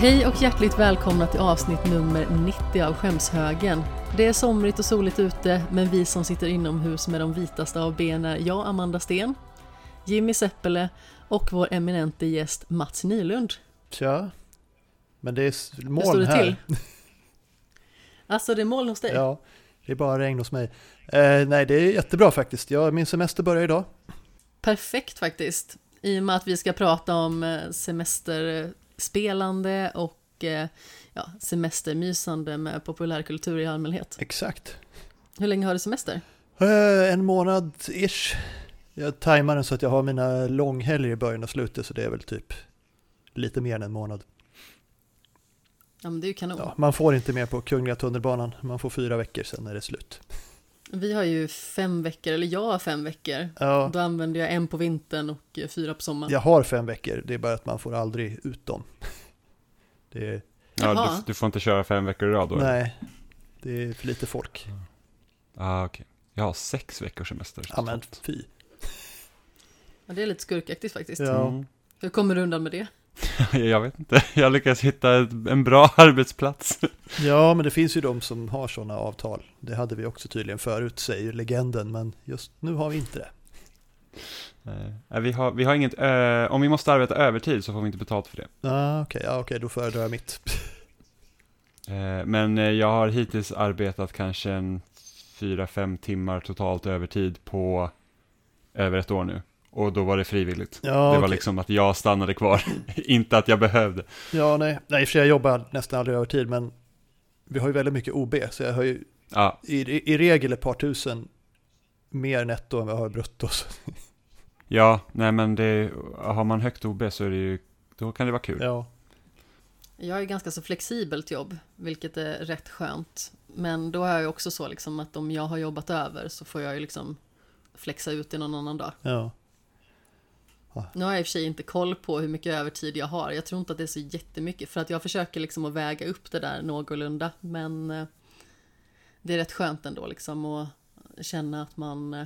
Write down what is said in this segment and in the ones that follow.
Hej och hjärtligt välkomna till avsnitt nummer 90 av Skämshögen. Det är somrigt och soligt ute, men vi som sitter inomhus med de vitaste av ben är jag, Amanda Sten, Jimmy Seppele och vår eminente gäst Mats Nylund. Tja, men det är moln står det här. Till? Alltså det är moln hos dig? Ja, det är bara regn hos mig. Nej, det är jättebra faktiskt. Min semester börjar idag. Perfekt faktiskt, i och med att vi ska prata om semesterspelande och semestermysande med populärkultur i allmänhet. Exakt. Hur länge har du semester? En månad-ish. Jag tajmar den så att jag har mina långhelger i början och slutet, så det är väl typ lite mer än en månad. Ja, men det är ju kanon. Ja, man får inte mer på Kungliga tunnelbanan. Man får 4 veckor, sen är det slut. Vi har ju 5 veckor, eller jag har 5 veckor. Ja. Då använder jag 1 på vintern och 4 på sommaren. Jag har 5 veckor, det är bara att man får aldrig ut dem. Det är... Ja, du får inte köra 5 veckor i rad då? Nej, det är för lite folk. Okej. Jag har 6 veckors semester. Ja, men fy. Ja, det är lite skurkaktigt faktiskt. Ja. Hur kommer du undan med det? Jag vet inte. Jag lyckas hitta en bra arbetsplats. Ja, men det finns ju de som har sådana avtal. Det hade vi också tydligen förut, säger legenden, men just nu har vi inte det. Vi har inget, om vi måste arbeta övertid så får vi inte betalt för det. Okej, då föredrar jag mitt. Men jag har hittills arbetat kanske 4-5 timmar totalt övertid på över ett år nu. Och då var det frivilligt. Ja, det var liksom att jag stannade kvar, inte att jag behövde. Ja, nej, i och för sig jag jobbar nästan aldrig övertid, men vi har ju väldigt mycket OB, så jag har ju i regel ett par tusen mer netto än vad jag har brutto. Ja, nej men har man högt OB så är det ju, då kan det vara kul. Ja. Jag har ju ganska så flexibelt jobb, vilket är rätt skönt. Men då har jag ju också så liksom att om jag har jobbat över så får jag ju liksom flexa ut i någon annan dag. Ja. Nu har jag i och för sig inte koll på hur mycket övertid jag har. Jag tror inte att det är så jättemycket, för att jag försöker liksom att väga upp det där någorlunda. Men det är rätt skönt ändå liksom att känna att man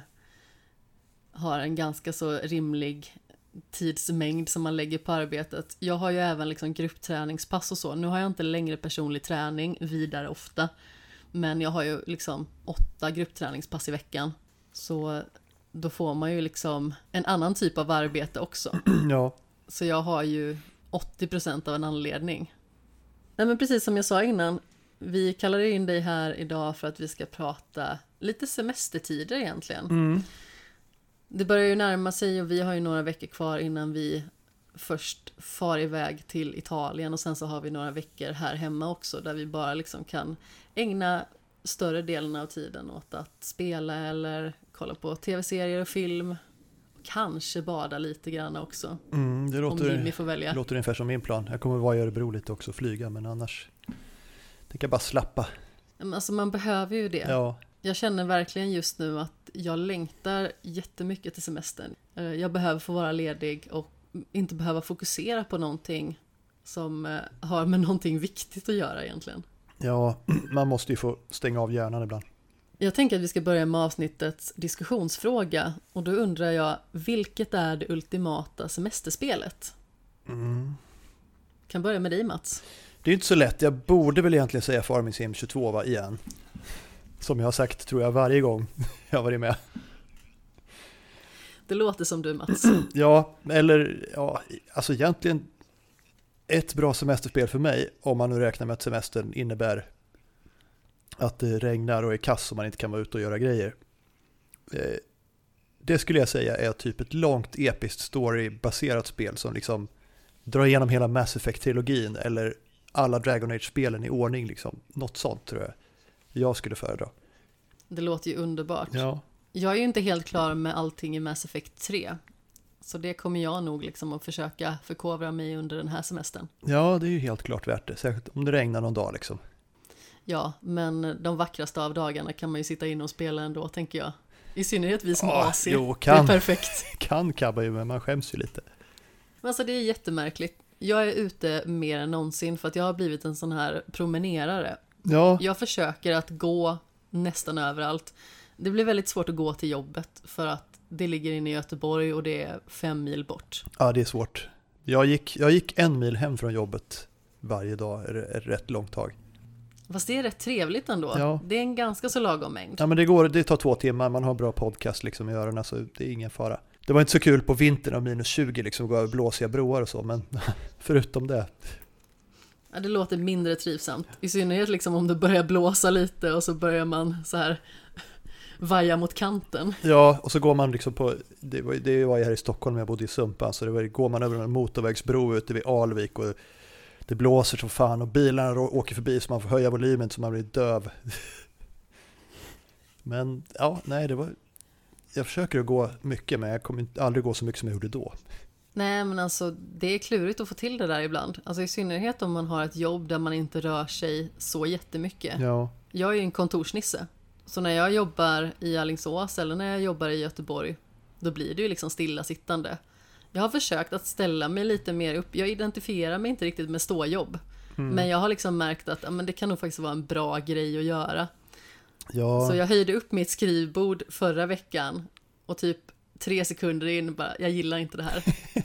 har en ganska så rimlig tidsmängd som man lägger på arbetet. Jag har ju även liksom gruppträningspass och så. Nu har jag inte längre personlig träning vidare ofta, men jag har ju liksom 8 gruppträningspass i veckan. Så då får man ju liksom en annan typ av arbete också. Ja. Så jag har ju 80% av en anledning. Nej, men precis som jag sa innan, vi kallade in dig här idag för att vi ska prata lite semestertider egentligen. Mm. Det börjar ju närma sig och vi har ju några veckor kvar innan vi först far iväg till Italien, och sen så har vi några veckor här hemma också där vi bara liksom kan ägna större delen av tiden åt att spela eller kolla på tv-serier och film. Kanske bada lite grann också. Det låter, om Jimmy får välja. Det låter ungefär som min plan. Jag kommer vara i Örebro lite också, flyga, men annars tänker jag bara slappa. Men alltså man behöver ju det. Ja. Jag känner verkligen just nu att jag längtar jättemycket till semestern. Jag behöver få vara ledig och inte behöva fokusera på någonting som har med någonting viktigt att göra egentligen. Ja, man måste ju få stänga av hjärnan ibland. Jag tänker att vi ska börja med avsnittets diskussionsfråga. Och då undrar jag, vilket är det ultimata semesterspelet? Kan börja med dig, Mats. Det är inte så lätt. Jag borde väl egentligen säga Farming Sim 22 igen. Som jag har sagt, tror jag, varje gång jag har varit med. Det låter som du, Mats. Ja, alltså egentligen ett bra semesterspel för mig, om man nu räknar med att semestern innebär att det regnar och är kass och man inte kan vara ute och göra grejer. Det skulle jag säga är typ ett långt episkt storybaserat spel som liksom drar igenom hela Mass Effect-trilogin eller alla Dragon Age-spelen i ordning. Liksom. Något sånt tror jag skulle föredra. Det låter ju underbart. Ja. Jag är ju inte helt klar med allting i Mass Effect 3. Så det kommer jag nog liksom att försöka förkovra mig under den här semestern. Ja, det är ju helt klart värt det. Särskilt om det regnar någon dag liksom. Ja, men de vackraste av dagarna kan man ju sitta in och spela ändå, tänker jag. I synnerhet vi som AC. Det är perfekt. Kan kabba ju, men man skäms ju lite. Men alltså det är jättemärkligt. Jag är ute mer än någonsin för att jag har blivit en sån här promenerare. Ja. Jag försöker att gå nästan överallt. Det blir väldigt svårt att gå till jobbet för att det ligger inne i Göteborg och det är 5 mil bort. Ja, det är svårt. Jag gick 1 mil hem från jobbet varje dag är rätt långt tag. Fast det är rätt trevligt ändå. Ja. Det är en ganska så lagom mängd. Ja, men det tar 2 timmar, man har bra podcast liksom i öronen, så det är ingen fara. Det var inte så kul på vintern av -20 liksom, gå över blåsiga broar och så, men förutom det. Ja, det låter mindre trivsamt. I synnerhet liksom om det börjar blåsa lite och så börjar man så här vaja mot kanten. Ja, och så går man liksom på, det var ju här i Stockholm, jag bodde i Sumpan, så går man över en motorvägsbro ute vid Alvik och det blåser som fan och bilarna åker förbi så man får höja volymen så man blir döv. Men ja, nej, jag försöker att gå mycket, men jag kommer aldrig gå så mycket som jag gjorde då. Nej, men alltså det är klurigt att få till det där ibland. Alltså i synnerhet om man har ett jobb där man inte rör sig så jättemycket. Ja. Jag är ju en kontorsnisse. Så när jag jobbar i Alingsås eller när jag jobbar i Göteborg, då blir det ju liksom stillasittande. Jag har försökt att ställa mig lite mer upp. Jag identifierar mig inte riktigt med ståjobb. Men jag har liksom märkt att men det kan nog faktiskt vara en bra grej att göra. Ja. Så jag höjde upp mitt skrivbord förra veckan och typ 3 sekunder in bara, jag gillar inte det här.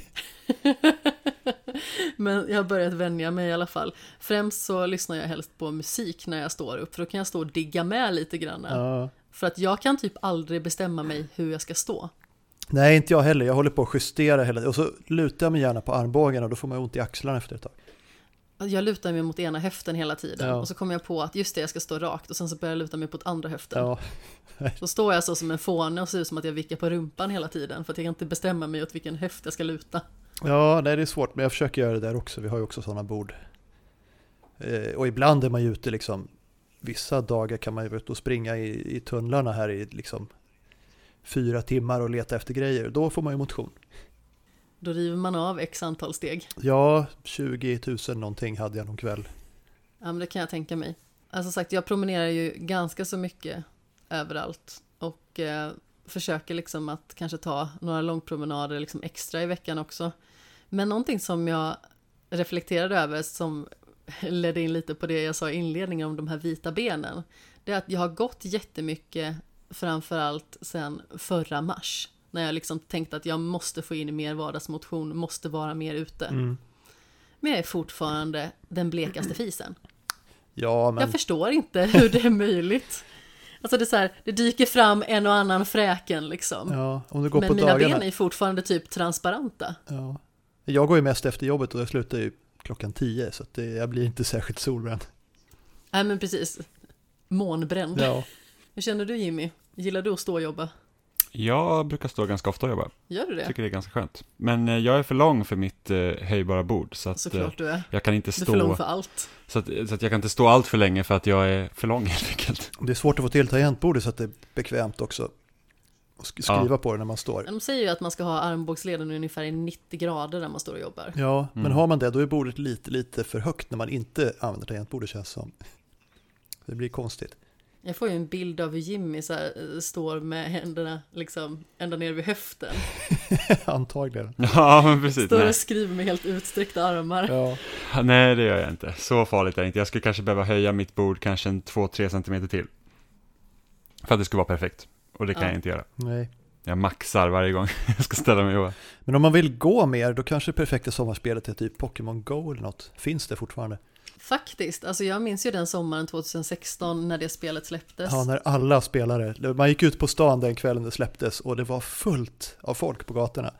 Men jag har börjat vänja mig i alla fall. Främst så lyssnar jag helst på musik när jag står upp, för då kan jag stå och digga med lite grann. Ja. För att jag kan typ aldrig bestämma mig hur jag ska stå. Nej, inte jag heller. Jag håller på att justera hela, och så lutar jag mig gärna på armbågen och då får man ont i axlarna efter ett tag. Jag lutar mig mot ena höften hela tiden. Ja. Och så kommer jag på att just det, jag ska stå rakt. Och sen så börjar jag luta mig på ett andra höften. Ja. Så står jag så som en fåne och ser ut som att jag vickar på rumpan hela tiden. För att jag kan inte bestämma mig åt vilken höft jag ska luta. Ja, nej, det är svårt, men jag försöker göra det där också. Vi har ju också sådana bord. Och ibland är man ju ute liksom, vissa dagar kan man ju ut och springa i tunnlarna här i liksom 4 timmar och leta efter grejer. Då får man ju motion. Då river man av x antal steg. Ja, 20 000 någonting hade jag någon kväll. Ja, men det kan jag tänka mig. Alltså sagt, jag promenerar ju ganska så mycket överallt. Och försöker liksom att kanske ta några långpromenader liksom extra i veckan också. Men någonting som jag reflekterade över, som ledde in lite på det jag sa i inledningen om de här vita benen, det är att jag har gått jättemycket, framförallt sedan förra mars. När jag liksom tänkte att jag måste få in mer vardagsmotion, måste vara mer ute. Mm. Men jag är fortfarande den blekaste fisen. Ja, men... Jag förstår inte hur det är möjligt. Alltså det är så här, det dyker fram en och annan fräken liksom. Ja, om du går men på mina dagarna... ben är fortfarande typ transparenta. Ja. Jag går ju mest efter jobbet och jag slutar ju 10:00, så att jag blir inte särskilt solbränd. Nej, men precis. Månbränd. Ja. Hur känner du, Jimmy? Gillar du att stå och jobba? Jag brukar stå ganska ofta och jobba. Gör du det? Tycker det är ganska skönt. Men jag är för lång för mitt höjbara bord. Så att, Såklart du är. jag kan inte Du är för lång för allt. Så att jag kan inte stå allt för länge för att jag är för lång helt enkelt. Det är svårt att få till tangentbordet så att det är bekvämt också. Och skriva på det när man står. De säger ju att man ska ha armbågsleden ungefär i 90 grader när man står och jobbar. Ja, men har man det, då är bordet lite för högt när man inte använder tangentbordet, känns som. Det blir konstigt. Jag får ju en bild av hur Jimmy så här, står med händerna liksom ända ner vid höften. Antagligen. Ja, men precis. Står och skriver med helt utsträckta armar. Ja. Nej, det gör jag inte. Så farligt är det inte. Jag skulle kanske behöva höja mitt bord kanske 2-3 centimeter till. För att det skulle vara perfekt. Och det kan jag inte göra. Nej. Jag maxar varje gång jag ska ställa mig och jobba. Men om man vill gå mer, då kanske det perfekta sommarspelet är typ Pokémon Go eller något. Finns det fortfarande? Faktiskt, alltså jag minns ju den sommaren 2016 när det spelet släpptes. Ja, när alla spelare, man gick ut på stan den kvällen det släpptes och det var fullt av folk på gatorna.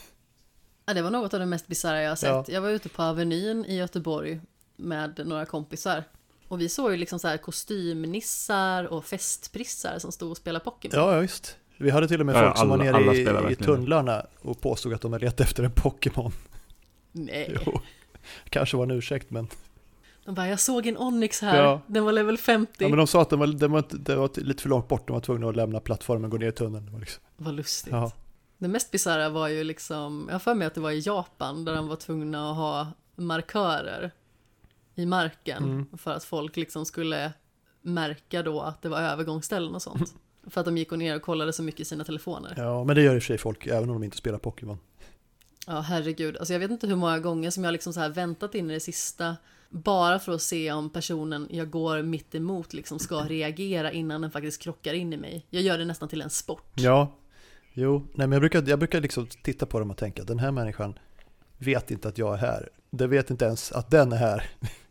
Ja, det var något av det mest bizarra jag har sett. Ja. Jag var ute på Avenyn i Göteborg med några kompisar. Och vi såg ju liksom så här kostymnissar och festprissar som stod och spelade Pokémon. Ja, just. Vi hade till och med folk som var nere i tunnlarna och påstod att de hade letat efter en Pokémon. Nej. Jo, kanske var en ursäkt, men... De bara, jag såg en Onix här, Ja. den var level 50. Ja, men de sa att det var lite för långt bort, de var tvungna att lämna plattformen och gå ner i tunneln. Det var liksom... Vad lustigt. Ja. Det mest bizarra var ju liksom, jag har för mig att det var i Japan där de var tvungna att ha markörer i marken för att folk liksom skulle märka då att det var övergångsställen och sånt. För att de gick ner och kollade så mycket i sina telefoner. Ja, men det gör i och för sig folk, även om de inte spelar Pokémon. Ja, herregud. Alltså jag vet inte hur många gånger som jag liksom så här väntat in i det sista bara för att se om personen jag går mitt emot liksom ska reagera innan den faktiskt krockar in i mig. Jag gör det nästan till en sport. Ja, jo. Nej, men jag brukar liksom titta på dem och tänka, den här människan vet inte att jag är här. det vet inte ens att den är här.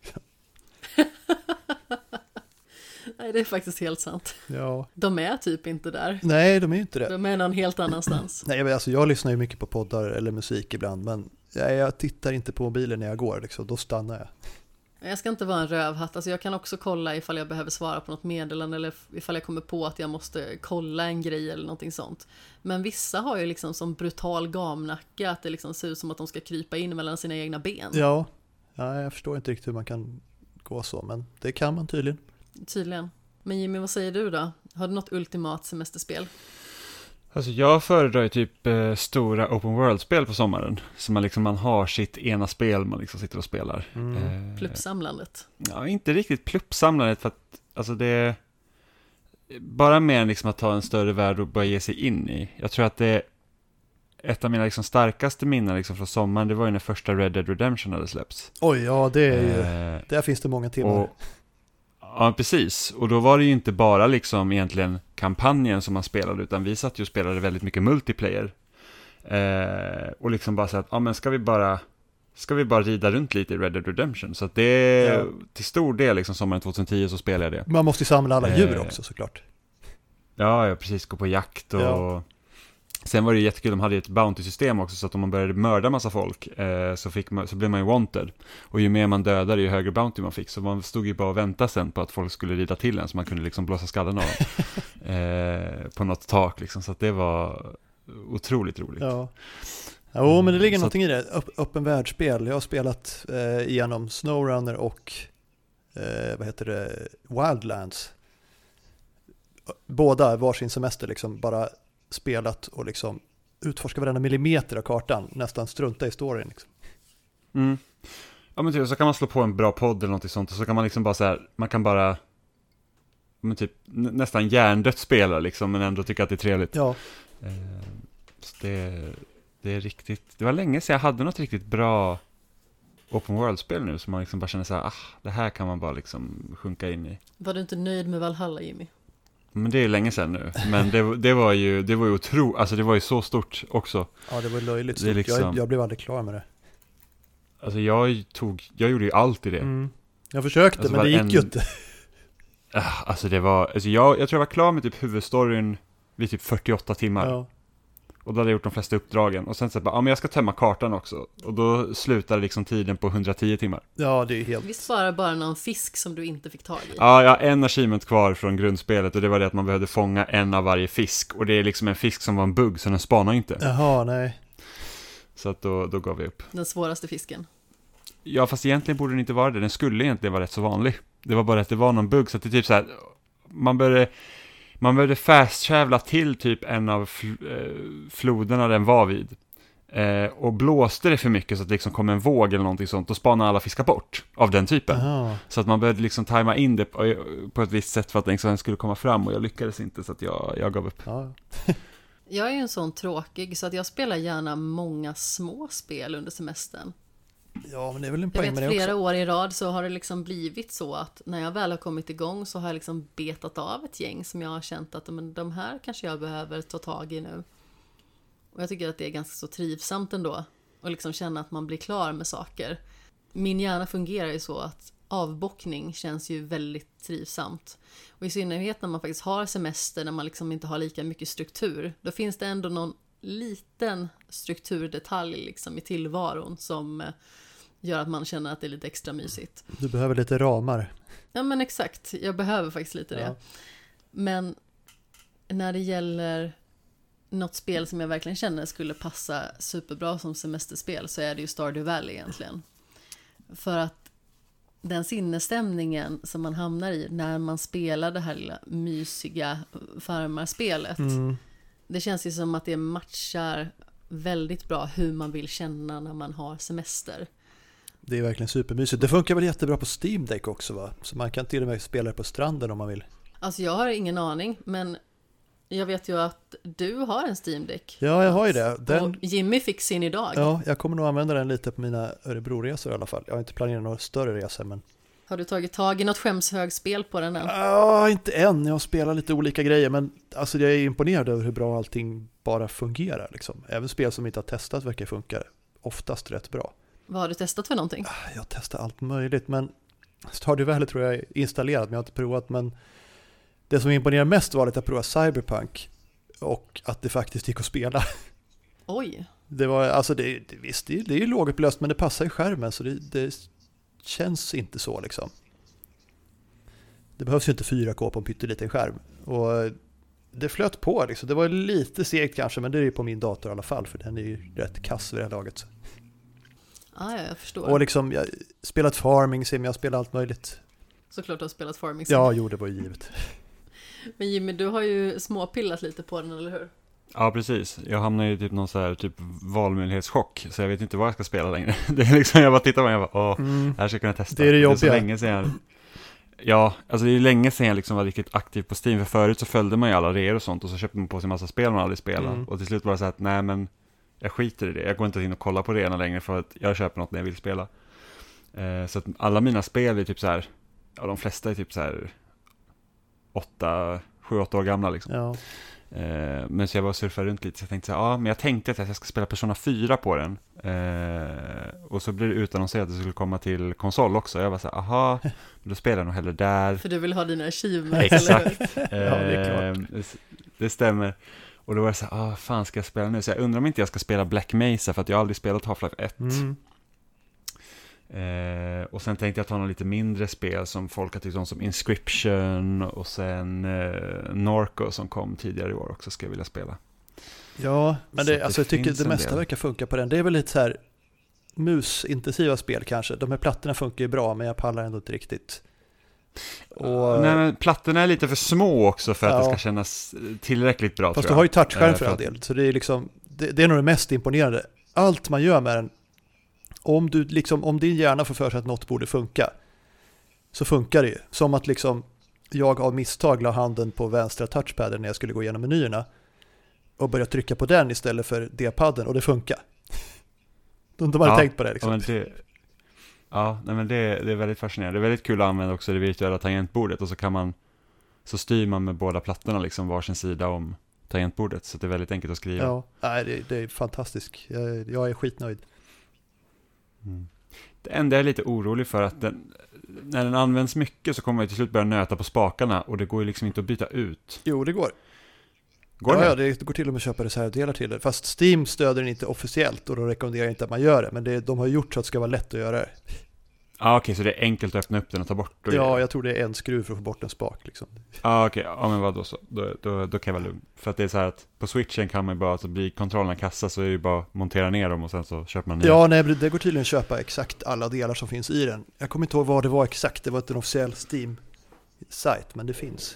Nej, det är faktiskt helt sant. Ja. De är typ inte där. Nej, de är inte det. De är någon helt annanstans. Nej, men alltså, jag lyssnar ju mycket på poddar eller musik ibland, men jag tittar inte på mobilen när jag går, liksom. Då stannar jag. Jag ska inte vara en rövhatt. Alltså jag kan också kolla ifall jag behöver svara på något meddelande eller ifall jag kommer på att jag måste kolla en grej eller någonting sånt. Men vissa har ju liksom som brutal gamnacka att det liksom ser ut som att de ska krypa in mellan sina egna ben. Ja, jag förstår inte riktigt hur man kan gå så, men det kan man tydligen. Tydligen. Men Jimmy, vad säger du då? Har du något ultimat semesterspel? Alltså jag föredrar ju typ stora open world-spel på sommaren. Så man har sitt ena spel man liksom sitter och spelar. Pluppsamlandet? Ja, inte riktigt pluppsamlandet för att alltså det är bara mer liksom att ta en större värld och bara ge sig in i. Jag tror att det är ett av mina liksom starkaste minnen liksom från sommaren, det var ju när första Red Dead Redemption hade släppts. Oj, ja, det är ju, där finns det många timmar. Ja, precis. Och då var det ju inte bara liksom egentligen kampanjen som man spelade, utan vi satt ju och spelade väldigt mycket multiplayer. Och liksom bara så att, ja men ska vi bara rida runt lite i Red Dead Redemption. Så att det är till stor del liksom sommaren 2010 så spelade jag det. Man måste ju samla alla djur också såklart. Ja, precis, gå på jakt och... Sen var det ju jättekul, de hade ett bounty-system också, så att om man började mörda massa folk så blev man ju wanted. Och ju mer man dödade, ju högre bounty man fick. Så man stod ju bara och väntade sen på att folk skulle rida till en, så man kunde liksom blåsa skallen av dem på något tak liksom. Så att det var otroligt roligt. Ja, men det ligger någonting i det. Öppen världsspel. Jag har spelat igenom SnowRunner och Wildlands. Båda varsin semester liksom, bara spelat och liksom utforska varenda millimeter av kartan, nästan strunta i storyn liksom. Ja, men typ, så kan man slå på en bra podd eller något sånt, och så kan man liksom bara så här, man kan bara men typ nästan hjärndött spela liksom, men ändå tycka att det är trevligt. Ja. Så det är riktigt, det var länge sedan jag hade något riktigt bra open world-spel nu, så man liksom bara känner så här, det här kan man bara liksom sjunka in i. Var du inte nöjd med Valhalla, Jimmy? Men det är länge sedan nu. Men det var ju otroligt, alltså det var ju så stort också. Ja, det var löjligt stort. Liksom, jag blev aldrig klar med det. Alltså jag gjorde ju allt i det. Jag försökte, alltså, men det gick ju inte. Alltså det var, alltså jag tror jag var klar med typ huvudstoryn vid typ 48 timmar. Ja. Och då hade jag gjort de flesta uppdragen. Och sen så bara, men jag ska tömma kartan också. Och då slutade liksom tiden på 110 timmar. Ja, det är helt... Visst var det bara någon fisk som du inte fick tag i? Ja, jag har en achievement kvar från grundspelet. Och det var det att man behövde fånga en av varje fisk. Och det är liksom en fisk som var en bugg, så den spanar inte. Jaha, nej. Så att då gav vi upp. Den svåraste fisken? Ja, fast egentligen borde den inte vara det. Den skulle egentligen vara rätt så vanlig. Det var bara att det var någon bugg. Så att det är typ så här, man började fast-travla till typ en av floderna den var vid. Och blåste det för mycket så att det liksom kom en våg eller någonting sånt, och spanade alla fiskar bort av den typen. Aha. Så att man började liksom tajma in det på ett visst sätt för att den skulle komma fram, och jag lyckades inte, så att jag gav upp. Ja. Jag är ju en sån tråkig så att jag spelar gärna många små spel under semestern. Ja, men det är väl en poäng med det också. Flera år i rad så har det liksom blivit så att när jag väl har kommit igång så har jag liksom betat av ett gäng som jag har känt att men de här kanske jag behöver ta tag i nu. Och jag tycker att det är ganska så trivsamt ändå. Och liksom känna att man blir klar med saker. Min hjärna fungerar ju så att avbockning känns ju väldigt trivsamt. Och i synnerhet när man faktiskt har semester, när man liksom inte har lika mycket struktur. Då finns det ändå någon liten strukturdetalj liksom i tillvaron som gör att man känner att det är lite extra mysigt. Du behöver lite ramar. Ja, men exakt. Jag behöver faktiskt lite det. Men när det gäller något spel som jag verkligen känner skulle passa superbra som semesterspel, så är det ju Stardew Valley egentligen. För att den sinnesstämningen som man hamnar i när man spelar det här lilla mysiga farmarspelet, det känns ju som att det matchar väldigt bra hur man vill känna när man har semester. Det är verkligen supermysigt. Det funkar väl jättebra på Steam Deck också, va? Så man kan till och med spela det på stranden om man vill. Alltså jag har ingen aning, men jag vet ju att du har en Steam Deck. Ja, jag har ju det. Och Jimmy fick sin idag. Ja, jag kommer nog använda den lite på mina Örebro-resor i alla fall. Jag har inte planerat några större resor, men... Har du tagit tag i något skämshögspel på den än? Ja, inte än. Jag spelar lite olika grejer, men alltså jag är imponerad över hur bra allting bara fungerar. Liksom. Även spel som inte har testat verkar funka oftast rätt bra. Vad har du testat för någonting? Jag testar allt möjligt, men Stardew Valley tror jag är installerat, men jag har inte provat. Men det som imponerar mest var att jag provade Cyberpunk och att det faktiskt gick att spela. Oj. Det var, alltså visst, det är ju lågupplöst, men det passar i skärmen, så det känns inte så liksom. Det behövs ju inte 4K på en pytteliten skärm. Och det flöt på liksom. Det var lite segt kanske, men det är ju på min dator i alla fall, för den är ju rätt kass vid det här laget. Ja, jag förstår. Och liksom, jag har spelat Farming Sim, jag har spelat allt möjligt. Såklart du har spelat Farming Sim. Ja, det var ju givet. Men Jimmy, du har ju småpillat lite på den, eller hur? Ja, precis. Jag hamnar i typ någon så här typ valmöjlighetschock, så jag vet inte vad jag ska spela längre. Det är liksom, jag bara tittar på det och jag bara, här ska jag kunna testa. Det är det jobbiga. Det är så länge sedan ja, alltså det är länge sedan jag liksom var riktigt aktiv på Steam, för förut så följde man ju alla reor och sånt, och så köpte man på sig en massa spel man aldrig spelade. Och till slut var det så här att, nej men, jag skiter i det. Jag går inte in och kollar på reorna längre, för att jag köper något när jag vill spela. Så att alla mina spel är typ så här, ja, de flesta är typ så här 7-8 år gamla liksom. Ja. Men så jag var surfade runt lite, så jag tänkte så här, men jag tänkte att jag ska spela Persona 4 på den. Och så blev det utannonserat att det skulle komma till konsol också. Jag var så här, aha, då spelar jag nog hellre där. För du vill ha dina achievements, Exakt. Ja, det är klart. Det stämmer. Och då var jag så här, fan ska jag spela nu? Så jag undrar om inte jag ska spela Black Mesa, för att jag har aldrig spelat Half-Life 1. Och sen tänkte jag ta några lite mindre spel som folk har tyckt om, som Inscription, och sen Norco som kom tidigare i år också, ska jag vilja spela. Ja, men alltså, jag tycker det mesta del verkar funka på den. Det är väl lite så här musintensiva spel kanske. De här plattorna funkar ju bra, men jag pallar ändå inte riktigt. Och nej, men plattorna är lite för små också för att det ska kännas tillräckligt bra. Fast du har ju touchskärm för all del, så det är liksom, det är nog det mest imponerande. Allt man gör med den, om din hjärna får för sig att något borde funka, så funkar det ju. Som att liksom jag av misstag la handen på vänstra touchpadden när jag skulle gå igenom menyerna och börja trycka på den istället för D-padden, och det funkar. De hade tänkt på det liksom. Men det är väldigt fascinerande. Det är väldigt kul att använda också det virtuella tangentbordet, och så styr man med båda plattorna liksom varsin sida om tangentbordet, så det är väldigt enkelt att skriva. Ja, det är fantastiskt. Jag är skitnöjd. Det enda jag är lite orolig för, att när den används mycket så kommer man till slut börja nöta på spakarna, och det går ju liksom inte att byta ut. Jo, det går. Ja, det går till och med att köpa reservdelar till det. Fast Steam stöder den inte officiellt, och då rekommenderar jag inte att man gör det. Men de har gjort så att det ska vara lätt att göra det. Okej, så det är enkelt att öppna upp den och ta bort? Jag tror det är en skruv för att få bort en spak liksom. Okej, men vad då så? Då kan jag vara lugn. För att det är så här att på Switchen kan man ju bara, alltså blir kontrollerna kassa, så är det ju bara att montera ner dem och sen så köper man nya. Ja, nej, det går tydligen att köpa exakt alla delar som finns i den. Jag kommer inte ihåg vad det var exakt, det var inte en officiell Steam-sajt, men det finns.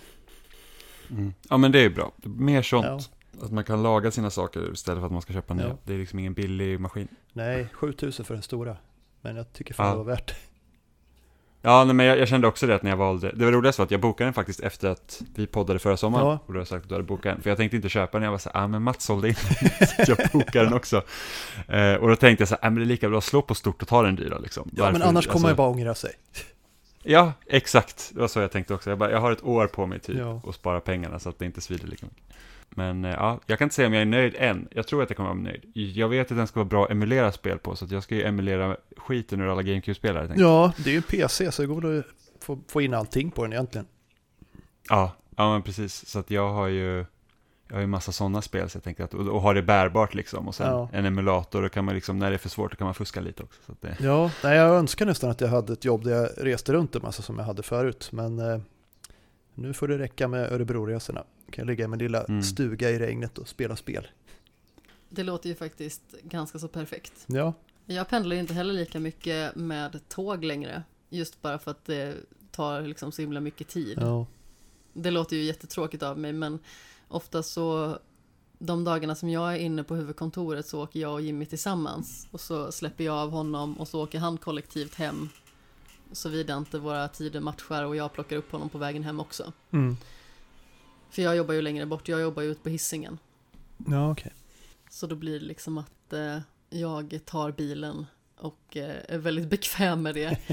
Ja, men det är bra. Mer sånt, att man kan laga sina saker istället för att man ska köpa nya. Det är liksom ingen billig maskin. Nej, 7000 för den stora. Men jag tycker fan det var värt. Ja, nej, men jag kände också det att när jag valde. Det var roligast var att jag bokade den faktiskt efter att vi poddade förra sommaren. Och då har jag sagt att du hade bokat den. För jag tänkte inte köpa den. Jag var så här, men Mats sålde in. Så jag bokade den också. Och då tänkte jag så här, men det är lika bra att slå på stort och ta den dyra liksom. Ja, men annars kommer jag bara ångra sig. Ja, exakt. Det var så jag tänkte också. Jag har ett år på mig typ att spara pengarna så att det inte svider lika mycket. Men jag kan inte säga om jag är nöjd än. Jag tror att jag kommer vara nöjd. Jag vet att den ska vara bra att emulera spel på, så att jag ska ju emulera skiten ur alla GameCube-spelare. Ja, det är ju en PC, så det går att få in allting på den egentligen. Ja, men precis. Så att jag har ju massa sådana spel, så jag tänkte att, och har det bärbart liksom, och sen en emulator, och kan man liksom, när det är för svårt, då kan man fuska lite också. Så att det... Ja, nej, jag önskar nästan att jag hade ett jobb där jag reste runt en massa som jag hade förut, men nu får det räcka med Örebro-resorna. Kan jag ligga i min lilla stuga i regnet och spela spel. Det låter ju faktiskt ganska så perfekt. Ja. Jag pendlar ju inte heller lika mycket med tåg längre. Just bara för att det tar liksom så himla mycket tid. Ja. Det låter ju jättetråkigt av mig, men ofta så de dagarna som jag är inne på huvudkontoret så åker jag och Jimmy tillsammans. Och så släpper jag av honom och så åker han kollektivt hem. Såvida inte våra tider matchar, och jag plockar upp honom på vägen hem också. För jag jobbar ju längre bort, jag jobbar ju ut på Hisingen. Ja, okej. Så då blir det liksom att jag tar bilen och är väldigt bekväm med det.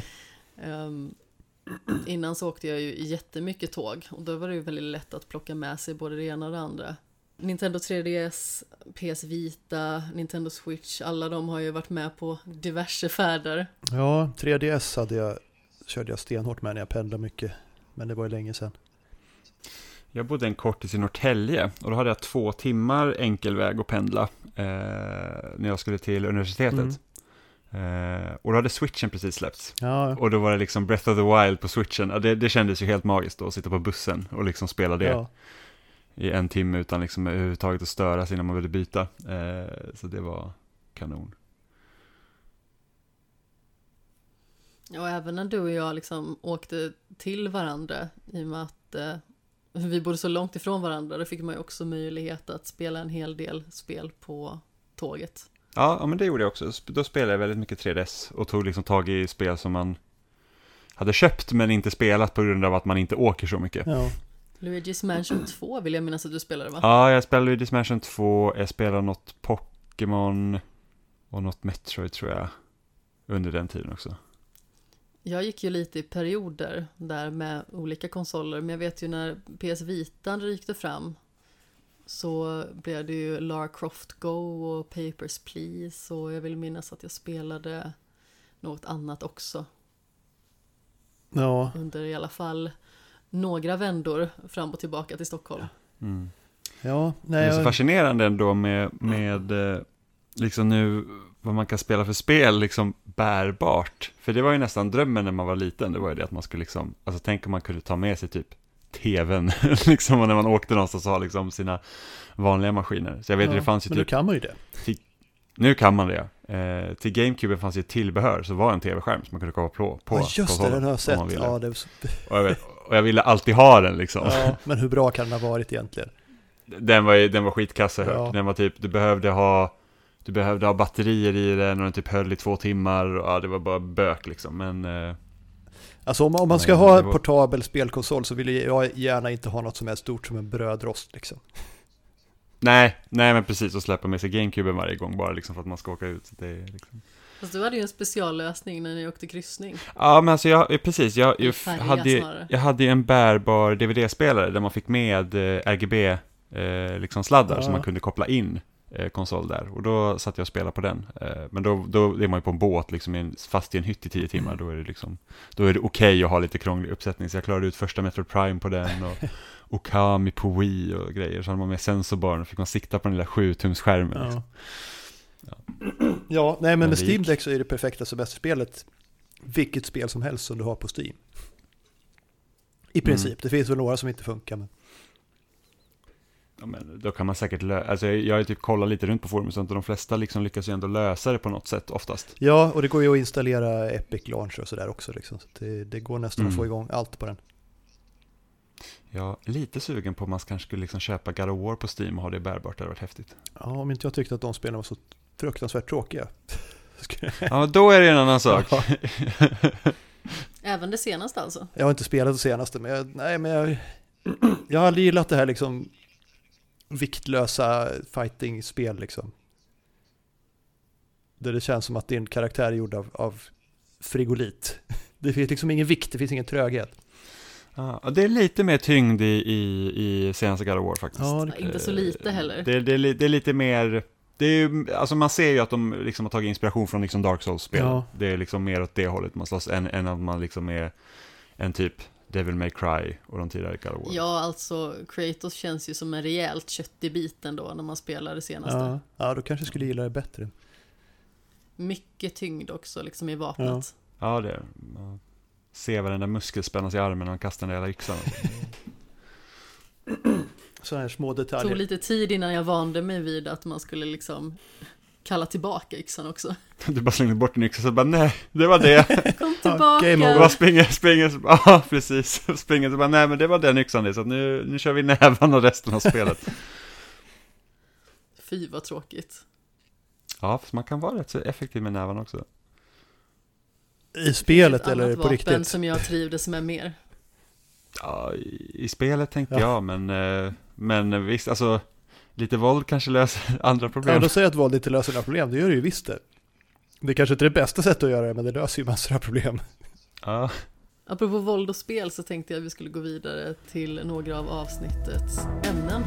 Innan så åkte jag ju jättemycket tåg, och då var det ju väldigt lätt att plocka med sig både det ena och det andra. Nintendo 3DS, PS Vita, Nintendo Switch, alla de har ju varit med på diverse färder. Ja, 3DS körde jag stenhårt med när jag pendlade mycket, men det var ju länge sedan. Jag bodde en kortis i Norrtälje och då hade jag 2 timmar enkel väg att pendla när jag skulle till universitetet. Och då hade Switchen precis släppts. Ja. Och då var det liksom Breath of the Wild på Switchen. Det kändes ju helt magiskt då, att sitta på bussen och liksom spela det i 1 timme utan liksom överhuvudtaget att störas innan man ville byta. Så det var kanon. Och även när du och jag liksom åkte till varandra, i och med att vi bodde så långt ifrån varandra, då fick man ju också möjlighet att spela en hel del spel på tåget. Ja, men det gjorde jag också. Då spelade jag väldigt mycket 3DS och tog liksom tag i spel som man hade köpt men inte spelat på grund av att man inte åker så mycket. Ja. Luigi's Mansion 2 vill jag minnas att du spelade, va? Ja, jag spelade Luigi's Mansion 2, jag spelade något Pokémon och något Metroid tror jag under den tiden också. Jag gick ju lite i perioder där med olika konsoler, men jag vet ju när PS Vita rykte fram så blev det ju Lara Croft Go och Papers, Please, och jag vill minnas att jag spelade något annat också. Ja. Under i alla fall några vändor fram och tillbaka till Stockholm. Mm. Ja, det är så fascinerande ändå med liksom nu vad man kan spela för spel liksom bärbart. För det var ju nästan drömmen när man var liten. Det var ju det att man skulle liksom, alltså tänk om man kunde ta med sig typ tvn liksom när man åkte någonstans och ha liksom sina vanliga maskiner. Så jag vet det fanns ju men typ, nu kan man ju det. Nu kan man det, ja. Till GameCube fanns ju ett tillbehör så var en tv-skärm som man kunde koppla på. Ja, just det, den har jag sett. Ja, det... och jag ville alltid ha den liksom. Ja, men hur bra kan den ha varit egentligen? Den var skitkassa högt. Ja. Den var typ, du behövde ha batterier i den och den typ höll i 2 timmar och det var bara bök liksom. Men alltså om man ska ha en portabel spelkonsol så vill jag gärna inte ha något som är stort som en brödrost liksom. Nej men precis, att släppa med sig GameCube varje gång bara liksom för att man ska åka ut. Det är liksom... Fast du hade ju en speciallösning när ni åkte kryssning. Ja, men alltså jag hade ju en bärbar DVD-spelare där man fick med RGB liksom sladdar som man kunde koppla in konsol där. Och då satt jag och spelade på den. Men då är man ju på en båt liksom fast i en hytt i 10 timmar. Då är det okej att ha lite krånglig uppsättning. Så jag klarade ut första Metroid Prime på den och Okami på Wii och grejer. Så hade man med sensorbar och fick man sikta på den lilla 7-tums-skärmen. Liksom. Ja, nej men med Steam Deck så är det perfekta semesterspelet vilket spel som helst som du har på Steam. I princip. Det finns väl några som inte funkar, men... Ja, men då kan man säkert alltså jag har typ kollat lite runt på forum och sånt och de flesta liksom lyckas ju ändå lösa det på något sätt oftast. Ja, och det går ju att installera Epic Launcher och sådär också liksom. Så det går nästan att få igång allt på den. Ja, lite sugen på om man kanske skulle liksom köpa God of War på Steam och ha det bärbart, det hade varit häftigt. Ja, om inte jag tyckte att de spelen var så fruktansvärt tråkiga. Ja, då är det en annan sak. Ja. Även det senaste alltså? Jag har inte spelat det senaste, men jag har aldrig gillat det här liksom viktlösa fighting-spel liksom. Där det känns som att din karaktär är gjord av frigolit. Det finns liksom ingen vikt, det finns ingen tröghet. Ja, det är lite mer tyngd i senaste God of War faktiskt. Ja, inte så lite heller. Det är lite mer... Det är ju, alltså man ser ju att de liksom har tagit inspiration från liksom Dark Souls-spel. Ja. Det är liksom mer åt det hållet man slåss än att man liksom är en typ Devil May Cry och de tidigare God of War. Ja, alltså Kratos känns ju som en rejält köttig bit ändå när man spelar det senaste. Ja, då kanske skulle gilla det bättre. Mycket tyngd också liksom i vapnet. Ja, det är. Se vad den där muskeln spännas i armen när han kastar den där jävla yxan. Så här små detaljer. Det tog lite tid innan jag vande mig vid att man skulle liksom kalla tillbaka yxan också. Du bara slängde bort en yxa så bara nej, det var det. Kom tillbaka. Du bara springer. Ja, precis. Springer så bara nej, men det var den yxan det. Så nu kör vi nävan och resten av spelet. Fy vad tråkigt. Ja, fast man kan vara rätt så effektiv med nävan också. I spelet eller på riktigt? Vapen som jag trivdes med mer. Ja, i spelet tänkte jag, men visst, alltså lite våld kanske löser andra problem. Ja, då säger jag att våld inte löser några problem, det gör det ju visst det. Det är kanske inte det bästa sättet att göra det, men det löser ju massor av problem. Ja. Apropå våld och spel så tänkte jag att vi skulle gå vidare till några av avsnittets ämnen.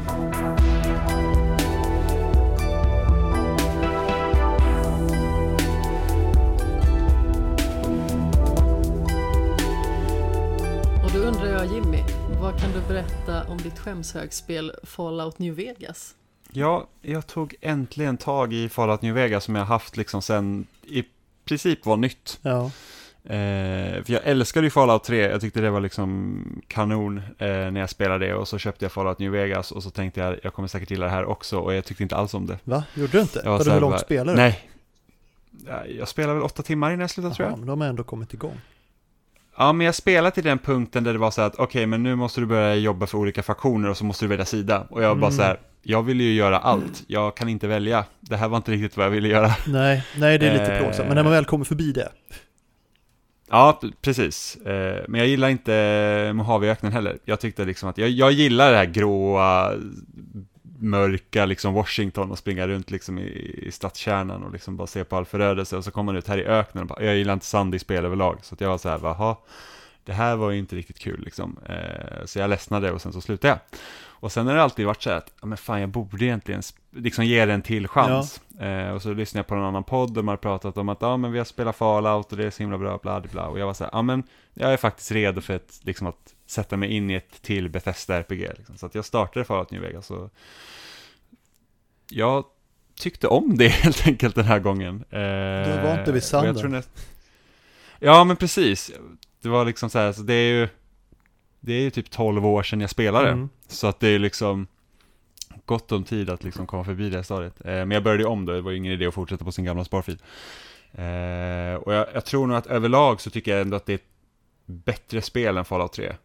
Och då undrar jag, Jimmy, vad kan du berätta om ditt skämshögspel Fallout New Vegas? Ja, jag tog äntligen tag i Fallout New Vegas som jag haft liksom sen i princip var nytt. Ja. För jag älskade ju Fallout 3, jag tyckte det var liksom kanon när jag spelade det, och så köpte jag Fallout New Vegas och så tänkte jag kommer säkert gilla det här också, och jag tyckte inte alls om det. Va? Gjorde du inte? Var hur långt spelade du? Nej, jag spelade väl 8 timmar innan jag slutade. Aha, tror jag. Men de har ändå kommit igång. Ja, men jag spelade till den punkten där det var så här att okej, men nu måste du börja jobba för olika faktioner och så måste du välja sida. Och jag bara så här, jag ville ju göra allt. Jag kan inte välja. Det här var inte riktigt vad jag ville göra. Nej, det är lite plågsamt. Men när man väl kommer förbi det. Ja, precis. Men jag gillar inte Mojaveöknen heller. Jag tyckte liksom att jag gillar det här gråa, mörka liksom Washington och springa runt liksom i stadskärnan och liksom bara se på all förödelse, och så kommer man ut här i öknen och bara, jag gillar inte sand i spel överlag, så att jag var så här, jaha, det här var ju inte riktigt kul liksom. Så jag ledsnade och sen så slutade jag. Och sen har det alltid varit så här att, ja men fan, jag borde egentligen liksom ge det en till chans. Och så lyssnade jag på en annan podd och man har pratat om att ja men vi har spelat Fallout och det är så himla bra, bla bla, och jag var så här, ja men jag är faktiskt redo för liksom att sätta mig in i ett till Bethesda RPG liksom. Så att jag startade Fallout New Vegas, så jag tyckte om det helt enkelt den här gången. Du var inte vid sanden. Ja, men precis. Det var liksom så här, så det är ju typ 12 år sedan jag spelade. Så att det är liksom gott om tid att liksom komma förbi det stadiet. Men jag började om då, det var ju ingen idé att fortsätta på sin gamla sparfil. Och jag tror nog att överlag så tycker jag ändå att det är ett bättre spel än Fallout 3.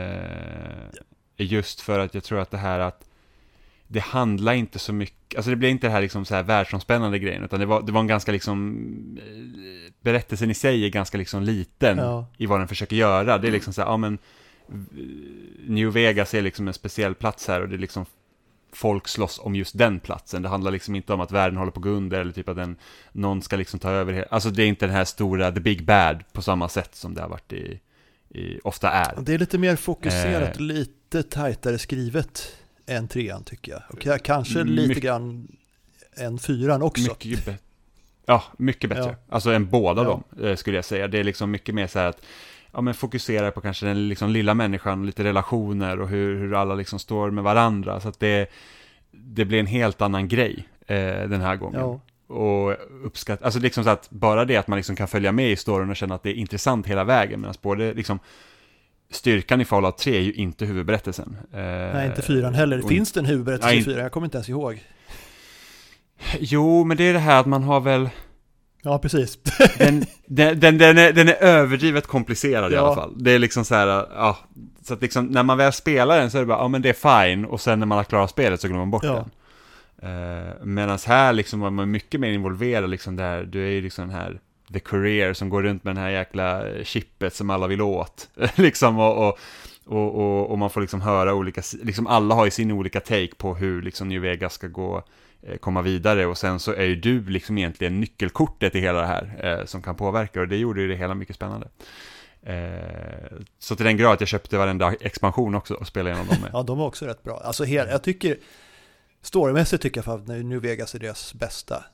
Just för att jag tror att det här att det handlar inte så mycket, alltså det blir inte det här liksom så här världsomspännande grejen, utan det var en ganska liksom berättelsen i sig är ganska liksom liten i vad den försöker göra. Det är liksom så här, ja men New Vegas är liksom en speciell plats här, och det är liksom folk slåss om just den platsen. Det handlar liksom inte om att världen håller på att gå under, eller typ att någon ska liksom ta över. Alltså det är inte den här stora The Big Bad på samma sätt som det har varit ofta är. Det är lite mer fokuserat, lite tajtare skrivet än 3:an tycker jag. Och kanske lite grann än 4:an också. Mycket bättre. Ja. Alltså än båda dem skulle jag säga. Det är liksom mycket mer så här att men fokusera på kanske den liksom lilla människan, lite relationer och hur alla liksom står med varandra, så att det blir en helt annan grej den här gången. Ja. Och uppskatta, alltså liksom så att bara det att man liksom kan följa med i storyn och känna att det är intressant hela vägen, medan både liksom styrkan i Fallout 3 är ju inte huvudberättelsen. Nej, inte 4:an heller. Finns det en huvudberättelse i 4? Jag kommer inte ens ihåg. Jo, men det är det här att man har väl... Ja, precis. Den är överdrivet komplicerad i alla fall. Det är liksom så här, så att liksom när man väl spelar den så är det bara, ja men det är fine, och sen när man har klarat spelet så glömmer man bort den. Medan här liksom var man mycket mer involverad liksom där, du är ju liksom den här The Courier som går runt med den här jäkla chippet som alla vill åt liksom, och man får liksom höra olika, liksom alla har ju sin olika take på hur liksom New Vegas ska komma vidare, och sen så är ju du liksom egentligen nyckelkortet i hela det här som kan påverka, och det gjorde ju det hela mycket spännande. Så till den grad att jag köpte varenda expansion också och spelade igenom dem med. Ja, de var också rätt bra. Alltså jag tycker storymässigt tycker jag att New Vegas är deras bästa.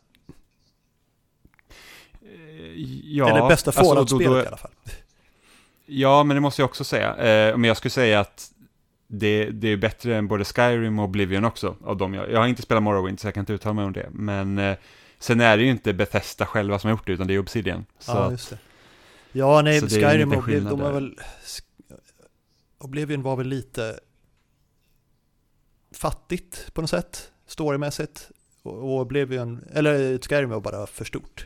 Eller bästa Fallout-spelet i alla fall. Ja, men det måste jag också säga. Men jag skulle säga att det är bättre än både Skyrim och Oblivion också av dem. Jag har inte spelat Morrowind så jag kan inte uttala mig om det. Men sen är det ju inte Bethesda själva som har gjort det, utan det är Obsidian. Så ja, just det. Ja, nej, Skyrim och Oblivion, de var väl... Oblivion var väl lite fattigt på något sätt, storymässigt. Och Oblivion, eller Skyrim var bara för stort.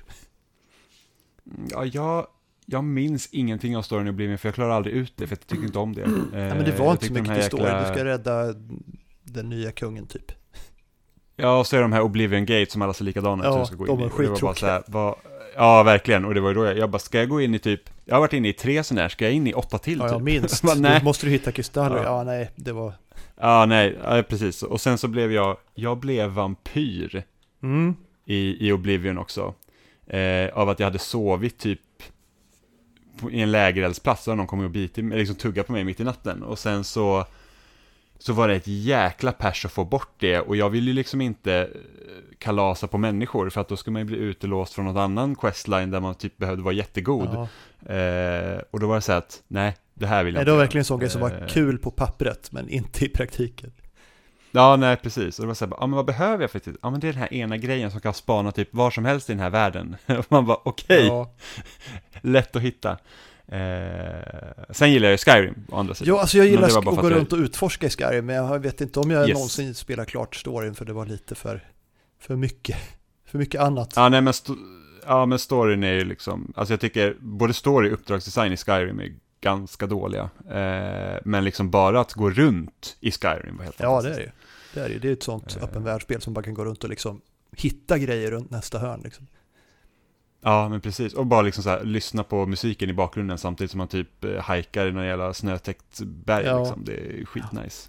Ja, jag minns ingenting av storyn i Oblivion, för jag klarar aldrig ut det, för jag tycker inte om det. Ja, men det var inte så mycket till story. Du ska rädda den nya kungen typ. Ja, och så är de här Oblivion Gates som alla ser likadana ut, som ska gå in i. Skittråkiga. Ja, verkligen. Och det var ju då jag bara, ska jag gå in i typ, jag har varit inne i 3 sådana här, ska jag in i 8 till typ? Ja, minst. Bara, du måste hitta kristaller. Ja, nej, det var... Ja, nej, precis. Och sen så blev jag blev vampyr i Oblivion också. Av att jag hade sovit typ i en lägereldsplats och någon kommer och biter, liksom tugga på mig mitt i natten. Och sen så var det ett jäkla pers att få bort det. Och jag vill ju liksom inte kalasa på människor, för att då ska man ju bli utelåst från någon annan questline där man typ behövde vara jättegod. Och då var det så att, nej, det här vill jag inte. Det var verkligen en sån grej som var kul på pappret, men inte i praktiken. Ja, nej, precis. Och det var så här, men vad behöver jag för tid? Ja, men det är den här ena grejen som kan spana typ var som helst i den här världen. Och man bara, okej. Lätt att hitta. Sen gillar jag Skyrim å andra sidan. Ja, alltså jag gillar att gå runt och utforska i Skyrim, men jag vet inte om jag någonsin spelar klart storyn, för det var lite för mycket annat. Ja, nej, men storyn är ju liksom, alltså jag tycker både story och uppdragsdesign i Skyrim är ganska dåliga. Men liksom bara att gå runt i Skyrim var helt fantastiskt. Det är det. Det är ett sånt öppen världsspel som bara kan gå runt och liksom hitta grejer runt nästa hörn liksom. Ja, men precis. Och bara liksom så här, lyssna på musiken i bakgrunden samtidigt som man typ hajkar i någon jävla snötäckt berg liksom. Det är skitnice.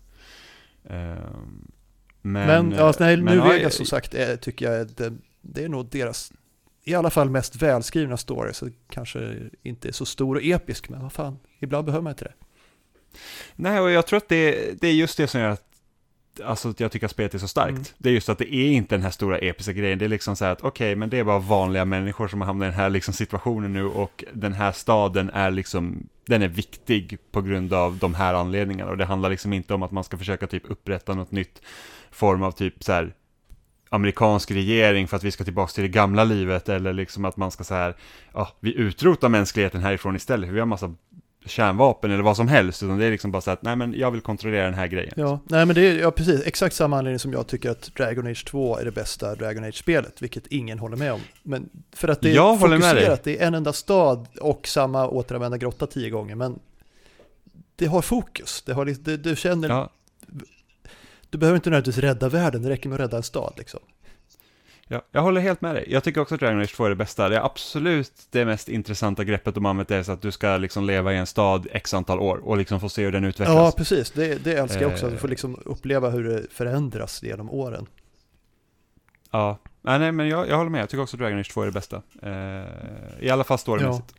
Men New Vegas som sagt tycker jag det är nog deras i alla fall mest välskrivna story, så kanske inte är så stor och episk, men vad fan, ibland behöver man inte det. Nej, och jag tror att det är just det som gör att jag tycker att spelet är så starkt. Det är just att det är inte den här stora episka grejen. Det är liksom så här att okej, men det är bara vanliga människor som har hamnat i den här liksom situationen nu, och den här staden är liksom, den är viktig på grund av de här anledningarna, och det handlar liksom inte om att man ska försöka typ upprätta något nytt form av typ så här amerikansk regering för att vi ska tillbaka till det gamla livet, eller liksom att man ska så här, vi utrotar mänskligheten härifrån istället, för vi har massa kärnvapen eller vad som helst, utan det är liksom bara så att nej, men jag vill kontrollera den här grejen. Ja, nej, men det är precis exakt samma anledning som jag tycker att Dragon Age 2 är det bästa Dragon Age-spelet, vilket ingen håller med om. Men för att det är fokuserat, det är en enda stad och samma återanvända grotta 10 gånger, men det har fokus. Du känner... Ja. Du behöver inte nödvändigtvis rädda världen, det räcker med att rädda en stad liksom. Ja, jag håller helt med dig. Jag tycker också att Dragon Age 2 är det bästa. Det är absolut det mest intressanta greppet de använt, är så att du ska liksom leva i en stad x antal år och liksom få se hur den utvecklas. Ja, precis. Det älskar jag också. Att du får liksom uppleva hur det förändras genom åren. Ja, nej, men jag håller med. Jag tycker också att Dragon Age 2 är det bästa. I alla fall storymässigt.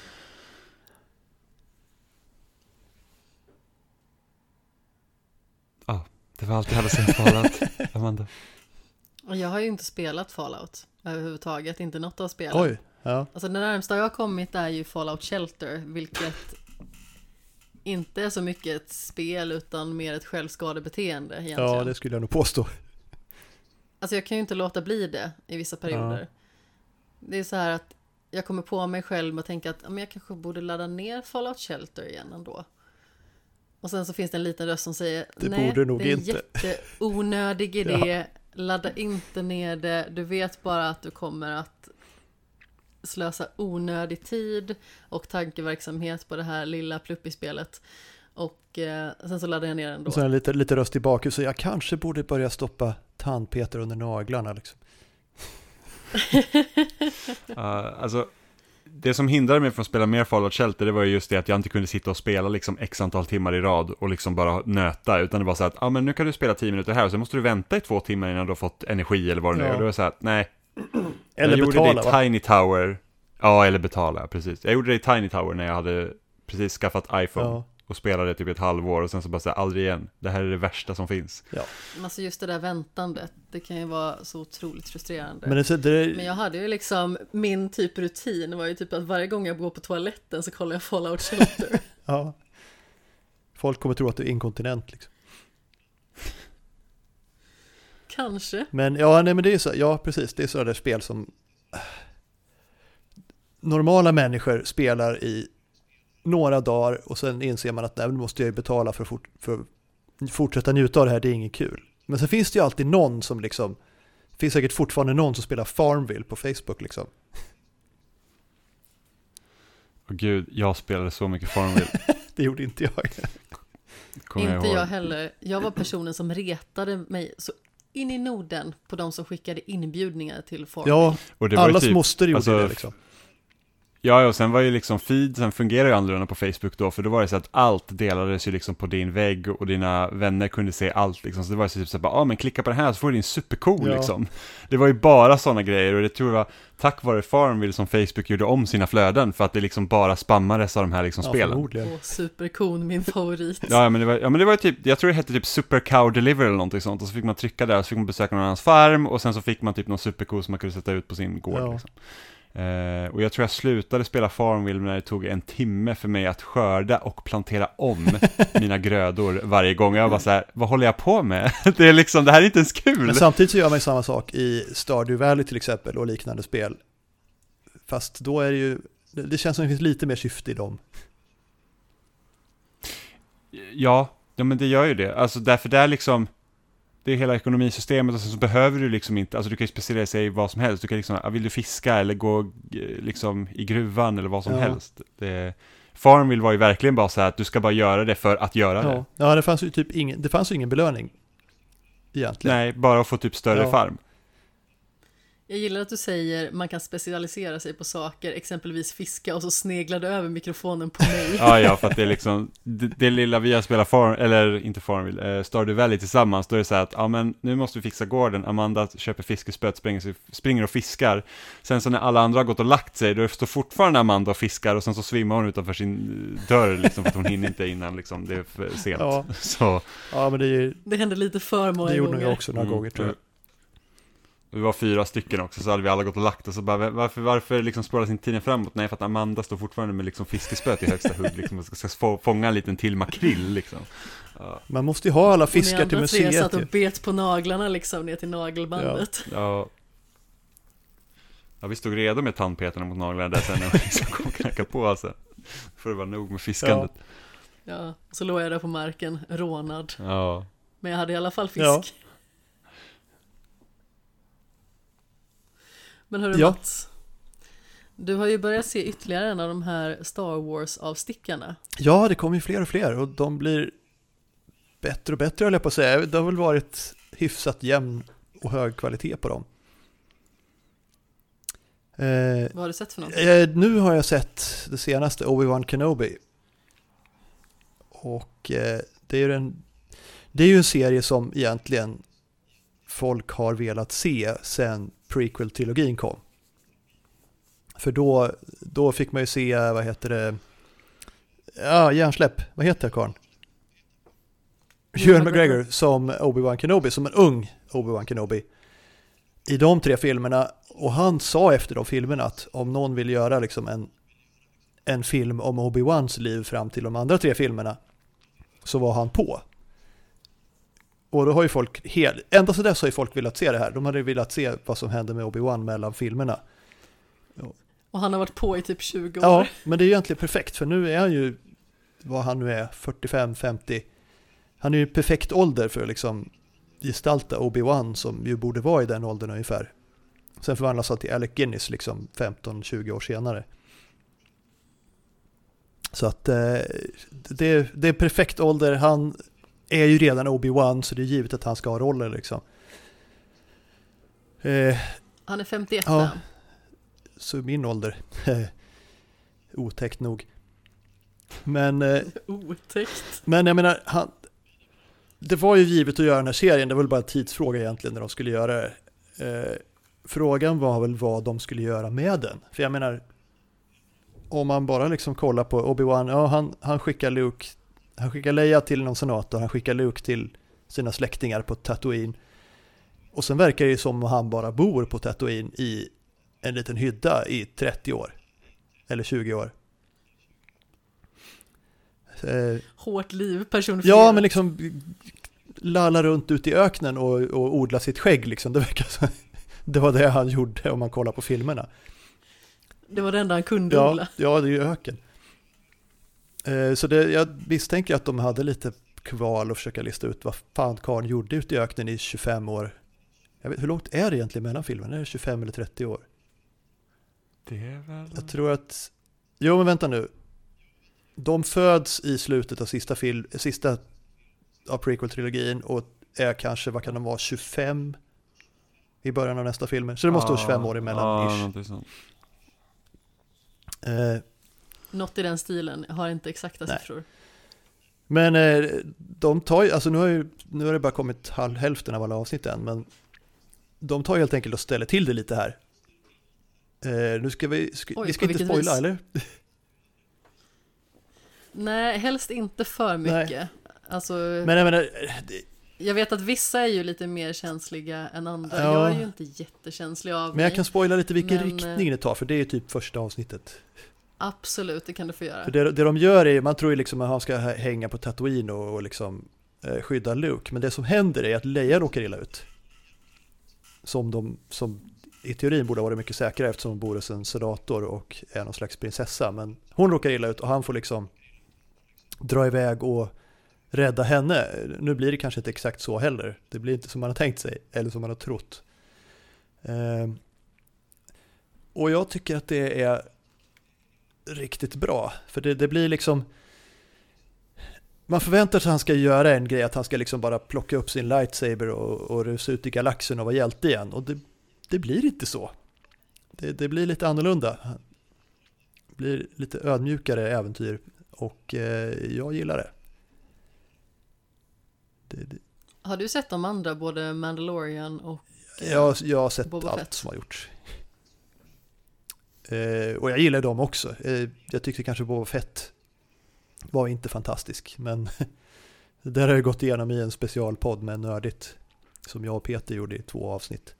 Ja. Det var allt jag hade sett Fallout, Amanda. Och jag har ju inte spelat Fallout överhuvudtaget, inte något av spelen. Oj, ja. Alltså det närmsta jag har kommit är ju Fallout Shelter, vilket inte är så mycket ett spel utan mer ett självskadebeteende egentligen. Ja, det skulle jag nog påstå. Alltså jag kan ju inte låta bli det i vissa perioder. Ja. Det är så här att jag kommer på mig själv och tänker att jag kanske borde ladda ner Fallout Shelter igen ändå. Och sen så finns det en liten röst som säger det borde nog det är en inte. jätteonödig idé. Ladda inte ner det. Du vet bara att du kommer att slösa onödig tid och tankeverksamhet på det här lilla pluppispelet. Och sen så laddar jag ner den då. Och sen lite röst tillbaka, så jag kanske borde börja stoppa tandpeter under naglarna liksom. Alltså det som hindrade mig från att spela mer Fallout Shelter, det var ju just det att jag inte kunde sitta och spela liksom x antal timmar i rad och liksom bara nöta, utan det var så att men nu kan du spela 10 minuter här och sen måste du vänta i 2 timmar innan du har fått energi eller vad det nu är. Och då var så att nej. Eller jag betala, gjorde det i Tiny Tower. Ja, eller betala, precis. Jag gjorde det i Tiny Tower när jag hade precis skaffat iPhone och spelade typ ett halvår och sen så bara så här, aldrig igen. Det här är det värsta som finns. Ja. Alltså just det där väntandet, det kan ju vara så otroligt frustrerande. Men jag hade ju liksom, min typ rutin var ju typ att varje gång jag går på toaletten så kollar jag Fallout Shelter. Ja. Folk kommer tro att du är inkontinent liksom. Kanske. Men men det är så, ja precis, det är så där spel som normala människor spelar i några dagar och sen inser man att nu måste jag betala för att fortsätta njuta av det här, det är inget kul. Men så finns det ju alltid någon som liksom, det finns säkert fortfarande någon som spelar Farmville på Facebook liksom. Åh gud, jag spelade så mycket Farmville. Det gjorde inte jag. Inte jag heller. Jag var personen som retade mig så in i Norden på de som skickade inbjudningar till Farmville. Ja, och det var allas typ, moster gjorde det liksom. Ja, och sen var ju liksom feedsen fungerar ju annorlunda på Facebook då, för då var det så att allt delades ju liksom på din vägg och dina vänner kunde se allt liksom, så det var ju typ så bara, men klicka på den här så får du din supercool liksom. Det var ju bara sådana grejer, och det tror jag var tack vare Farmville som Facebook gjorde om sina flöden, för att det liksom bara spammades av de här liksom spelen. Supercool, min favorit. Men det var typ, jag tror det hette typ Super Cow Deliver eller någonting sånt, och så fick man trycka där och så fick man besöka någon annans farm, och sen så fick man typ någon supercool som man kunde sätta ut på sin gård liksom. Och jag tror jag slutade spela Farmville när det tog 1 timme för mig att skörda och plantera om mina grödor varje gång. Jag var så här, vad håller jag på med? Det är liksom, det här är inte ens kul. Men samtidigt så gör man ju samma sak i Stardew Valley till exempel och liknande spel. Fast då är det ju, det känns som det finns lite mer syfte i dem. Ja, men det gör ju det. Alltså därför det är liksom, det är hela ekonomisystemet, och så behöver du liksom inte, alltså du kan ju specialisera dig i vad som helst. Du kan liksom, vill du fiska eller gå liksom i gruvan eller vad som helst. Farmville var ju verkligen bara så här att du ska bara göra det för att göra det. Ja, det fanns ju typ ingen belöning egentligen. Nej, bara att få typ större farm. Jag gillar att du säger man kan specialisera sig på saker, exempelvis fiska, och så sneglar du över mikrofonen på mig. Ja, för att det är liksom det lilla vi har spelat Stardew Valley tillsammans, då är det så här att men nu måste vi fixa gården. Amanda köper fiskespöt, springer och fiskar. Sen så när alla andra har gått och lagt sig, då står fortfarande Amanda och fiskar, och sen så svimmar hon utanför sin dörr liksom, för att hon hinner inte innan liksom, det är för sent. Ja. Så. Ja, men det händer lite för många gånger. Det gjorde jag också några gånger, tror jag. Vi var 4 stycken också, så hade vi alla gått och lagt, och så bara, varför liksom spåras inte tiden framåt? Nej, för att Amanda står fortfarande med liksom fiskespöt i högsta hugg liksom, och ska fånga en liten till makrill liksom. Man måste ju ha alla fiskar till museet. Ni andra 3 satt och bet på naglarna liksom ner till nagelbandet. Ja, vi stod redo med tandpetarna mot naglarna där sen när vi liksom kom och knackade på alltså. För det var nog med fiskandet. Ja, så låg jag där på marken, rånad. Ja. Men jag hade i alla fall fisk. Ja. Men hörru Mats, du har ju börjat se ytterligare en av de här Star Wars-avstickarna. Ja, det kommer ju fler och fler, och de blir bättre och bättre, höll jag på att säga. Det har väl varit hyfsat jämn och hög kvalitet på dem. Vad har du sett för något? Nu har jag sett det senaste, Obi-Wan Kenobi. Och det är ju en serie som egentligen folk har velat se sen prequel-trilogin kom. För då fick man ju se, hjärnsläpp. Vad heter karln? Ewan McGregor som Obi-Wan Kenobi, som en ung Obi-Wan Kenobi. I de 3 filmerna, och han sa efter de filmerna att om någon vill göra liksom en film om Obi-Wans liv fram till de andra 3 filmerna, så var han på. Och då har ju folk ända så dess har ju folk velat se det här. De hade velat se vad som hände med Obi-Wan mellan filmerna. Och han har varit på i typ 20 år. Ja, men det är ju egentligen perfekt, för nu är han ju, vad han nu är, 45-50. Han är ju perfekt ålder för att liksom gestalta Obi-Wan, som ju borde vara i den åldern ungefär. Sen förvandlas han till Alec Guinness liksom 15-20 år senare. Så att det är perfekt ålder. Han är ju redan Obi-Wan, så det är givet att han ska ha rollen liksom. Han är 51. Ja, så min ålder. Otäckt nog. Men otäckt. Men jag menar, det var ju givet att göra den här serien. Det var väl bara en tidsfråga egentligen när de skulle göra det. Frågan var väl vad de skulle göra med den. För jag menar, om man bara liksom kollar på Obi-Wan, han skickar Luke, han skickar Leia till någon senator, han skickar Luke till sina släktingar på Tatooine. Och sen verkar det ju som om han bara bor på Tatooine i en liten hydda i 30 år. Eller 20 år. Hårt liv, personifierat. Ja, men liksom lalla runt ut i öknen och odla sitt skägg liksom. Det verkar så. Det var det han gjorde om man kollar på filmerna. Det var det enda han kunde odla. Ja, det är ju öken. Så jag misstänker att de hade lite kval att försöka lista ut vad fan karln gjorde ute i öknen i 25 år. Jag vet, hur långt är det egentligen mellan filmerna? Är det 25 eller 30 år? Det är väl... Jag tror att... Jo, men vänta nu. De föds i slutet av sista av prequel-trilogin och är kanske, vad kan de vara, 25 i början av nästa film. Så det måste vara 25 år emellan. Något i den stilen, jag har inte exakta siffror. Men de tar ju, alltså nu har det bara kommit hälften av alla avsnitt än, men de tar ju helt enkelt och ställer till det lite här. Nu ska vi ska inte spoila, eller? Nej, helst inte för mycket. Alltså, men jag menar, jag vet att vissa är ju lite mer känsliga än andra. Jag är ju inte jättekänslig av men jag kan spoila lite vilken riktning det tar, för det är ju typ första avsnittet. Absolut, det kan du få göra. För det de gör är, man tror ju liksom att han ska hänga på Tatooine och liksom skydda Luke, men det som händer är att Leia råkar illa ut. Som i teorin borde vara mycket säkrare, eftersom hon bor hos en sedator och är någon slags prinsessa, men hon råkar illa ut och han får liksom dra iväg och rädda henne. Nu blir det kanske inte exakt så heller. Det blir inte som man har tänkt sig eller som man har trott. Och jag tycker att det är riktigt bra, för det blir liksom, man förväntar sig att han ska göra en grej, att han ska liksom bara plocka upp sin lightsaber och rusa ut i galaxen och vara hjälte igen, och det blir inte så. Det blir lite annorlunda. Det blir lite ödmjukare äventyr, och jag gillar det. Har du sett de andra, både Mandalorian och jag har sett Boba allt Fett som har gjorts. Och jag gillar dem också. Jag tyckte kanske Boba Fett var inte fantastisk, men där har jag gått igenom i en specialpodd med nördigt som jag och Peter gjorde i 2 avsnitt.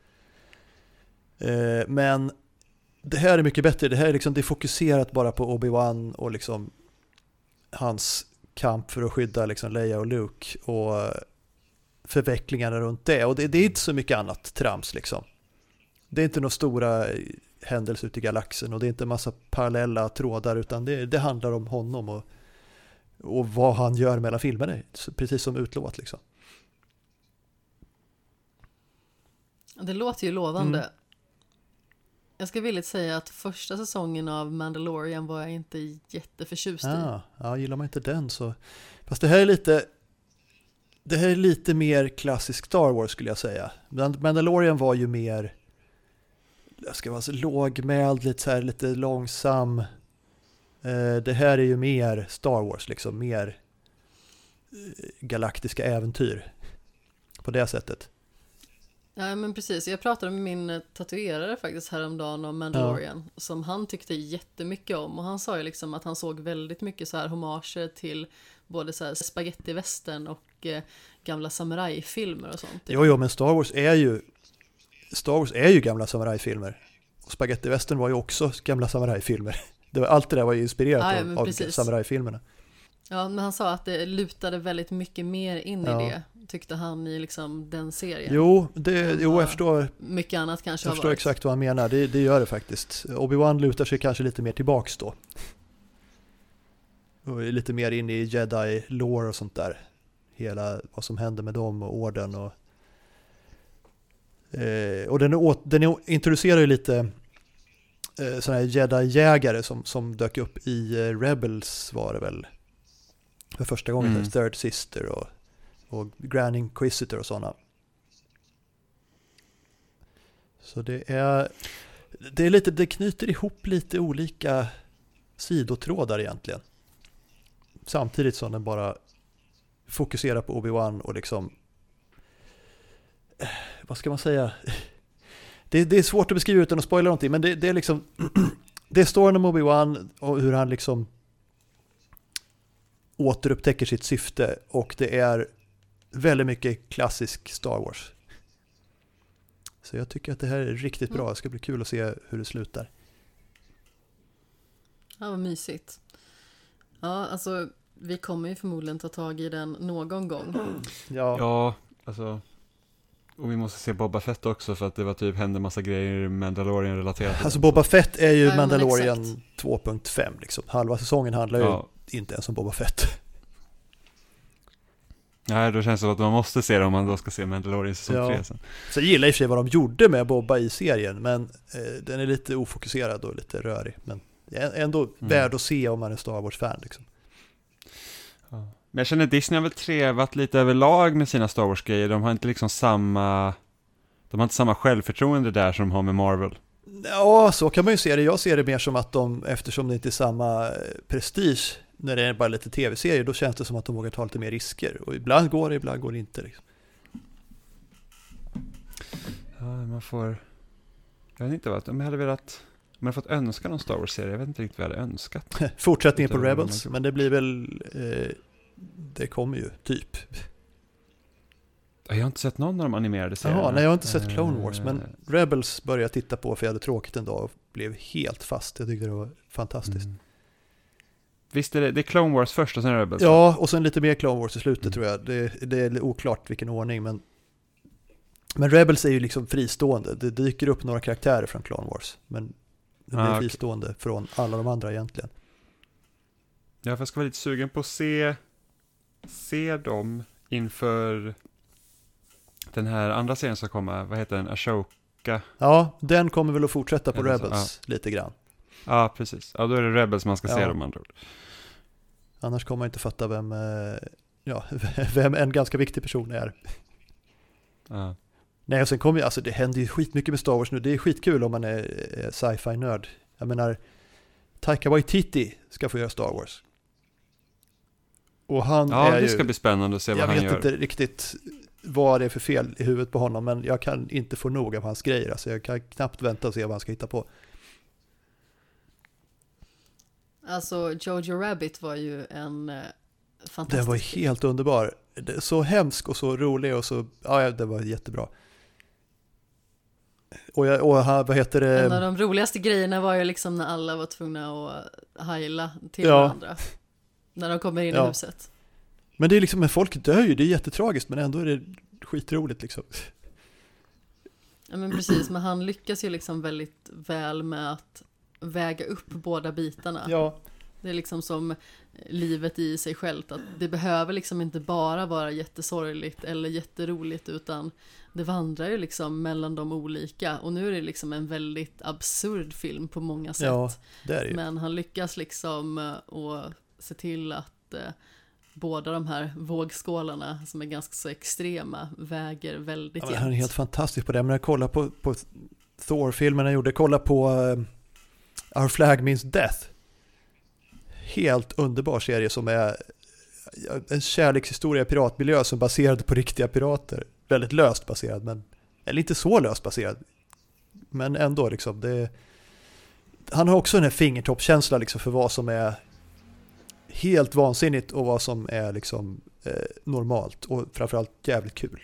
Men det här är mycket bättre. Det här är liksom, det är fokuserat bara på Obi-Wan och liksom hans kamp för att skydda liksom Leia och Luke och förvecklingarna runt det. Och det är inte så mycket annat trams liksom. Det är inte några stora händelser ute i galaxen och det är inte en massa parallella trådar, utan det handlar om honom och vad han gör mellan filmerna, precis som utlovat liksom. Det låter ju lovande. Jag ska villigt säga att första säsongen av Mandalorian var jag inte jätteförtjust i. Ja, gillar man inte den så... Fast det här är lite mer klassisk Star Wars skulle jag säga. Mandalorian var ju mer, jag ska vara så lågmäld, lite långsam. Det här är ju mer Star Wars liksom, mer galaktiska äventyr på det sättet. Ja, men precis. Jag pratade med min tatuerare faktiskt häromdagen om Mandalorian, som han tyckte jättemycket om, och han sa ju liksom att han såg väldigt mycket så här homager till både så här spaghetti-västern och gamla samurajfilmer och sånt. Jo, men Star Wars är ju gamla samurajfilmer. Och spaghetti-västern var ju också gamla samurajfilmer. Allt det där var ju inspirerat av samurajfilmerna. Ja, men han sa att det lutade väldigt mycket mer in i det, tyckte han, i liksom den serien. Jo, jag förstår. Mycket annat kanske jag förstår exakt vad han menar. Det gör det faktiskt. Obi-Wan lutar sig kanske lite mer tillbaks då. Och är lite mer in i Jedi-lore och sånt där. Hela vad som händer med dem och orden. Och den introducerar ju lite sådana här Jedi-jägare som dök upp i Rebels, var det väl. För första gången, Third Sister och Grand Inquisitor och sådana. Så det knyter ihop lite olika sidotrådar egentligen. Samtidigt som den bara fokuserar på Obi-Wan och liksom, vad ska man säga? Det är svårt att beskriva utan att spoila någonting, men det är liksom det är storyn om Obi-Wan och hur han liksom återupptäcker sitt syfte, och det är väldigt mycket klassisk Star Wars. Så jag tycker att det här är riktigt bra. Det ska bli kul att se hur det slutar. Ja, vad mysigt. Ja, alltså vi kommer ju förmodligen ta tag i den någon gång. Ja, alltså, och vi måste se Boba Fett också, för att det var typ hände massa grejer Mandalorian-relaterat. Alltså Boba Fett är ju Mandalorian 2.5 liksom. Halva säsongen handlar ju inte ens om Boba Fett. Nej, då känns det som att man måste se det om man då ska se Mandalorian säsong 3 sen. Så jag gillar i och för sig vad de gjorde med Boba i serien, men den är lite ofokuserad och lite rörig. Men ändå värd att se om man är Star Wars-fan liksom. Ja. Men jag känner att Disney har väl trevat lite överlag med sina Star Wars-grejer. De har inte liksom samma självförtroende där som de har med Marvel. Ja, så kan man ju se det. Jag ser det mer som att eftersom det inte är samma prestige när det är bara lite tv-serier, då känns det som att de vågar ta lite mer risker. Och ibland går det inte. Liksom. Ja, jag vet inte vad, om jag hade fått önska någon Star Wars-serie, jag vet inte riktigt vad jag hade önskat. Fortsättningen på Rebels, men det blir väl, det kommer ju, typ. Jag har inte sett någon av de animerade serierna. Jaha, nej, jag har inte sett Clone Wars, men Rebels började jag titta på för jag hade tråkigt en dag och blev helt fast. Jag tyckte det var fantastiskt. Visst är det är Clone Wars först och sen Rebels? Ja, och sen lite mer Clone Wars i slutet tror jag. Det är oklart vilken ordning, men Rebels är ju liksom fristående. Det dyker upp några karaktärer från Clone Wars, men det blir fristående från alla de andra egentligen. Ja, för jag ska vara lite sugen på att se dem inför den här andra serien som kommer. Vad heter den? Ashoka? Ja, den kommer väl att fortsätta på Rebels lite grann. Ja, precis. Ja, då är det Rebels man ska se dem andra ord. Annars kommer man inte fatta vem en ganska viktig person är. Ja. Nej, och sen kommer alltså det händer ju skitmycket med Star Wars nu. Det är skitkul om man är sci-fi-nörd. Jag menar, Taika Waititi ska få göra Star Wars. Och han är det ska bli spännande att se vad han gör. Jag vet inte riktigt vad det är för fel i huvudet på honom, men jag kan inte få nog av hans grejer. Alltså jag kan knappt vänta och se vad han ska hitta på. Alltså Jojo Rabbit var ju en fantastisk. Den var helt underbar. Så hemsk och så rolig och så, det var jättebra. Och vad heter det? En av de roligaste grejerna var ju liksom när alla var tvungna att heila till varandra. När de kommer in i huset. Men det är liksom, folk dör ju, det är jättetragiskt, men ändå är det skitroligt liksom. Ja, men precis, men han lyckas ju liksom väldigt väl med att väga upp båda bitarna. Ja. Det är liksom som livet i sig självt, att det behöver liksom inte bara vara jättesorgligt eller jätteroligt, utan det vandrar ju liksom mellan de olika, och nu är det liksom en väldigt absurd film på många sätt. Ja, det är det ju. Men han lyckas liksom att se till att båda de här vågskålarna som är ganska så extrema väger väldigt jämnt. Han är helt fantastisk på det. Men jag kollar på Thor-filmen jag gjorde, kolla på Our Flag Means Death. Helt underbar serie som är en kärlekshistoria i piratmiljö som är baserad på riktiga pirater. Väldigt löst baserad, eller inte så löst baserad. Men ändå liksom, han har också den här fingertoppkänsla liksom för vad som är helt vansinnigt och vad som är liksom normalt och framförallt jävligt kul.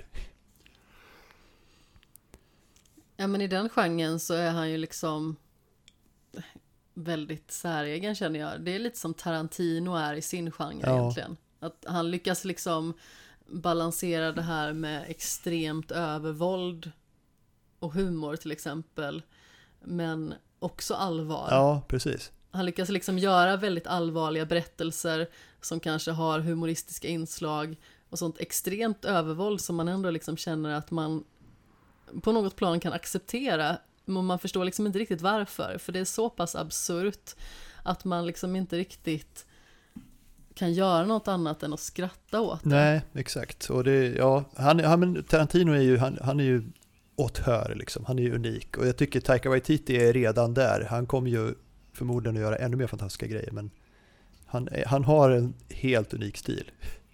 Ja, men i den genren så är han ju liksom väldigt säregen, känner jag. Det är lite som Tarantino är i sin genre egentligen. Att han lyckas liksom balansera det här med extremt övervåld och humor till exempel, men också allvar. Ja, precis. Han lyckas liksom göra väldigt allvarliga berättelser som kanske har humoristiska inslag och sånt extremt övervåld som man ändå liksom känner att man på något plan kan acceptera, men man förstår liksom inte riktigt varför, för det är så pass absurt att man liksom inte riktigt kan göra något annat än att skratta åt det. Nej, exakt. Och Tarantino är ju han är ju åthör liksom. Han är ju unik, och jag tycker Taika Waititi är redan där. Han kommer ju förmodligen att göra ännu mer fantastiska grejer, men han har en helt unik stil.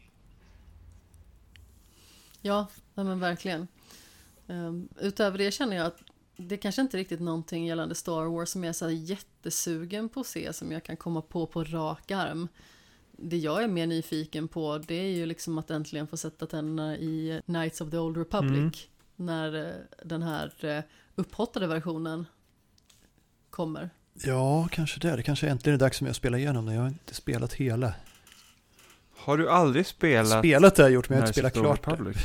Ja, men verkligen. Utöver det känner jag att det kanske inte riktigt någonting gällande Star Wars som jag är så jättesugen på att se, som jag kan komma på rak arm. Det jag är mer nyfiken på, det är ju liksom att äntligen få sätta tänderna i Knights of the Old Republic när den här upphottade versionen kommer. Ja, kanske det. Det kanske äntligen är dags för mig att spela igenom när jag har inte spelat hela. Har du aldrig spelat? Spelat det har jag gjort, men jag har inte spelat klart det.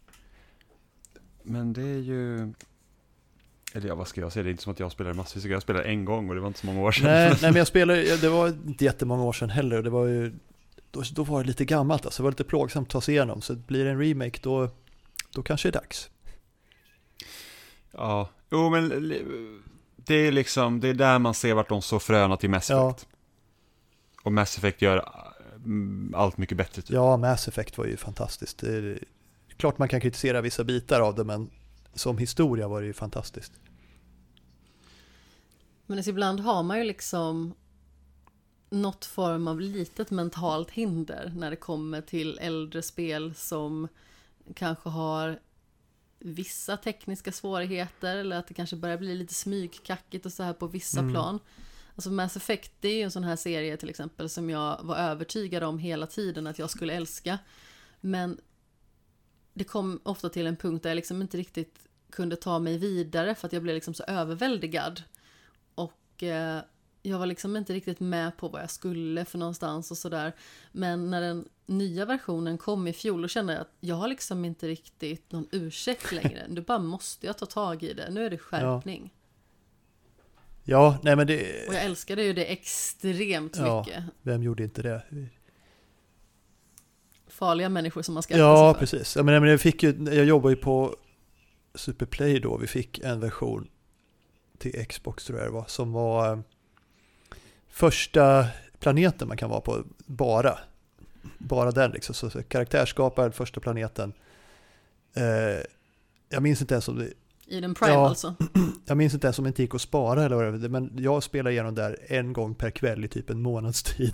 Men det är ju... Eller vad ska jag säga? Det är inte som att jag spelade massvis. Jag spelade en gång och det var inte så många år sedan. Nej, men jag spelade... Det var inte jättemånga år sedan heller. Det var ju... Då var det lite gammalt. Alltså. Det var lite plågsamt att ta sig igenom. Så blir det en remake, då kanske det är dags. Ja. Jo, men... Det är liksom... Det är där man ser vart de så fröna till Mass Effect. Ja. Och Mass Effect gör allt mycket bättre. Typ. Ja, Mass Effect var ju fantastiskt. Det är klart man kan kritisera vissa bitar av det, men som historia var det ju fantastiskt. Men ibland har man ju liksom något form av litet mentalt hinder när det kommer till äldre spel som kanske har vissa tekniska svårigheter eller att det kanske börjar bli lite smygkackigt och så här på vissa plan. Alltså Mass Effect, det är ju en sån här serie till exempel som jag var övertygad om hela tiden att jag skulle älska. Men det kom ofta till en punkt där jag liksom inte riktigt kunde ta mig vidare för att jag blev liksom så överväldigad. Och jag var liksom inte riktigt med på vad jag skulle för någonstans och sådär. Men när den nya versionen kom i fjol, då kände jag att jag har liksom inte riktigt någon ursäkt längre. Nu bara måste jag ta tag i det. Nu är det skärpning. Ja, nej men det... Och jag älskade ju det extremt mycket. Vem gjorde inte det? Farliga människor som man ska Ja, precis. Ja, men jag jobbar ju på Superplay då. Vi fick en version till Xbox tror jag det var, som var första planeten man kan vara på bara den liksom. Så karaktärsskaparen, första planeten. Jag minns inte ens om det... I den Prime alltså? Jag minns inte ens om det inte gick att spara eller vad det var, men jag spelar igenom där en gång per kväll i typ en månads tid.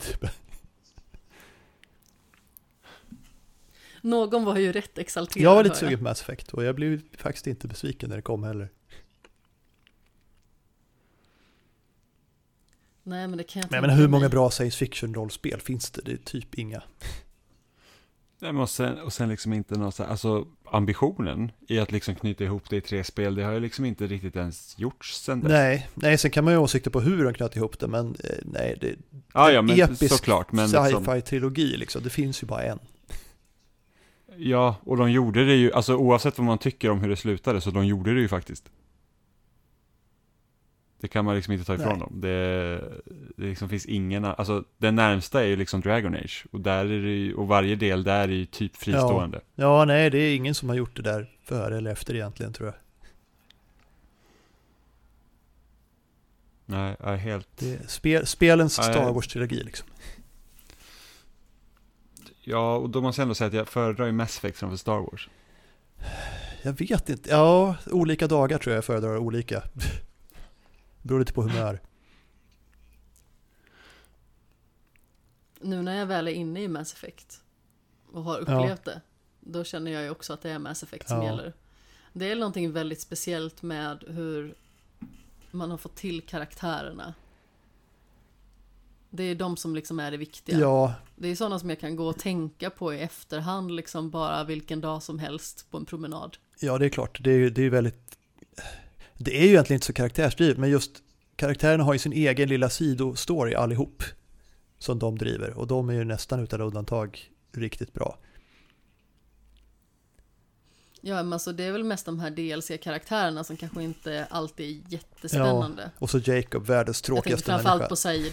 Någon var ju rätt exalterad. Jag var lite sugen på Mass Effect och jag blev faktiskt inte besviken när det kom heller. Nej, men det kan jag inte. Men hur många bra science fiction-rollspel finns det? Det är typ inga. Nej, men och sen liksom inte någon så här, alltså ambitionen i att liksom knyta ihop det i 3 spel, det har ju liksom inte riktigt ens gjorts sen dess. Nej, sen kan man ju åsikter på hur de knöt ihop det, men nej, det ja, men episk såklart, men sci-fi-trilogi liksom, det finns ju bara en. Ja, och de gjorde det ju, alltså oavsett vad man tycker om hur det slutade, så de gjorde det ju faktiskt. Det kan man liksom inte ta ifrån dem. Det liksom finns ingen, alltså den närmsta är ju liksom Dragon Age, och där är det ju, och varje del där är ju typ fristående. Ja, nej, det är ingen som har gjort det där före eller efter egentligen, tror jag. Nej, jag helt... Det är spelens Star Wars-trilogi liksom. Ja, och då måste jag ändå säga att jag föredrar ju Mass Effect framför Star Wars. Jag vet inte. Ja, olika dagar tror jag föredrar olika. Beror lite på humör. Nu när jag väl är inne i Mass Effect och har upplevt det, då känner jag ju också att det är Mass Effect som gäller. Det är någonting väldigt speciellt med hur man har fått till karaktärerna. Det är de som liksom är det viktiga. Ja. Det är sådana som jag kan gå och tänka på i efterhand, liksom bara vilken dag som helst på en promenad. Ja, det är klart. Det är väldigt... Det är ju egentligen inte så karaktärsdrivet, men just karaktärerna har ju sin egen lilla sidostory allihop som de driver, och de är ju nästan utan undantag riktigt bra. Ja, men alltså det är väl mest de här DLC-karaktärerna som kanske inte alltid är jättespännande. Ja, och så Jacob, världens tråkigaste människa. Framförallt på Said.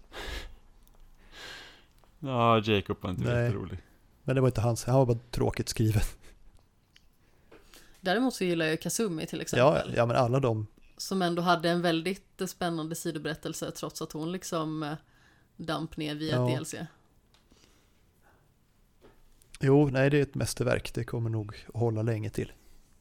Ja, Jacob var inte jätterolig. Men det var inte hans, han var bara tråkigt skriven. Däremot så gillar jag Kasumi till exempel. Ja, men alla de. Som ändå hade en väldigt spännande sidoberättelse trots att hon liksom damp ner via DLC. Jo, nej, det är ett mästerverk. Det kommer nog att hålla länge till.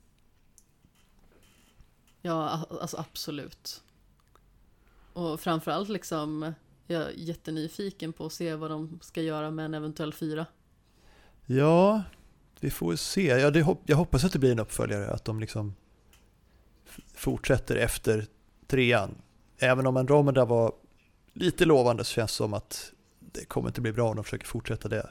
Ja, alltså absolut. Och framförallt liksom, jag är jättenyfiken på att se vad de ska göra med en eventuell 4. Ja, vi får se. Jag hoppas att det blir en uppföljare, att de liksom fortsätter efter 3:an. Även om Andromeda var lite lovande, så känns det som att det kommer inte bli bra om de försöker fortsätta det.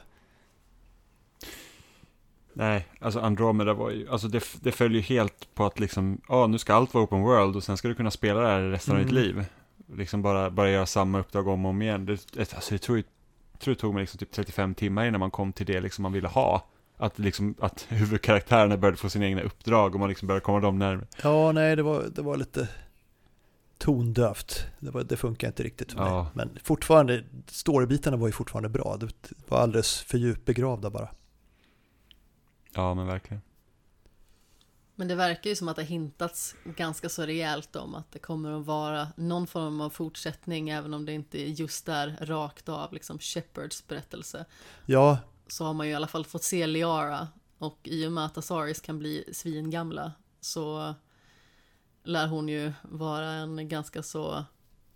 Nej, alltså Andromeda var ju, alltså det följer ju helt på att liksom, nu ska allt vara open world och sen ska du kunna spela det här resten av ditt liv. Liksom bara göra samma uppdrag om och om igen. Jag tror det tog mig liksom typ 35 timmar innan man kom till det liksom man ville ha. Att huvudkaraktärerna började få sina egna uppdrag och man liksom började komma dem närmare. Ja, nej, det var lite tondövt. Det funkar inte riktigt för mig. Men fortfarande, storybitarna var ju fortfarande bra. Det var alldeles för djupbegravda bara. Ja, men verkligen. Men det verkar ju som att det hintats ganska så rejält om att det kommer att vara någon form av fortsättning, även om det inte är just där rakt av liksom Shepards berättelse. Ja. Så har man ju i alla fall fått se Liara, och i och med att Azaris kan bli svingamla så lär hon ju vara en ganska så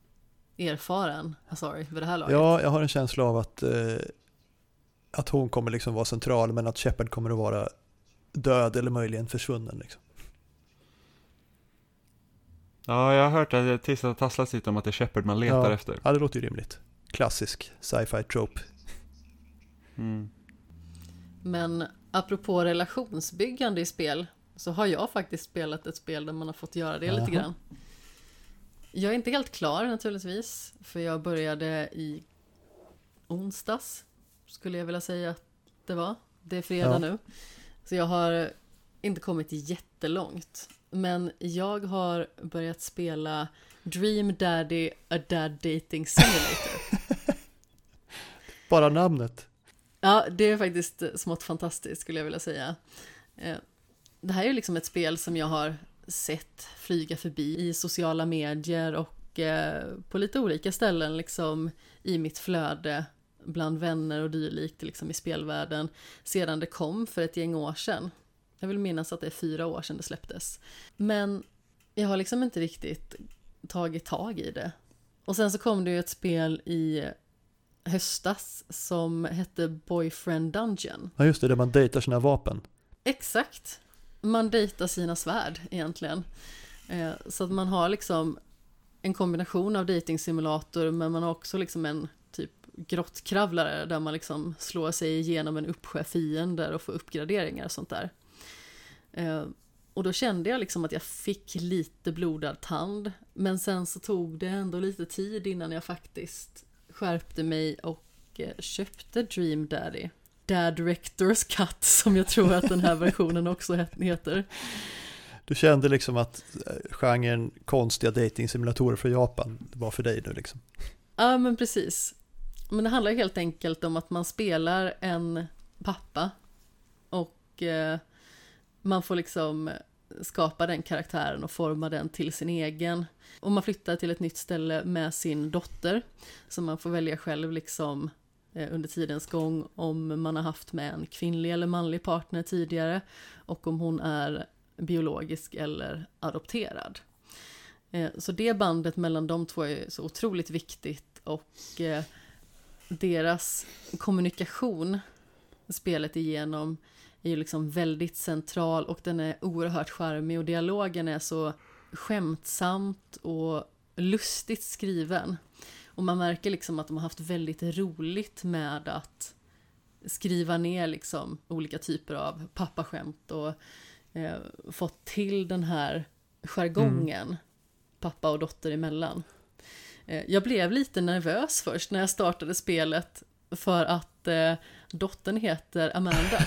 erfaren Asari vid det här laget. Ja, jag har en känsla av att hon kommer liksom vara central, men att Shepard kommer att vara död eller möjligen försvunnen liksom. Ja, jag har hört att det har tasslats lite om att det är Shepard man letar efter. Ja, det låter ju rimligt. Klassisk sci-fi trope. Men apropå relationsbyggande i spel, så har jag faktiskt spelat ett spel där man har fått göra det lite grann. Jag är inte helt klar naturligtvis, för jag började i onsdags, skulle jag vilja säga att det var. Det är fredag nu. Så jag har inte kommit jättelångt. Men jag har börjat spela Dream Daddy, A Dad Dating Simulator. Bara namnet. Ja, det är faktiskt smått fantastiskt skulle jag vilja säga. Det här är ju liksom ett spel som jag har sett flyga förbi i sociala medier och på lite olika ställen liksom i mitt flöde bland vänner och dylikt liksom i spelvärlden sedan det kom för ett gäng år sedan. Jag vill minnas att det är 4 år sedan det släpptes. Men jag har liksom inte riktigt tagit tag i det. Och sen så kom det ju ett spel i höstas som hette Boyfriend Dungeon. Ja just det, där man dejtar sina vapen. Exakt. Man dejtar sina svärd egentligen. Så att man har liksom en kombination av datingsimulator, men man har också liksom en typ grottkravlare där man liksom slår sig igenom en uppsjö fiender och får uppgraderingar och sånt där. Och då kände jag liksom att jag fick lite blodad tand, men sen så tog det ändå lite tid innan jag faktiskt skärpte mig och köpte Dream Daddy. Dad Director's Cut, som jag tror att den här versionen också heter. Du kände liksom att genren konstiga dating-simulatorer från Japan var för dig nu liksom? Ja, men precis. Men det handlar helt enkelt om att man spelar en pappa och man får liksom skapa den karaktären och forma den till sin egen. Och man flyttar till ett nytt ställe med sin dotter, så man får välja själv liksom under tidens gång om man har haft med en kvinnlig eller manlig partner tidigare och om hon är biologisk eller adopterad. Så det bandet mellan de två är så otroligt viktigt, och deras kommunikation spelet igenom är ju liksom väldigt central, och den är oerhört charmig, och dialogen är så skämtsamt och lustigt skriven. Och man märker liksom att de har haft väldigt roligt med att skriva ner liksom olika typer av pappaskämt och fått till den här jargongen pappa och dotter emellan. Jag blev lite nervös först när jag startade spelet för att dottern heter Amanda.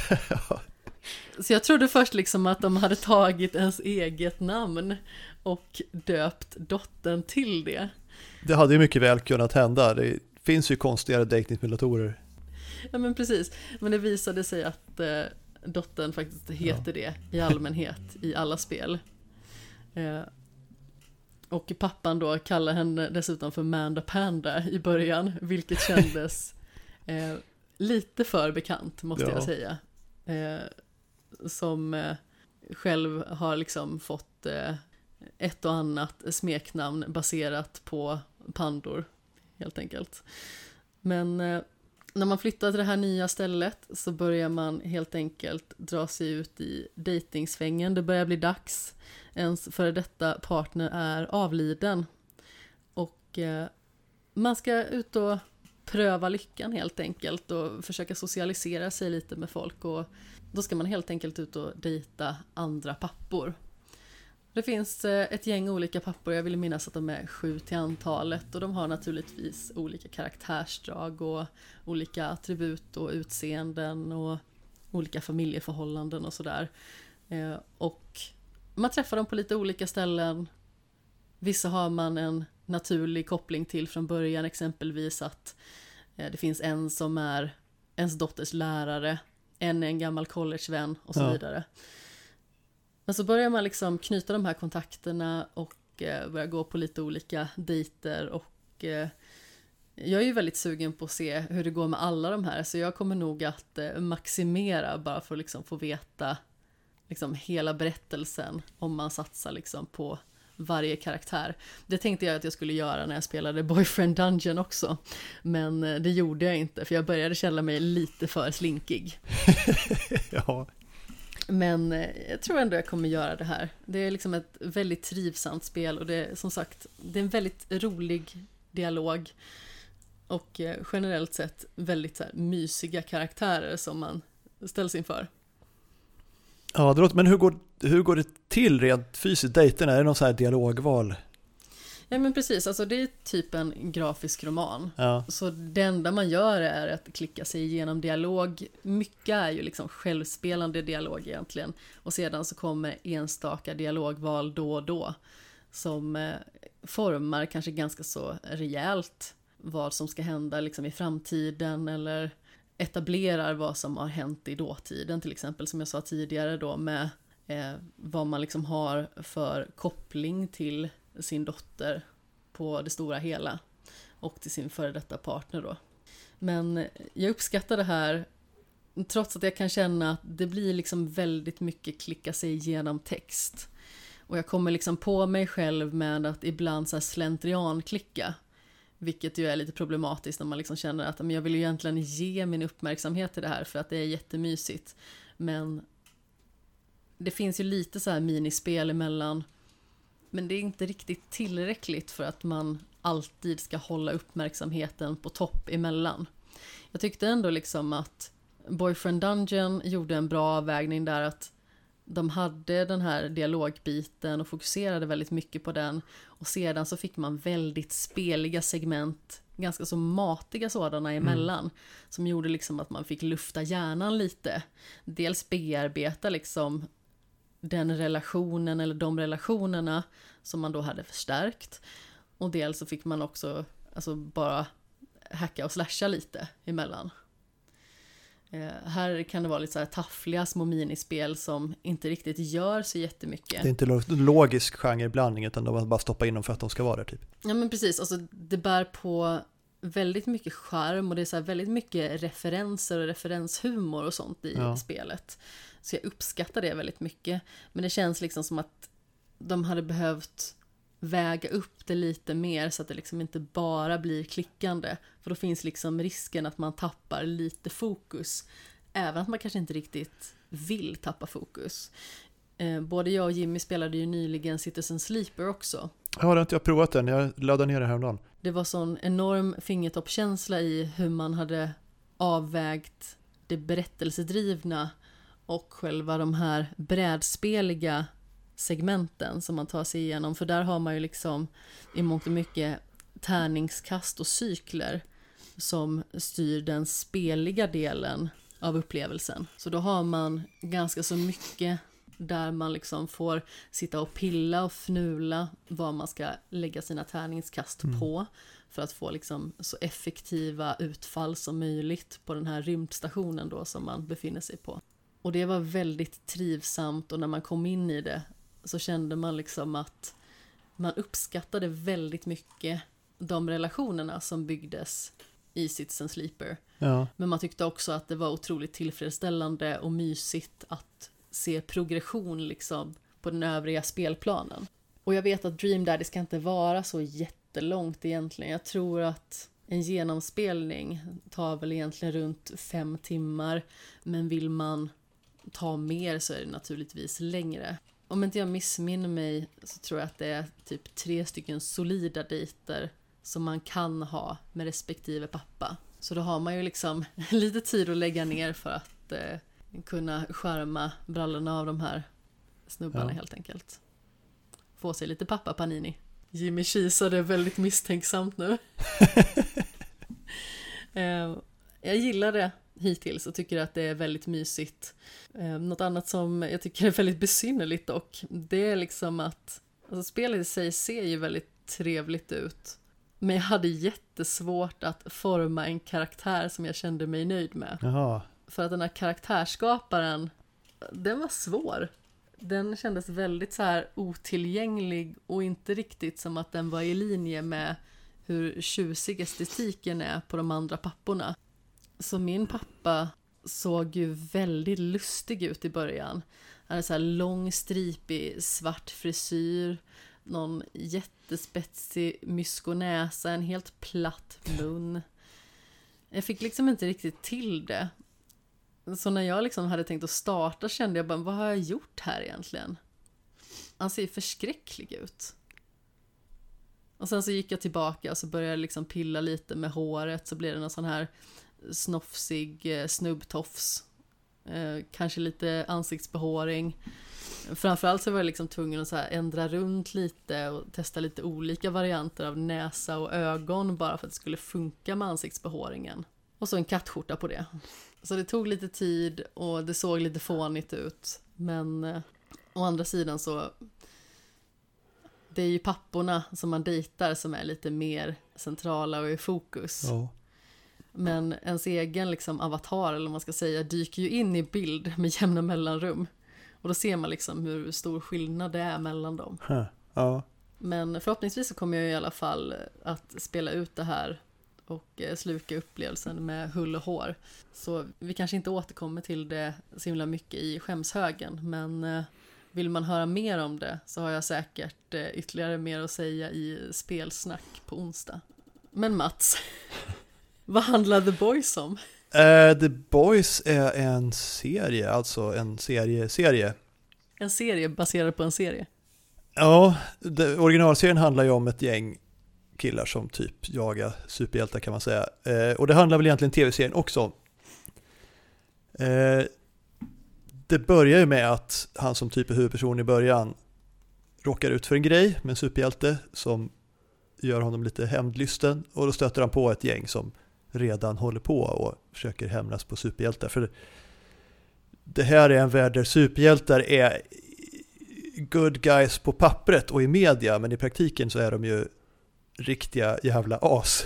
Så jag trodde först liksom att de hade tagit ens eget namn och döpt dottern till det. Det hade ju mycket väl kunnat hända. Det finns ju konstigare datingsimulatorer. Ja, men precis. Men det visade sig att dottern faktiskt heter det i allmänhet i alla spel. Och pappan då kallar henne dessutom för Manda Panda i början, vilket kändes lite för bekant, måste jag säga. Som själv har liksom fått ett och annat smeknamn baserat på pandor, helt enkelt. Men när man flyttar till det här nya stället så börjar man helt enkelt dra sig ut i dejtingsvängen. Det börjar bli dags. Ens före detta partner är avliden. Och man ska ut och pröva lyckan helt enkelt och försöka socialisera sig lite med folk. Och då ska man helt enkelt ut och dejta andra pappor. Det finns ett gäng olika pappor, jag vill minnas att de är 7 till antalet, och de har naturligtvis olika karaktärsdrag och olika attribut och utseenden och olika familjeförhållanden och sådär. Och man träffar dem på lite olika ställen. Vissa har man en naturlig koppling till från början, exempelvis att det finns en som är ens dotters lärare, en är en gammal collegevän och så vidare. Men så börjar man liksom knyta de här kontakterna och börja gå på lite olika dejter, och jag är ju väldigt sugen på att se hur det går med alla de här, så jag kommer nog att maximera bara för att liksom få veta liksom hela berättelsen om man satsar liksom på varje karaktär. Det tänkte jag att jag skulle göra när jag spelade Boyfriend Dungeon också. Men det gjorde jag inte, för jag började känna mig lite för slinkig. Ja. Men jag tror ändå jag kommer göra det här. Det är liksom ett väldigt trivsamt spel och det är som sagt, det är en väldigt rolig dialog och generellt sett väldigt så här mysiga karaktärer som man ställs inför. Ja, det låter, men hur går det till rent fysiskt? Dejten, är det någon så här dialogval? Ja men precis, alltså det är typ en grafisk roman. Ja. Så det enda man gör är att klicka sig igenom dialog. Mycket är ju liksom självspelande dialog egentligen. Och sedan så kommer enstaka dialogval då och då. Som formar kanske ganska så rejält vad som ska hända liksom i framtiden. Eller etablerar vad som har hänt i dåtiden till exempel. Som jag sa tidigare då med vad man liksom har för koppling till sin dotter på det stora hela och till sin före detta partner då. Men jag uppskattar det här trots att jag kan känna att det blir liksom väldigt mycket klicka sig igenom text. Och jag kommer liksom på mig själv med att ibland så här slentrianklicka, vilket ju är lite problematiskt när man liksom känner att jag vill ju egentligen ge min uppmärksamhet till det här för att det är jättemysigt. Men det finns ju lite så här minispel emellan. Men det är inte riktigt tillräckligt för att man alltid ska hålla uppmärksamheten på topp emellan. Jag tyckte ändå liksom att Boyfriend Dungeon gjorde en bra avvägning där att de hade den här dialogbiten och fokuserade väldigt mycket på den. Och sedan så fick man väldigt speliga segment, ganska så matiga sådana emellan. Som gjorde liksom att man fick lufta hjärnan lite. Dels bearbeta liksom den relationen eller de relationerna som man då hade förstärkt. Och dels så fick man också alltså bara hacka och slasha lite emellan. Här kan det vara lite så här taffliga små minispel som inte riktigt gör så jättemycket. Det är inte logisk genreblandning utan de bara stoppar in dem för att de ska vara där typ. Ja men precis, alltså det bär på väldigt mycket charm och det är så här väldigt mycket referenser och referenshumor och sånt i spelet. Så jag uppskattar det väldigt mycket. Men det känns liksom som att de hade behövt väga upp det lite mer så att det liksom inte bara blir klickande. För då finns liksom risken att man tappar lite fokus. Även att man kanske inte riktigt vill tappa fokus. Både jag och Jimmy spelade ju nyligen Citizen Sleeper också. Ja, det har inte jag provat den. Jag laddade ner det häromdagen. Det var sån enorm fingertoppkänsla i hur man hade avvägt det berättelsedrivna och själva de här brädspeliga segmenten som man tar sig igenom. För där har man ju liksom i mångt och mycket tärningskast och cykler som styr den speliga delen av upplevelsen. Så då har man ganska så mycket där man liksom får sitta och pilla och fnula vad man ska lägga sina tärningskast på för att få liksom så effektiva utfall som möjligt på den här rymdstationen då som man befinner sig på. Och det var väldigt trivsamt och när man kom in i det så kände man liksom att man uppskattade väldigt mycket de relationerna som byggdes i Citizen Sleeper. Ja. Men man tyckte också att det var otroligt tillfredsställande och mysigt att se progression liksom på den övriga spelplanen. Och jag vet att Dream Daddy ska inte vara så jättelångt egentligen. Jag tror att en genomspelning tar väl egentligen runt 5 timmar. Men vill man ta mer så är det naturligtvis längre. Om inte jag missminner mig så tror jag att det är typ 3 stycken solida dejter som man kan ha med respektive pappa. Så då har man ju liksom lite tid att lägga ner för att kunna skärma brallorna av de här snubbarna helt enkelt. Få sig lite pappa Panini. Jimmy kisade väldigt misstänksamt nu. Jag gillar det hittills och tycker att det är väldigt mysigt. Något annat som jag tycker är väldigt besynnerligt dock, det är liksom att alltså spelet i sig ser ju väldigt trevligt ut. Men jag hade jättesvårt att forma en karaktär som jag kände mig nöjd med. Jaha. För att den här karaktärsskaparen, den var svår. Den kändes väldigt så här otillgänglig och inte riktigt som att den var i linje med hur tjusig estetiken är på de andra papporna. Så min pappa såg ju väldigt lustig ut i början. Han hade så här lång stripig svart frisyr, någon jättespetsig myskonäsa, en helt platt mun. Jag fick liksom inte riktigt till det. Så när jag liksom hade tänkt att starta kände jag bara, vad har jag gjort här egentligen? Han ser förskräcklig ut. Och sen så gick jag tillbaka och så började jag liksom pilla lite med håret. Så blev det någon sån här snofsig snubbtofs. Kanske lite ansiktsbehåring. Framförallt så var jag liksom tvungen att så här ändra runt lite och testa lite olika varianter av näsa och ögon bara för att det skulle funka med ansiktsbehåringen. Och så en kattskjorta på det. Så det tog lite tid och det såg lite fånigt ut. Men å andra sidan så det är ju papporna som man dejtar som är lite mer centrala och i fokus. Ja. Men ens egen liksom avatar, eller vad man ska säga, dyker ju in i bild med jämna mellanrum. Och då ser man liksom hur stor skillnad det är mellan dem. Ja. Men förhoppningsvis så kommer jag i alla fall att spela ut det här och sluka upplevelsen med hull och hår. Så vi kanske inte återkommer till det så himla mycket i skämshögen, men vill man höra mer om det så har jag säkert ytterligare mer att säga i spelsnack på onsdag. Men Mats, vad handlar The Boys om? The Boys är en serie, alltså en serie. En serie baserad på en serie? Ja, originalserien handlar ju om ett gäng killar som typ jagar superhjältar kan man säga. Och det handlar väl egentligen tv-serien också om. Det börjar ju med att han som typ är huvudperson i början råkar ut för en grej med en superhjälte som gör honom lite hämndlysten, och då stöter han på ett gäng som redan håller på och försöker hämnas på superhjältar. För det här är en värld där superhjältar är good guys på pappret och i media, men i praktiken så är de ju riktiga jävla as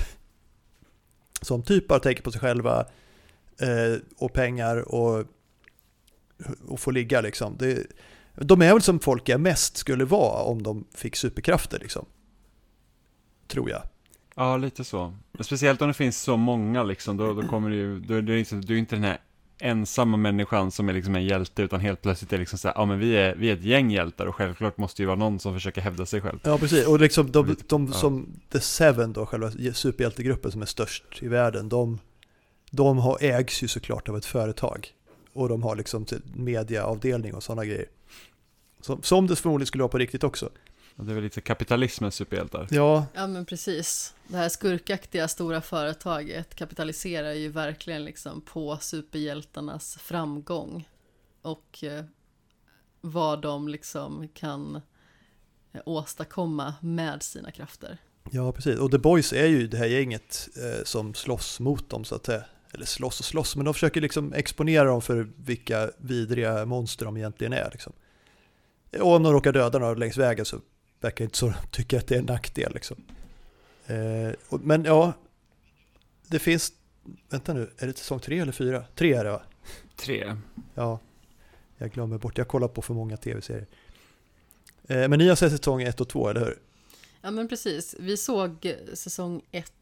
som typ bara tänker på sig själva och pengar och få ligga liksom. De är väl som folk är mest skulle vara om de fick superkrafter liksom. Tror jag. Ja, lite så. Speciellt om det finns så många liksom, då kommer det ju, då är det liksom, du är inte den här ensamma människan som är liksom en hjälte, utan helt plötsligt är liksom så här, ja men vi är ett gäng hjältar och självklart måste ju vara någon som försöker hävda sig själv. Ja, precis. Och liksom de som The Seven då, själva superhjältegruppen som är störst i världen, de ägs ju såklart av ett företag. Och de har liksom mediaavdelning och sådana grejer. Som det förmodligen skulle vara på riktigt också. Det är väl lite kapitalismens superhjältar. Ja, men precis. Det här skurkaktiga stora företaget kapitaliserar ju verkligen liksom på superhjältarnas framgång. Och vad de liksom kan åstadkomma med sina krafter. Ja, precis. Och The Boys är ju det här gänget som slåss mot dem så att säga. Eller slåss, men de försöker liksom exponera dem för vilka vidriga monster de egentligen är. Liksom. Och om de råkar döda några längs vägen så verkar inte så de tycker att det är en nackdel. Liksom. Men ja, det finns... Vänta nu, är det säsong 3 eller 4? 3 är det va? 3. Ja, jag glömmer bort. Jag kollar på för många tv-serier. Men ni har sett säsong 1 och 2, eller hur? Ja, men precis. Vi såg säsong 1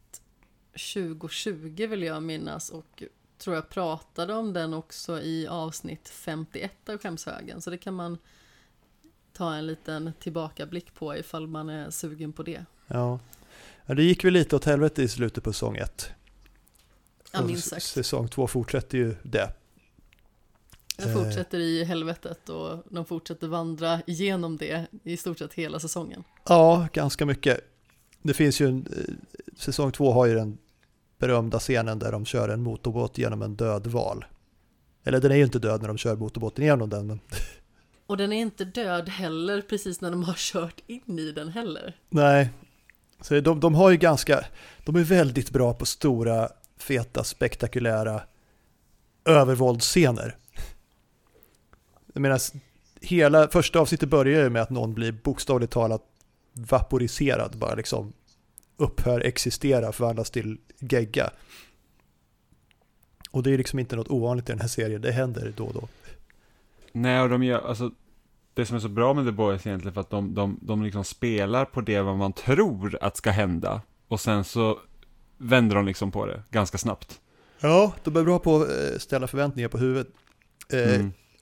2020 vill jag minnas, och tror jag pratade om den också i avsnitt 51 av Skämshögen, så det kan man ta en liten tillbakablick på ifall man är sugen på det. Ja, det gick väl lite åt helvete i slutet på säsong 1. Ja, minst sagt. Säsong 2 fortsätter ju det. Den fortsätter i helvetet och de fortsätter vandra igenom det i stort sett hela säsongen. Ja, ganska mycket. Det finns ju säsong 2 har ju den berömda scenen där de kör en motorbåt genom en död val. Eller den är ju inte död när de kör motorbåten igenom den. Men... Och den är inte död heller precis när de har kört in i den heller. Nej, så de har ju de är väldigt bra på stora, feta, spektakulära övervåldsscener. Jag menar, hela första avsnittet börjar ju med att någon blir bokstavligt talat vaporiserad, bara liksom upphör existera, förvandlas till gegga. Och det är liksom inte något ovanligt i den här serien, det händer då och då. Nej, och de gör, alltså det som är så bra med The Boys egentligen för att de liksom spelar på det vad man tror att ska hända, och sen så vänder de liksom på det ganska snabbt. Ja, de är bra på att ställa förväntningar på huvudet.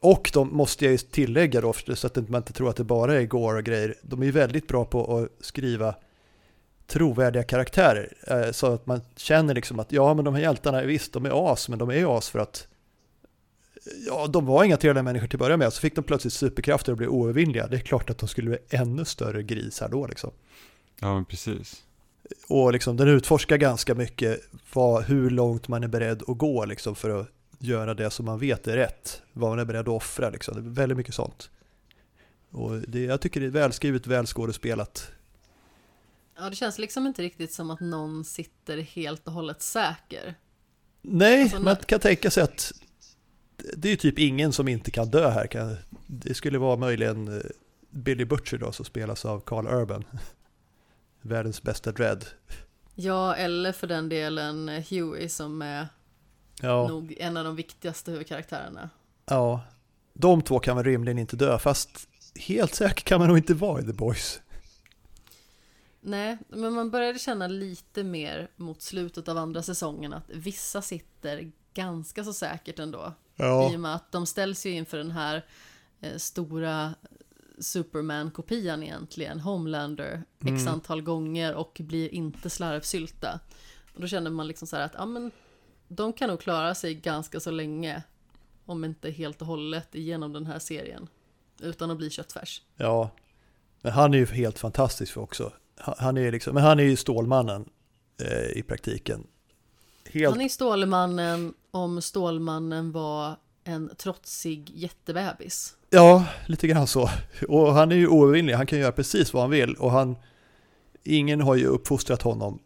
Och de måste jag ju tillägga då, så att man inte tror att det bara är gore och grejer. De är ju väldigt bra på att skriva trovärdiga karaktärer. Så att man känner liksom att ja, men de här hjältarna, visst, de är as, men de är as för att ja, de var inga trevliga människor till att börja med. Så fick de plötsligt superkrafter och blev oövervinnliga. Det är klart att de skulle bli ännu större grisar då liksom. Ja, men precis. Och liksom, den utforskar ganska mycket hur långt man är beredd att gå liksom, för att göra det som man vet är rätt. Vad man är beredd att offra. Liksom. Det är väldigt mycket sånt. Och jag tycker det är välskrivet, välskådespelat. Ja, det känns liksom inte riktigt som att någon sitter helt och hållet säker. Nej, alltså, man kan tänka sig att det är typ ingen som inte kan dö här. Det skulle vara möjligen Billy Butcher då, som spelas av Carl Urban. Världens bästa Dredd. Ja, eller för den delen Huey som är nog en av de viktigaste huvudkaraktärerna. Ja, de två kan väl rimligen inte dö, fast helt säker kan man nog inte vara i The Boys. Nej, men man började känna lite mer mot slutet av andra säsongen att vissa sitter ganska så säkert ändå. Ja. I och med att de ställs ju inför den här stora Superman-kopian egentligen, Homelander, x antal gånger och blir inte slarvsylta. Och då känner man liksom så här att ja, men de kan nog klara sig ganska så länge, om inte helt och hållet igenom den här serien, utan att bli köttfärs. Ja, men han är ju helt fantastisk också. Han är liksom, men han är ju Stålmannen i praktiken. Han är Stålmannen om Stålmannen var en trotsig jättebebis. Ja, lite grann så. Och han är ju oövervinnlig. Han kan göra precis vad han vill. Och ingen har ju uppfostrat honom.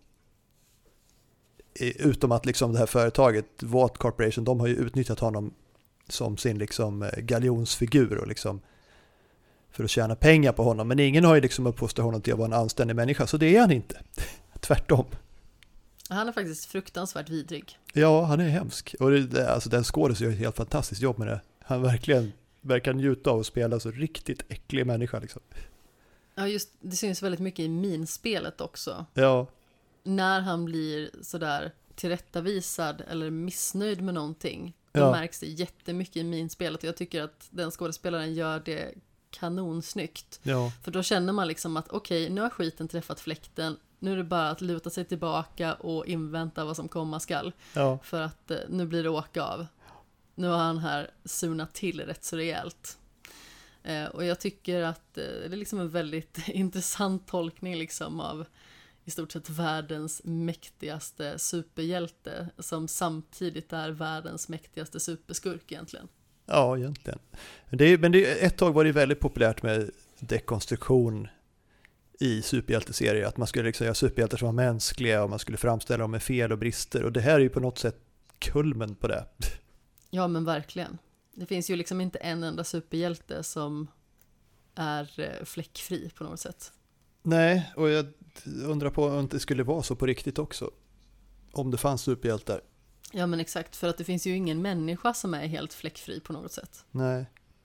Utom att liksom det här företaget, Vought Corporation, de har ju utnyttjat honom som sin liksom galjonsfigur och liksom för att tjäna pengar på honom. Men ingen har ju liksom uppfostrat honom till att vara en anständig människa. Så det är han inte. Tvärtom. Han är faktiskt fruktansvärt vidrig. Ja, han är hemsk. Och alltså, den skådespelaren gör ett helt fantastiskt jobb med det. Han verkar njuta av att spela så riktigt äcklig människa liksom. Ja, just det syns väldigt mycket i minspelet också. Ja. När han blir sådär tillrättavisad eller missnöjd med någonting, då märks det jättemycket i minspelet. Och jag tycker att den skådespelaren gör det kanonsnyggt. Ja. För då känner man liksom att okej, nu har skiten träffat fläkten. Nu är det bara att luta sig tillbaka och invänta vad som komma skall. Ja. För att nu blir det åka av. Nu har han här sunat till rätt så rejält. Och jag tycker att det är liksom en väldigt intressant tolkning liksom av i stort sett världens mäktigaste superhjälte som samtidigt är världens mäktigaste superskurk egentligen. Ja, egentligen. Men ett tag var det väldigt populärt med dekonstruktion i superhjälteserier, att man skulle liksom göra superhjältar som var mänskliga och man skulle framställa dem med fel och brister, och det här är ju på något sätt kulmen på det. Ja, men verkligen. Det finns ju liksom inte en enda superhjälte som är fläckfri på något sätt. Nej, och jag undrar på om det skulle vara så på riktigt också. Om det fanns superhjältar. Ja, men exakt, för att det finns ju ingen människa som är helt fläckfri på något sätt. Nej,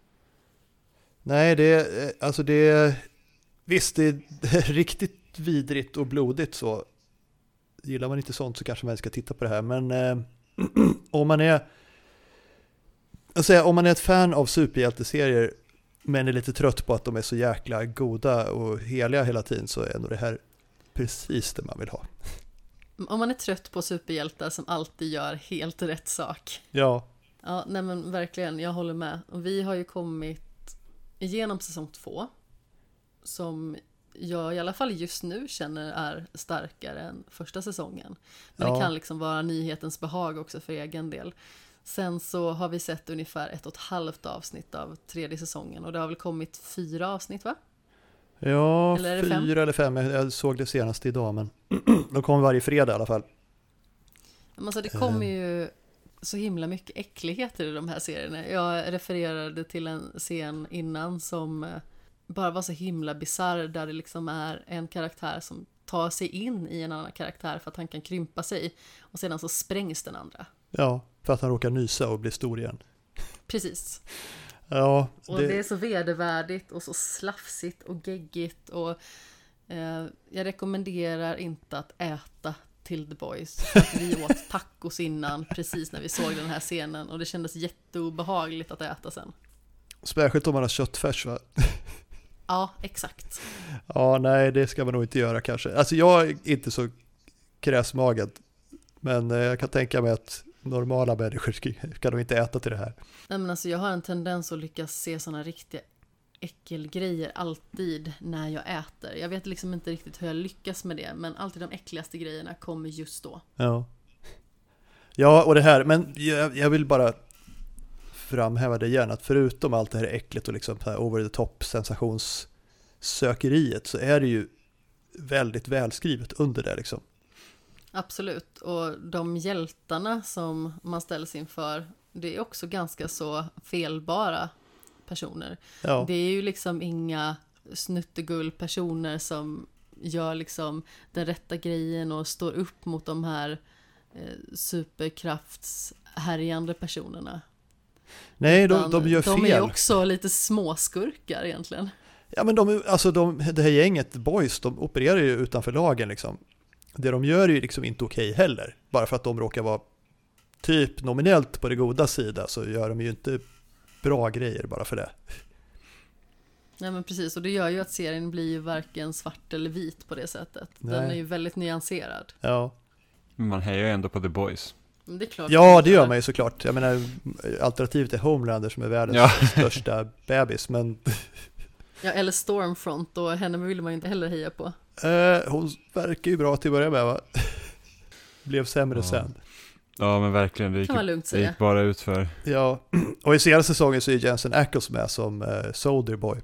visst, det är riktigt vidrigt och blodigt så. Gillar man inte sånt så kanske man ska titta på det här. Men om man är ett fan av superhjälteserier men är lite trött på att de är så jäkla goda och heliga hela tiden, så är nog det här precis det man vill ha. Om man är trött på superhjältar som alltid gör helt rätt sak. Ja. Ja, nej men verkligen, jag håller med. Och vi har ju kommit igenom säsong 2 som jag i alla fall just nu känner är starkare än första säsongen. Men det kan liksom vara nyhetens behag också för egen del. Sen så har vi sett ungefär 1,5 avsnitt av 3:e säsongen. Och det har väl kommit 4 avsnitt, va? Ja, 4 eller 5. Jag såg det senaste idag, men de kommer varje fredag i alla fall. Men alltså det kommer ju så himla mycket äckligheter i de här serierna. Jag refererade till en scen innan som bara var så himla bizarr, där det liksom är en karaktär som tar sig in i en annan karaktär för att han kan krympa sig, och sedan så sprängs den andra. Ja, för att han råkar nysa och blir stor igen. Precis. Ja, och det är så vedervärdigt och så slafsigt och geggigt, och jag rekommenderar inte att äta till The Boys, för att vi åt tacos innan precis när vi såg den här scenen, och det kändes jätteobehagligt att äta sen. Särskilt om man har köttfärs, va? Ja, exakt. Ja, nej, det ska man nog inte göra kanske. Alltså jag är inte så kräsmagad, men jag kan tänka mig att normala människor kan nog inte äta till det här. Nej, men alltså jag har en tendens att lyckas se sådana riktiga äckelgrejer alltid när jag äter. Jag vet liksom inte riktigt hur jag lyckas med det, men alltid de äckligaste grejerna kommer just då. Ja, och det här, men jag vill bara framhäva det igen, att förutom allt det här äckligt och liksom här over the top sensationssökeriet, så är det ju väldigt välskrivet under det liksom. Absolut, och de hjältarna som man ställs inför, det är också ganska så felbara personer. Ja. Det är ju liksom inga snuttegull personer som gör liksom den rätta grejen och står upp mot de här superkraftshärjande personerna. Nej, de gör fel. De är också lite småskurkar egentligen. Ja, men det här gänget boys, de opererar ju utanför lagen liksom. Det de gör är ju liksom inte okej heller. Bara för att de råkar vara typ nominellt på det goda sida, så gör de ju inte bra grejer bara för det. Nej, men precis, och det gör ju att serien blir ju varken svart eller vit på det sättet. Den är ju väldigt nyanserad. Ja. Men man hejar ju ändå på The Boys. Det är klart. Ja, det gör man ju såklart. Jag menar, alternativet är Homelander som är världens största bebis, men... Ja, eller Stormfront, och henne vill man ju inte heller heja på. Hon verkar ju bra till att börja med, va? Blev sämre sen. Ja, men verkligen. Det gick bara ut för. Ja, och i senaste säsongen så är Jensen Ackles med som Soldier Boy.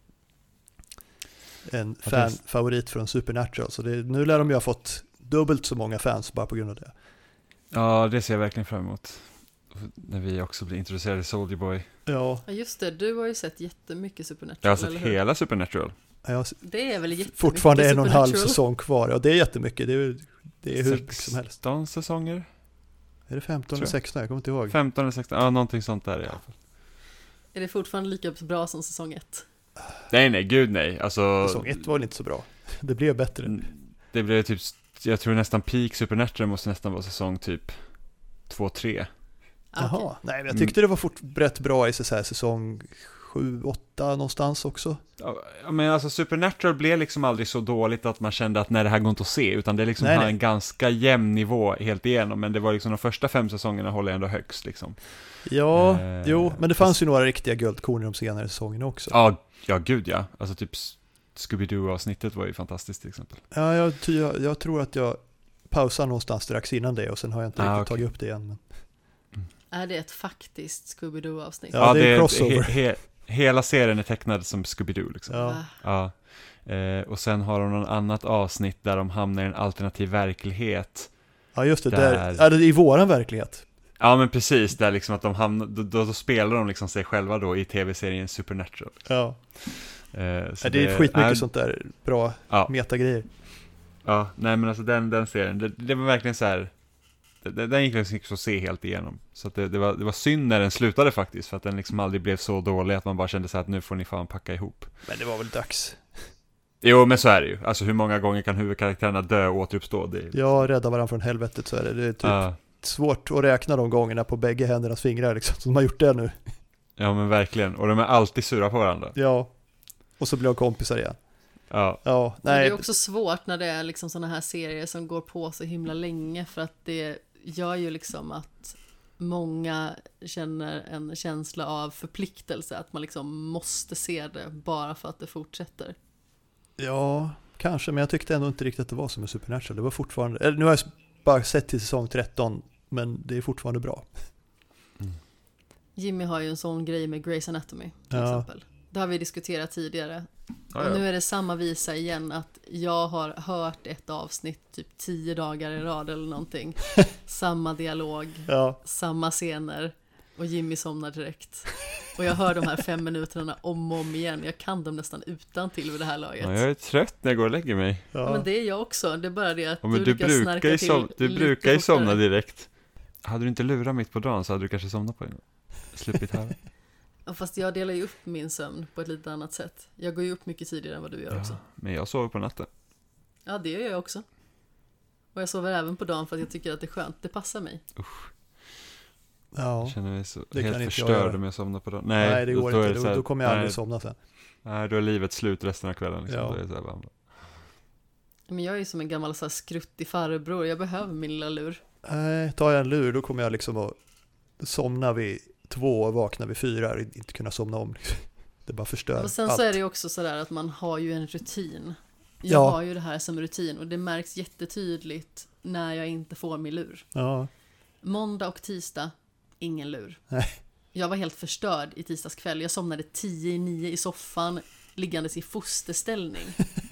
En fan-favorit från Supernatural. Så nu lär de ju ha fått dubbelt så många fans bara på grund av det. Ja, det ser jag verkligen fram emot. När vi också blir introducerade i Soldier Boy. Ja, just det. Du har ju sett jättemycket Supernatural. Jag har sett hela Supernatural. Det är väl jättemycket. Fortfarande 1,5 säsong kvar. Ja, det är jättemycket. Det är hur mycket som helst. 16 säsonger? Är det 15 eller 16? Jag kommer inte ihåg. 15 eller 16, ja, någonting sånt där i alla fall. Är det fortfarande lika bra som säsong 1? Nej, gud nej. Alltså, säsong 1 var inte så bra. Det blev bättre. Det blev typ, jag tror nästan peak Supernatural måste nästan vara säsong typ 2-3. Jaha, okay. Nej, men jag tyckte det var rätt bra i så här, säsong 7-8 någonstans också. Ja, men alltså Supernatural blev liksom aldrig så dåligt att man kände att nej, det här går inte att se, utan det liksom har en ganska jämn nivå helt igenom, men det var liksom de första 5 säsongerna håller ändå högst liksom. Ja, jo, men det fanns ju några riktiga guldkorn i de senare säsongerna också. Ja, gud ja. Alltså typ Scooby-Doo-avsnittet var ju fantastiskt till exempel. Ja, jag tror att jag pausar någonstans strax innan det, och sen har jag inte riktigt tagit upp det igen. Men... Är det ett faktiskt Scooby-Doo-avsnitt? Ja, det är crossover. Hela serien är tecknad som Scooby-Doo liksom. Ja. Och sen har de någon annat avsnitt där de hamnar i en alternativ verklighet. Ja, just det. Där i våran verklighet. Ja, men precis. Där liksom att de hamnar, då spelar de liksom sig själva då i tv-serien Supernatural. Ja. Så det är skitmycket sånt där bra metagrejer. Ja, nej men alltså den serien, det var verkligen så här. Den gick liksom att se helt igenom. Så att det var synd när den slutade faktiskt, för att den liksom aldrig blev så dålig att man bara kände så att nu får ni fan packa ihop. Men det var väl dags. Jo, men så är det ju. Alltså hur många gånger kan huvudkaraktärerna dö och återuppstå? Ja, rädda varandra från helvetet, så är det. Det är typ svårt att räkna de gångerna på bägge händernas fingrar liksom, som de har gjort det nu. Ja, men verkligen. Och de är alltid sura på varandra. Ja, och så blir de kompisar igen. Ja, nej. Det är också svårt när det är liksom såna här serier som går på så himla länge, för att det gör ju liksom att många känner en känsla av förpliktelse, att man liksom måste se det bara för att det fortsätter. Ja, kanske, men jag tyckte ändå inte riktigt att det var som en Supernatural. Det var fortfarande, nu har jag bara sett till säsong 13, men det är fortfarande bra. Jimmy har ju en sån grej med Grey's Anatomy till exempel. Det har vi diskuterat tidigare. Och nu är det samma visa igen, att jag har hört ett avsnitt typ 10 dagar i rad eller någonting. Samma dialog, samma scener, och Jimmy somnar direkt. Och jag hör de här 5 minuterna om och om igen. Jag kan dem nästan utan till vid det här laget. Ja, jag är trött när jag går och lägger mig. Ja, men det är jag också. Det är bara det att du brukar ju somna direkt. Hade du inte lurat mitt på dagen så hade du kanske somnat på en gång. Sluppit här. Ja, fast jag delar ju upp min sömn på ett lite annat sätt. Jag går ju upp mycket tidigare än vad du gör också. Men jag sover på natten. Ja, det gör jag också. Och jag sover även på dagen för att jag tycker att det är skönt. Det passar mig. Usch. Ja, Jag känner mig så det kan helt inte jag förstörd göra. om jag somnar på dagen. Nej, det går inte. Här, Då kommer jag aldrig somna sen. Nej, då är livet slut resten av kvällen. Liksom. Ja. Då är det så här bara... Men jag är ju som en gammal så här skruttig farbror. Jag behöver min lilla lur. Nej, tar jag en lur då kommer jag liksom att somna vid 2 och vakna vid 4 och inte kunna somna om. Det bara förstör Och sen allt. så är det ju också sådär att man har ju en rutin. Jag Ja. har ju det här som rutin och det märks jättetydligt när jag inte får min lur. Ja, Måndag och tisdag, ingen lur. Nej. Jag var helt förstörd i tisdags kväll. Jag somnade 10:09 i soffan, liggandes i fosterställning.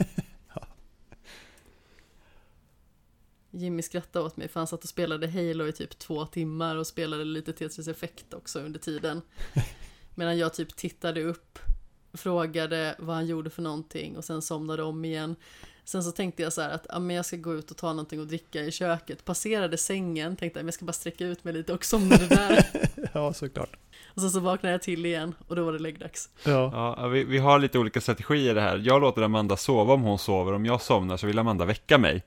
Jimmy skrattade åt mig för han satt och spelade Halo i typ 2 timmar och spelade lite Tetris Effect också under tiden. Medan jag typ tittade upp, frågade vad han gjorde för någonting och sen somnade om igen. Sen så tänkte jag så här att men jag ska gå ut och ta någonting och dricka i köket. Passerade sängen, tänkte jag ska bara sträcka ut mig lite och somnade där. ja, såklart. Och sen så vaknade jag till igen och då var det läggdags. Ja. Ja, vi har lite olika strategier det här. Jag låter Amanda sova om hon sover. Om jag somnar så vill Amanda väcka mig.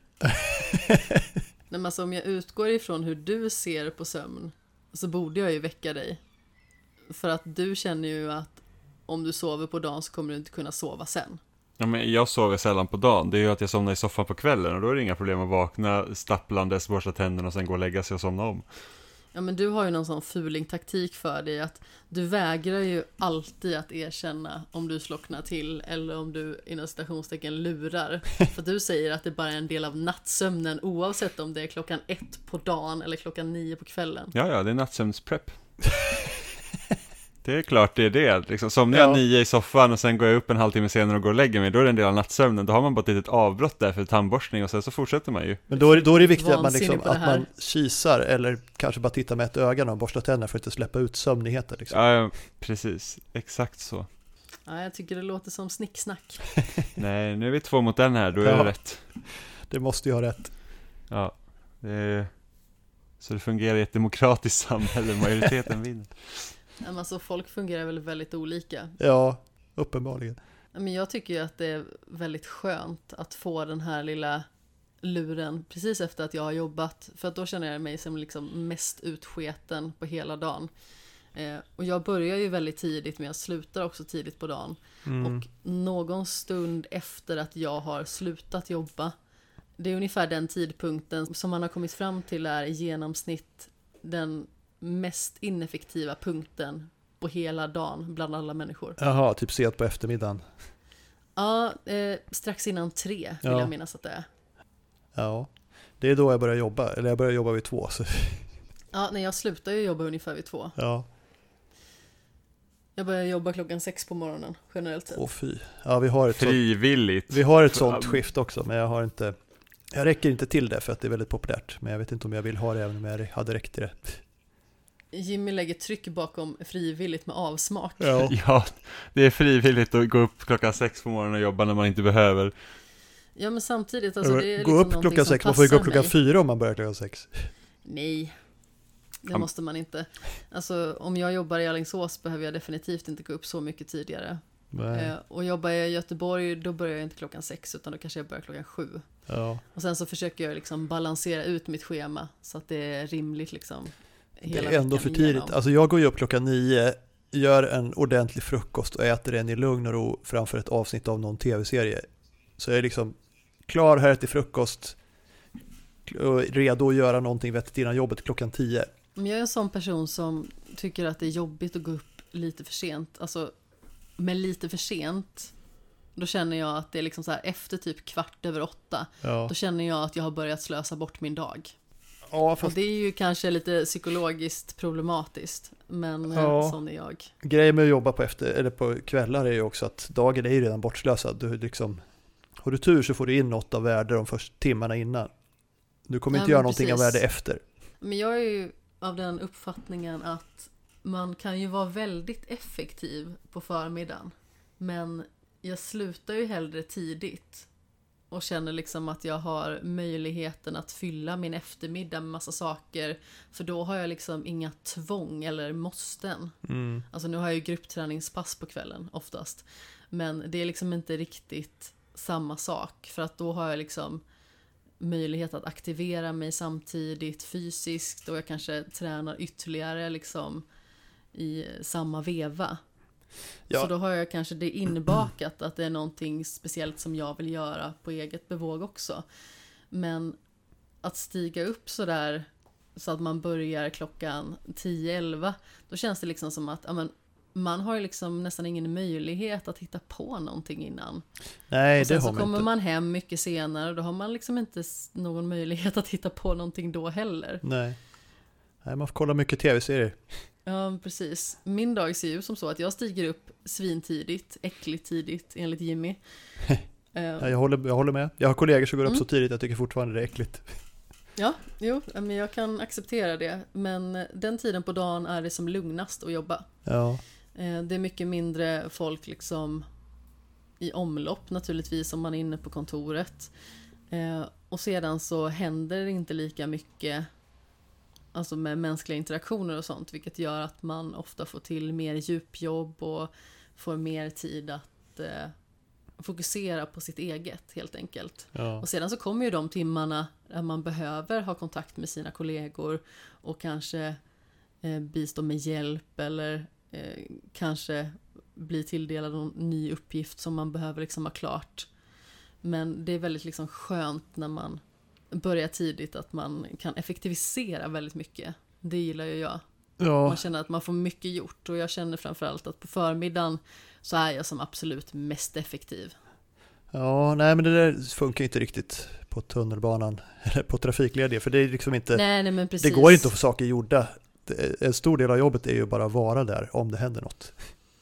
Nej, men alltså, om jag utgår ifrån hur du ser på sömn så borde jag ju väcka dig. För att du känner ju att om du sover på dagen så kommer du inte kunna sova sen. Ja, men jag sover sällan på dagen. Det är ju att jag somnar i soffan på kvällen och då är det inga problem att vakna, stapplandes, borsta tänderna och sen gå och lägga sig och somna om. Ja, men du har ju någon sån fuling-taktik för dig att du vägrar ju alltid att erkänna om du slocknar till eller om du inom citationstecken lurar. För du säger att det bara är en del av nattsömnen oavsett om det är 1:00 på dagen eller 9:00 på kvällen. Ja, det är nattsömnsprepp. Det är klart det är det. Liksom, somnar jag 9 i soffan och sen går jag upp en halvtimme senare och går och lägger mig, då är det en del av nattsömnen. Då har man bara ett litet avbrott där för tandborstning och sen så fortsätter man ju. Men då är det viktigt att man, Vansinnig liksom, på det att här. man kisar eller kanske bara tittar med ett öga när man borstar tänderna för att inte släppa ut sömnigheter. Liksom. Ja, precis. Exakt så. Ja, jag tycker det låter som snicksnack. Nej, nu är vi 2 mot den här, då är det rätt. Det måste ju ha rätt. Ja, så det fungerar i ett demokratiskt samhälle, majoriteten vinner. Men alltså, folk fungerar väl väldigt olika. Ja, uppenbarligen. Men jag tycker ju att det är väldigt skönt att få den här lilla luren precis efter att jag har jobbat. För att då känner jag mig som liksom mest utsketen på hela dagen. Och jag börjar ju väldigt tidigt men jag slutar också tidigt på dagen. Och någon stund efter att jag har slutat jobba, det är ungefär den tidpunkten som man har kommit fram till är i genomsnitt den mest ineffektiva punkten på hela dagen bland alla människor. Jaha, typ sent på eftermiddagen. Ja, strax innan 3 vill jag minnas att det är. Ja, det är då jag börjar jobba. Eller jag börjar jobba vid 2. Så. Ja, nej, jag slutar ju jobba ungefär vid 2. Ja. Jag börjar jobba 6:00 på morgonen, generellt sett. Åh fy. Ja, vi har ett Frivilligt. Vi har ett sånt skift också, men jag räcker inte till det för att det är väldigt populärt. Men jag vet inte om jag vill ha det även om jag hade räckt till det. Jimmy lägger tryck bakom frivilligt med avsmak. Ja. Ja, det är frivilligt att gå upp 6:00 på morgonen och jobba när man inte behöver. Ja, men samtidigt, alltså, det är gå liksom upp 6:00, man får ju gå upp 4 om man börjar 6:00. Nej, det måste man inte. Alltså, om jag jobbar i Alingsås behöver jag definitivt inte gå upp så mycket tidigare. Och jobbar jag i Göteborg, då börjar jag inte 6:00 utan då kanske jag börjar 7:00. Ja. Och sen så försöker jag liksom balansera ut mitt schema så att det är rimligt liksom. Det är ändå för tidigt. Alltså jag går ju upp 9:00, gör en ordentlig frukost och äter den i lugn och ro framför ett avsnitt av någon tv-serie. Så jag är liksom klar här till frukost och redo att göra någonting vettigt innan jobbet 10:00. Men jag är en sån person som tycker att det är jobbigt att gå upp lite för sent. Alltså, med lite för sent, då känner jag att det är liksom så här efter typ 8:15. Ja. Då känner jag att jag har börjat slösa bort min dag. Ja, Och det är ju kanske lite psykologiskt problematiskt, men sån är jag. Grejen med att jobba på kvällar är ju också att dagen är ju redan bortslösad. Du liksom, har du tur så får du in något av värde de första timmarna innan. Du kommer inte göra någonting av värde efter. Men jag är ju av den uppfattningen att man kan ju vara väldigt effektiv på förmiddagen. Men jag slutar ju hellre tidigt och känner liksom att jag har möjligheten att fylla min eftermiddag med massa saker. För då har jag liksom inga tvång eller måsten. Alltså nu har jag ju gruppträningspass på kvällen oftast. Men det är liksom inte riktigt samma sak. För att då har jag liksom möjlighet att aktivera mig samtidigt fysiskt, och jag kanske tränar ytterligare liksom i samma veva. Ja. Så då har jag kanske det inbakat att det är någonting speciellt som jag vill göra på eget bevåg också. Men att stiga upp så där så att man börjar klockan 10-11, då känns det liksom som att man har ju liksom nästan ingen möjlighet att hitta på någonting innan. Nej, och sen det har så man kommer inte. man hem mycket senare, och då har man liksom inte någon möjlighet att hitta på någonting då heller. Nej, man får kolla mycket tv-serier. Ja, precis. Min dag ser ju som så att jag stiger upp svintidigt, äckligt tidigt enligt Jimmy. Ja, jag håller med. Jag har kollegor som går upp så tidigt, jag tycker fortfarande det är äckligt. Ja, men jag kan acceptera det. Men den tiden på dagen är det som lugnast att jobba. Ja. Det är mycket mindre folk liksom i omlopp naturligtvis om man är inne på kontoret. Och sedan så händer det inte lika mycket alltså med mänskliga interaktioner och sånt, vilket gör att man ofta får till mer djupjobb och får mer tid att fokusera på sitt eget helt enkelt. Ja. Och sedan så kommer ju de timmarna där man behöver ha kontakt med sina kollegor och kanske bistå med hjälp eller kanske bli tilldelad någon ny uppgift som man behöver liksom ha klart. Men det är väldigt liksom skönt när man börjar tidigt att man kan effektivisera väldigt mycket. Det gillar ju jag. Ja. Man känner att man får mycket gjort, och jag känner framförallt att på förmiddagen så är jag som absolut mest effektiv. Ja, nej men det där funkar inte riktigt på tunnelbanan eller på trafikleder, för det är liksom inte, nej, men precis. det går inte att få saker gjorda. En stor del av jobbet är ju bara att vara där om det händer något.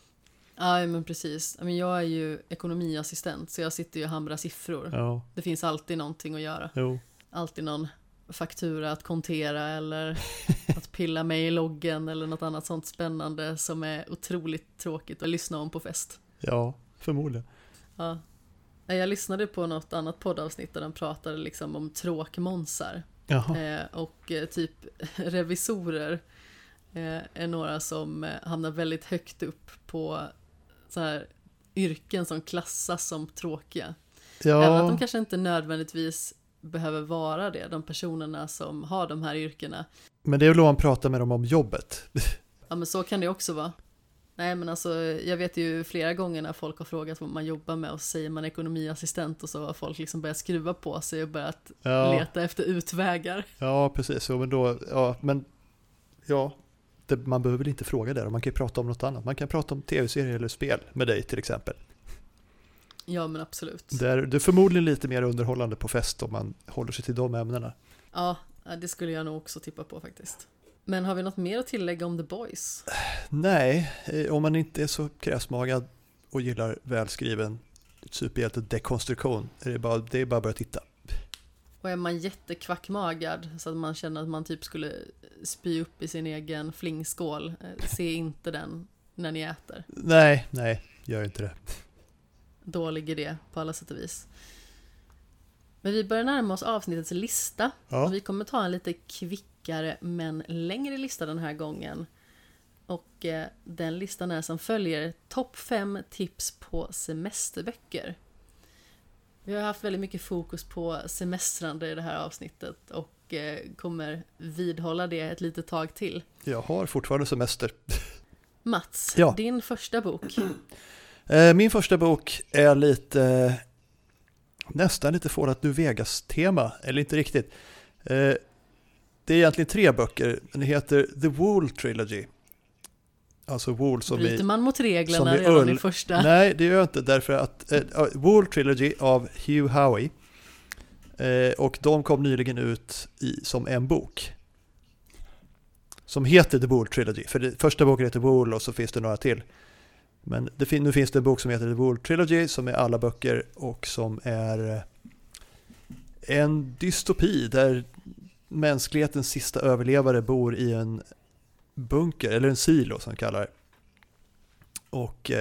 Ja, men precis. Men jag är ju ekonomiassistent, så jag sitter ju och hamrar siffror. Ja. Det finns alltid någonting att göra. Jo. Alltid någon faktura att kontera eller att pilla med i loggen eller något annat sånt spännande som är otroligt tråkigt att lyssna om på fest. Ja, förmodligen. Ja. Jag lyssnade på något annat poddavsnitt där de pratade liksom om tråkmånsar. Och typ revisorer är några som hamnar väldigt högt upp på så här yrken som klassas som tråkiga. Ja. Även att de kanske inte nödvändigtvis behöver vara det, de personerna som har de här yrkena. Men det är väl om man pratar med dem om jobbet. Ja, men så kan det också vara. Nej, men alltså, jag vet ju flera gånger när folk har frågat vad man jobbar med och så säger man ekonomiassistent, och så har folk liksom börjat skruva på sig och börjat leta efter utvägar. Ja, precis. Så, man behöver väl inte fråga där. Man kan ju prata om något annat. Man kan prata om tv-serier eller spel med dig till exempel. Ja, men absolut. Det är förmodligen lite mer underhållande på fest om man håller sig till de ämnena. Ja, det skulle jag nog också tippa på faktiskt. Men har vi något mer att tillägga om The Boys? Nej, om man inte är så kräsmagad och gillar välskriven superhjälte-dekonstruktion är det är bara att börja titta. Och är man jättekvackmagad så att man känner att man typ skulle spy upp i sin egen flingskål, se inte den när ni äter. Nej, gör inte det. Dålig idé på alla sätt och vis. Men vi börjar närma oss avsnittets lista. Ja. Och vi kommer ta en lite kvickare men längre lista den här gången. Och den listan är som följer: topp 5 tips på semesterböcker. Vi har haft väldigt mycket fokus på semestrande i det här avsnittet och kommer vidhålla det ett litet tag till. Jag har fortfarande semester. Mats, Ja. din första bok. Min första bok är nästan lite Fallout New Vegas-tema, eller inte riktigt. Det är egentligen 3 böcker, men det heter The Wool Trilogy. Alltså Wool som bryter man mot reglerna som redan i första? Nej, det gör jag inte, därför att Wool Trilogy av Hugh Howey, och de kom nyligen ut som en bok som heter The Wool Trilogy. För första boken heter Wool och så finns det några till. Men nu finns det en bok som heter The Wool Trilogy som är alla böcker och som är en dystopi där mänsklighetens sista överlevare bor i en bunker, eller en silo som kallar det. Och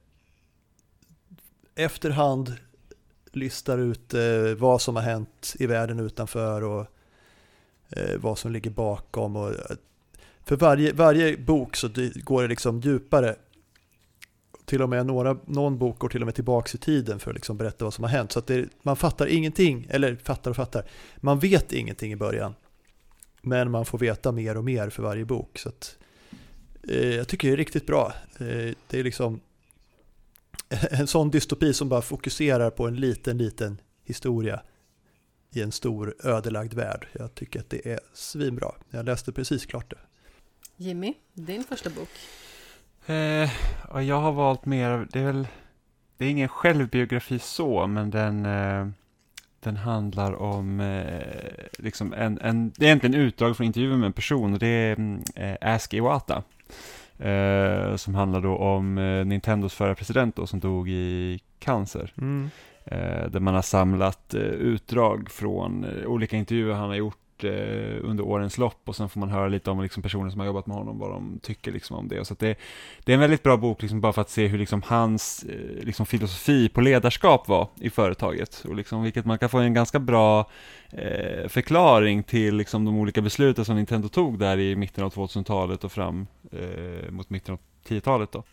efterhand listar ut vad som har hänt i världen utanför och vad som ligger bakom. Och för varje bok så går det liksom djupare till och med någon bok går till och med tillbaka i tiden för att liksom berätta vad som har hänt. Så att man fattar ingenting, eller fattar. Man vet ingenting i början. Men man får veta mer och mer för varje bok. Så att, jag tycker det är riktigt bra. Det är liksom en sån dystopi som bara fokuserar på en liten historia i en stor ödelagd värld. Jag tycker att det är svinbra. Jag läste precis klart det. Jimmy, din första bok? Jag har valt mer, det är ingen självbiografi så, men den handlar om liksom det är egentligen utdrag från intervjuer med en person. Det är Ask Iwata som handlar då om Nintendos förra president då, som dog i cancer. Där man har samlat utdrag från olika intervjuer han har gjort under årens lopp, och sen får man höra lite om liksom personer som har jobbat med honom, vad de tycker liksom om det. Så att det är en väldigt bra bok liksom, bara för att se hur liksom hans liksom filosofi på ledarskap var i företaget, och liksom, vilket man kan få en ganska bra förklaring till liksom, de olika besluten som Nintendo tog där i mitten av 2000-talet och fram mot mitten av 10-talet då.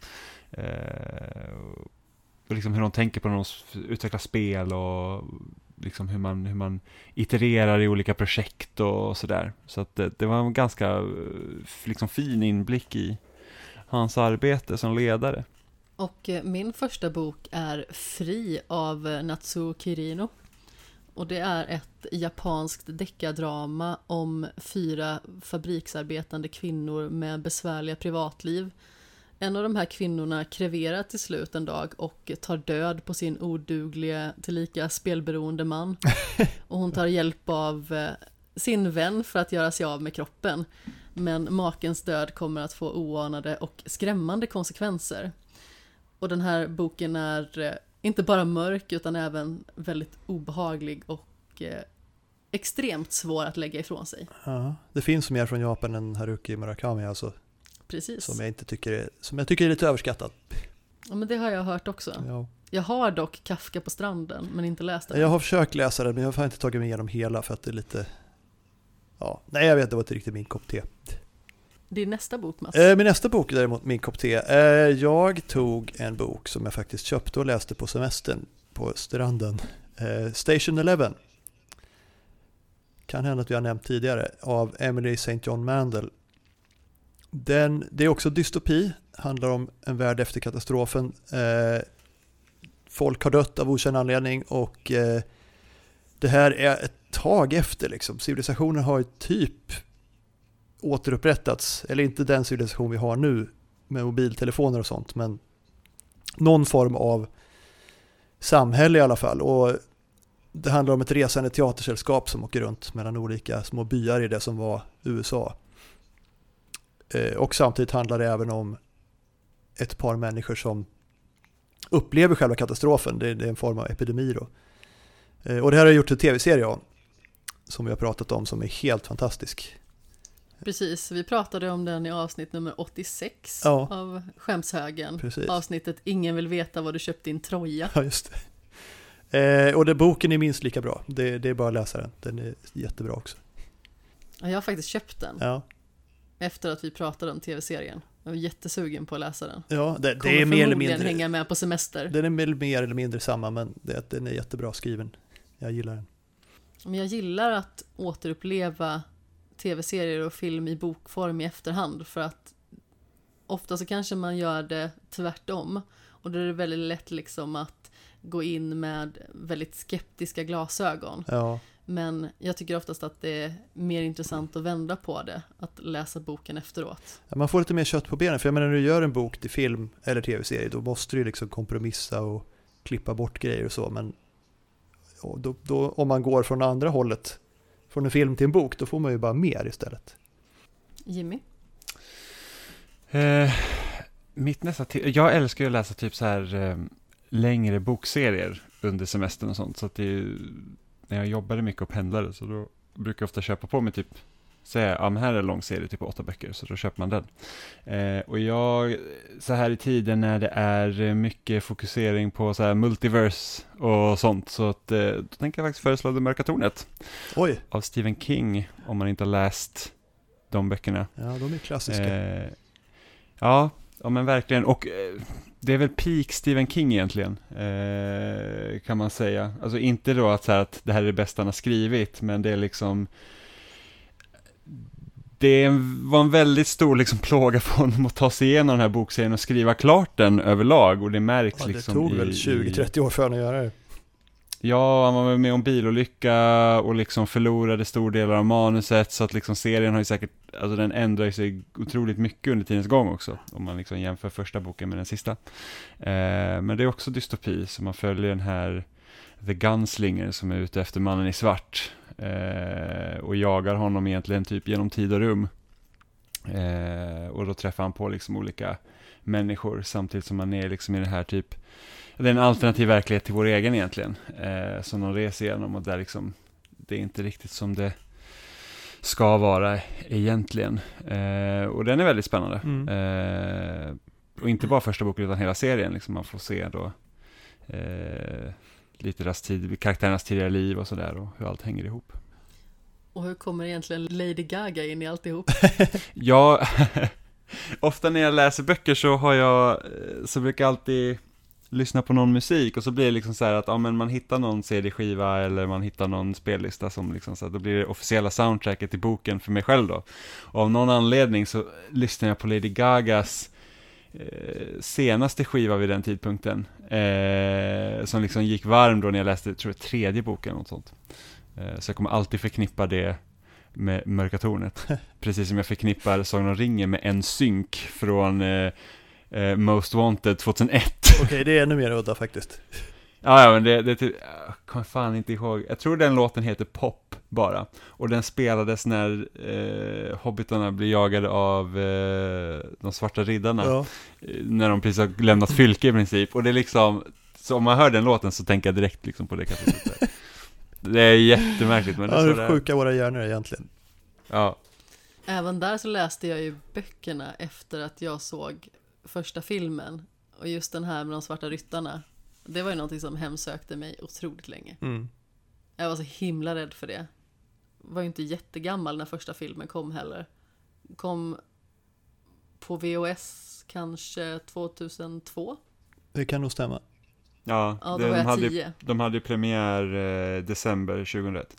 Och liksom hur de tänker på när de utvecklar spel, och liksom hur man itererar i olika projekt och sådär. Så att det var en ganska liksom fin inblick i hans arbete som ledare. Och min första bok är Fri av Natsuo Kirino. Och det är ett japanskt deckardrama om 4 fabriksarbetande kvinnor med besvärliga privatliv. En av de här kvinnorna kreverar till slut en dag och tar död på sin odugliga tillika spelberoende man. Och hon tar hjälp av sin vän för att göra sig av med kroppen. Men makens död kommer att få oanade och skrämmande konsekvenser. Och den här boken är inte bara mörk utan även väldigt obehaglig och extremt svår att lägga ifrån sig. Ja, det finns mer från Japan än Haruki Murakami alltså. Precis. Som jag tycker är lite överskattad. Ja, men det har jag hört också. Ja. Jag har dock Kafka på stranden, men inte läst den. Jag har försökt läsa den, men jag har inte tagit mig igenom hela för att det är lite... Ja, nej, jag vet, det var inte riktigt min kopp te. Din nästa bok, Mats? Min nästa bok är däremot min kopp te. Jag tog en bok som jag faktiskt köpte och läste på semestern på stranden. Station 11. Kan hända att vi har nämnt tidigare. Av Emily St. John Mandel. Det är också dystopi. Handlar om en värld efter katastrofen. Folk har dött av okänd anledning, och det här är ett tag efter. Liksom. Civilisationen har ju typ återupprättats. Eller inte den civilisation vi har nu med mobiltelefoner och sånt, men någon form av samhälle i alla fall. Och det handlar om ett resande teatersällskap som åker runt mellan olika små byar i det som var USA. Och samtidigt handlar det även om ett par människor som upplever själva katastrofen. Det är en form av epidemi då. Och det här har gjort en tv-serie om, som vi har pratat om, som är helt fantastisk. Precis, vi pratade om den i avsnitt nummer 86 av Skämshögen. Precis. Avsnittet Ingen vill veta vad du köpte din Troja. Ja, just det. Och boken är minst lika bra. Det är bara att läsa den. Den är jättebra också. Jag har faktiskt köpt den. Ja. Efter att vi pratade om tv-serien. Jag var jättesugen på att läsa den. Ja, det kommer är mer eller mindre hänga med på semester. Den är väl mer eller mindre samma, men den är jättebra skriven. Jag gillar den. Men jag gillar att återuppleva tv-serier och film i bokform i efterhand, för att ofta så kanske man gör det tvärtom, och då är det väldigt lätt liksom att gå in med väldigt skeptiska glasögon. Ja. Men jag tycker oftast att det är mer intressant att vända på det, att läsa boken efteråt. Ja, man får lite mer kött på benen, för jag menar, när du gör en bok till film eller tv-serie, då måste du liksom kompromissa och klippa bort grejer och så, men då, om man går från andra hållet, från en film till en bok, då får man ju bara mer istället. Jimmy? Mitt nästa jag älskar ju att läsa typ så här längre bokserier under semestern och sånt, så att det är, när jag jobbade mycket och pendlade, så då brukar jag ofta köpa på mig typ, säga, ja men här är en lång serie, typ 8 böcker, så då köper man den. Och jag, så här i tiden när det är mycket fokusering på så här multiverse och sånt, så att då tänker jag faktiskt föreslå Det mörka tornet. Oj. Av Stephen King, om man inte har läst de böckerna. Ja, de är klassiska. Ja, Ja men verkligen, och det är väl peak Stephen King egentligen, kan man säga. Alltså inte då att, så här, att det här är det bästa han har skrivit, men det är liksom, var en väldigt stor liksom plåga för honom att ta sig igenom den här bokserien och skriva klart den överlag, och det märks det liksom tog väl 20-30 år för honom att göra det. Ja, han var med om bilolycka och liksom förlorade stor delar av manuset, så att liksom serien har ju säkert, alltså den ändrar sig otroligt mycket under tidens gång också, om man liksom jämför första boken med den sista. Men det är också dystopi, så man följer den här The Gunslinger som är ute efter mannen i svart och jagar honom egentligen typ genom tid och rum. Och då träffar han på liksom olika människor samtidigt som man är liksom i det här typ, det är en alternativ verklighet till vår egen egentligen, som de reser igenom, och där liksom, det är inte riktigt som det ska vara egentligen. Och den är väldigt spännande. Och inte bara första boken utan hela serien. Liksom man får se då lite karaktärernas tidigare liv och sådär, och hur allt hänger ihop. Och hur kommer egentligen Lady Gaga in i alltihop? Ja, ofta när jag läser böcker så brukar jag alltid lyssna på någon musik, och så blir det liksom så här att men man hittar någon CD-skiva eller man hittar någon spellista som liksom så här, då blir det officiella soundtracket till boken för mig själv då. Och av någon anledning så lyssnar jag på Lady Gagas senaste skiva vid den tidpunkten, som liksom gick varm då när jag läste, tror jag, tredje boken eller något sånt. Så jag kommer alltid förknippa det med Mörka Tornet. Precis som jag förknippar Sagan om ringen med en synk från Most Wanted 2001. Okej, det är ännu mer udda faktiskt. Ja, men det typ, jag kommer fan inte ihåg. Jag tror den låten heter Pop bara. Och den spelades när hobbitarna blir jagade av de svarta riddarna. Ja. När de precis har lämnat fylke i princip. Och det är liksom, så om man hör den låten så tänker jag direkt liksom på det kapitlet. Det är jättemärkligt. Men det är sjuka våra hjärnor egentligen. Ja. Även där så läste jag ju böckerna efter att jag såg första filmen. Och just den här med de svarta ryttarna, det var ju någonting som hemsökte mig otroligt länge. Jag var så himla rädd för det. Var ju inte jättegammal när första filmen kom heller. Kom på VHS kanske 2002. Det kan nog stämma. Ja, då var jag 10. De hade premiär december 2001.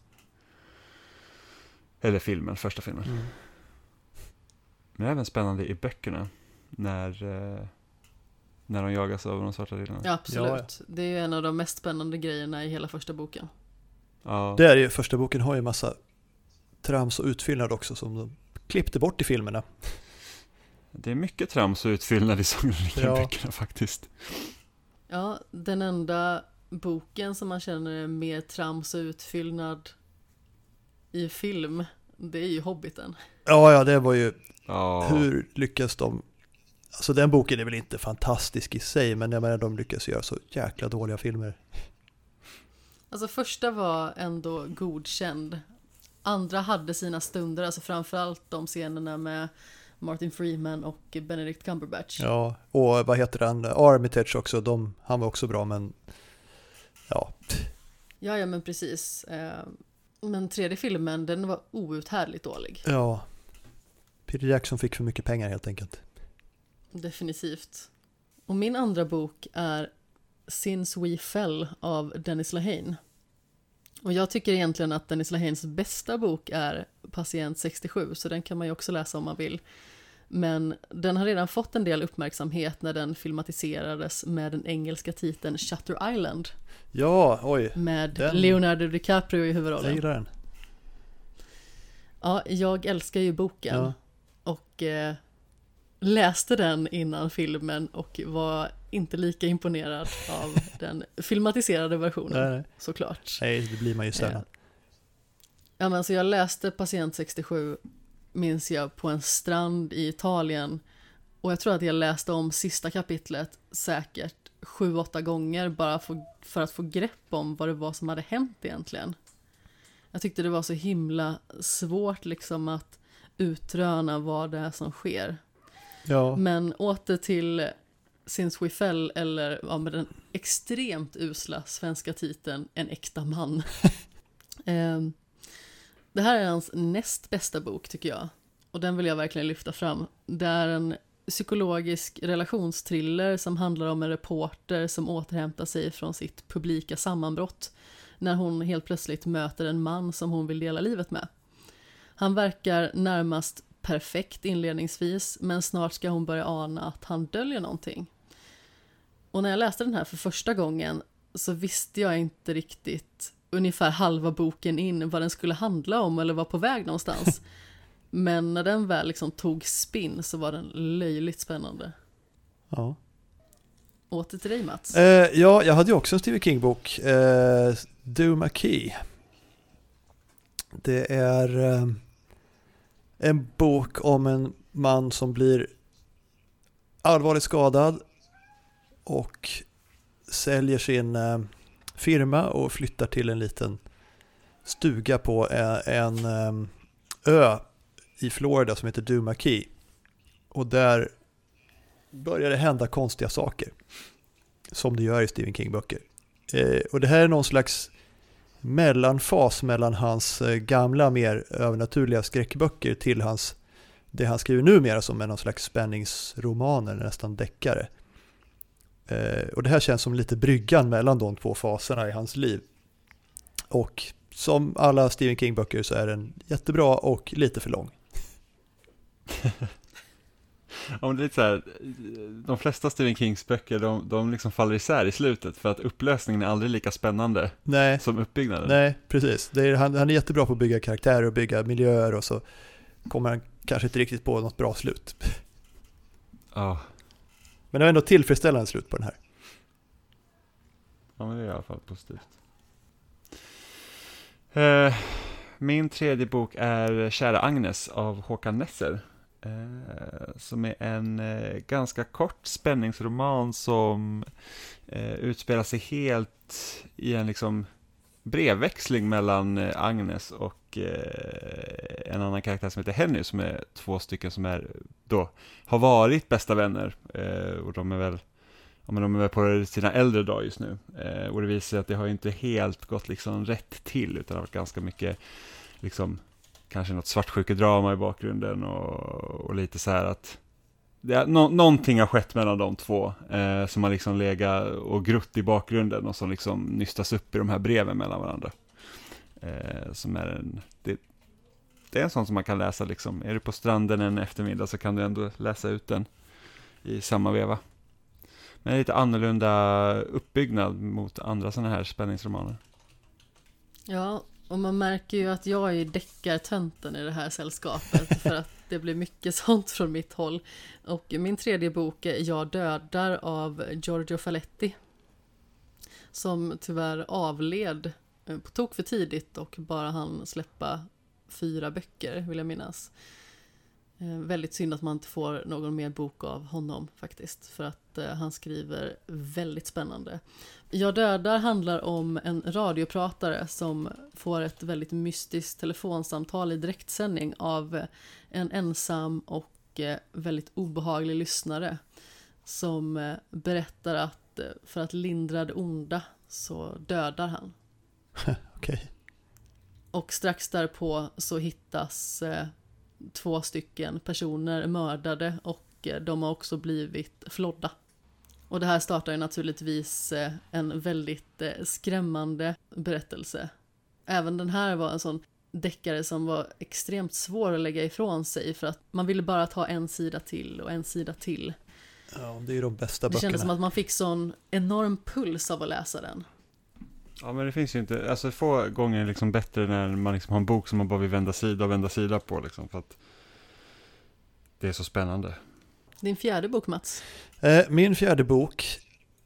Eller filmen, första filmen. Men även spännande i böckerna när de jagas av de svarta riddarna. Ja, absolut. Ja. Det är ju en av de mest spännande grejerna i hela första boken. Ja. Det är ju, första boken har ju massa trams och utfyllnad också som de klippte bort i filmerna. Det är mycket trams och utfyllnad i böckerna faktiskt. Ja, den enda boken som man känner är mer trams och utfyllnad i film, det är ju Hobbiten. Ja, det var ju... Hur lyckas de... Alltså den boken är väl inte fantastisk i sig, men jag menar, de lyckas göra så jäkla dåliga filmer. Alltså första var ändå godkänd. Andra hade sina stunder, alltså framförallt de scenerna med Martin Freeman och Benedict Cumberbatch. Ja, och vad heter den? Armitage också, han var också bra, men ja. Ja, men precis. Men tredje filmen, den var outhärdligt dålig. Ja, Peter Jackson fick för mycket pengar helt enkelt. Definitivt. Och min andra bok är Since We Fell av Dennis Lehane. Och jag tycker egentligen att Dennis Lehanes bästa bok är Patient 67, så den kan man ju också läsa om man vill. Men den har redan fått en del uppmärksamhet när den filmatiserades med den engelska titeln Shutter Island. Ja, oj. Med Leonardo DiCaprio i huvudrollen. Jag gillar den. Ja, jag älskar ju boken. Ja. Och läste den innan filmen och var inte lika imponerad av den filmatiserade versionen. Nej. Såklart. Nej, det blir man ju sällan. Ja, men så jag läste Patient 67, minns jag, på en strand i Italien, och jag tror att jag läste om sista kapitlet säkert 7-8 gånger bara för att få grepp om vad det var som hade hänt egentligen. Jag tyckte det var så himla svårt liksom att utröna vad det är som sker. Ja. Men åter till Since We Fell, eller med den extremt usla svenska titeln En äkta man. Det här är hans näst bästa bok tycker jag. Och den vill jag verkligen lyfta fram. Det är en psykologisk relationstriller som handlar om en reporter som återhämtar sig från sitt publika sammanbrott när hon helt plötsligt möter en man som hon vill dela livet med. Han verkar närmast perfekt inledningsvis, men snart ska hon börja ana att han döljer någonting. Och när jag läste den här för första gången så visste jag inte riktigt ungefär halva boken in vad den skulle handla om eller var på väg någonstans. Men när den väl liksom tog spinn så var den löjligt spännande. Ja. Åter till dig, Mats. Ja, jag hade ju också en Stephen King-bok. Duma Key. Det är en bok om en man som blir allvarligt skadad och säljer sin firma och flyttar till en liten stuga på en ö i Florida som heter Duma Key. Och där börjar det hända konstiga saker som det gör i Stephen King-böcker. Och det här är någon slags mellanfas mellan hans gamla, mer övernaturliga skräckböcker till det han skriver numera som är någon slags spänningsromaner, nästan deckare. Och det här känns som lite bryggan mellan de två faserna i hans liv. Och som alla Stephen King-böcker så är den jättebra och lite för lång. Ja, men det är lite så här, de flesta Stephen Kings böcker de liksom faller isär i slutet för att upplösningen är aldrig lika spännande som uppbyggnaden. Nej, precis. Han är jättebra på att bygga karaktärer och bygga miljöer och så kommer han kanske inte riktigt på något bra slut. Ja. Men det var ändå tillfredsställande slut på den här. Ja, men det är i alla fall positivt. Min tredje bok är Kära Agnes av Håkan Nesser. Som är en ganska kort spänningsroman som utspelar sig helt i en liksom brevväxling mellan Agnes och en annan karaktär som heter Henny, som är två stycken som har varit bästa vänner, och de är väl på sina äldre dagar just nu, och det visar sig att det har inte helt gått liksom rätt till, utan det har varit ganska mycket liksom kanske något svartsjukedrama i bakgrunden och lite så här att någonting har skett mellan de två som har liksom legat och grutt i bakgrunden och som liksom nystas upp i de här breven mellan varandra. Som är det är en sån som man kan läsa liksom. Är du på stranden en eftermiddag så kan du ändå läsa ut den i samma veva. Men lite annorlunda uppbyggnad mot andra såna här spänningsromaner. Ja, och man märker ju att jag är deckartönten i det här sällskapet för att det blir mycket sånt från mitt håll. Och min tredje bok är Jag dödar av Giorgio Faletti, som tyvärr avled på tok för tidigt och bara hann släppa 4 böcker, vill jag minnas. Väldigt synd att man inte får någon mer bok av honom faktiskt, för att han skriver väldigt spännande. Jag dödar handlar om en radiopratare som får ett väldigt mystiskt telefonsamtal i direktsändning av en ensam och väldigt obehaglig lyssnare som berättar att för att lindra det onda så dödar han. Okay. Och strax därpå så hittas 2 stycken personer mördade och de har också blivit flådda. Och det här startar ju naturligtvis en väldigt skrämmande berättelse. Även den här var en sån deckare som var extremt svår att lägga ifrån sig för att man ville bara ta en sida till och en sida till. Ja, det är ju de bästa böckerna. Det kändes som att man fick sån enorm puls av att läsa den. Ja, men det finns ju inte, alltså få gånger liksom bättre när man liksom har en bok som man bara vill vända sida på liksom, för att det är så spännande. Din fjärde bok, Mats? Min fjärde bok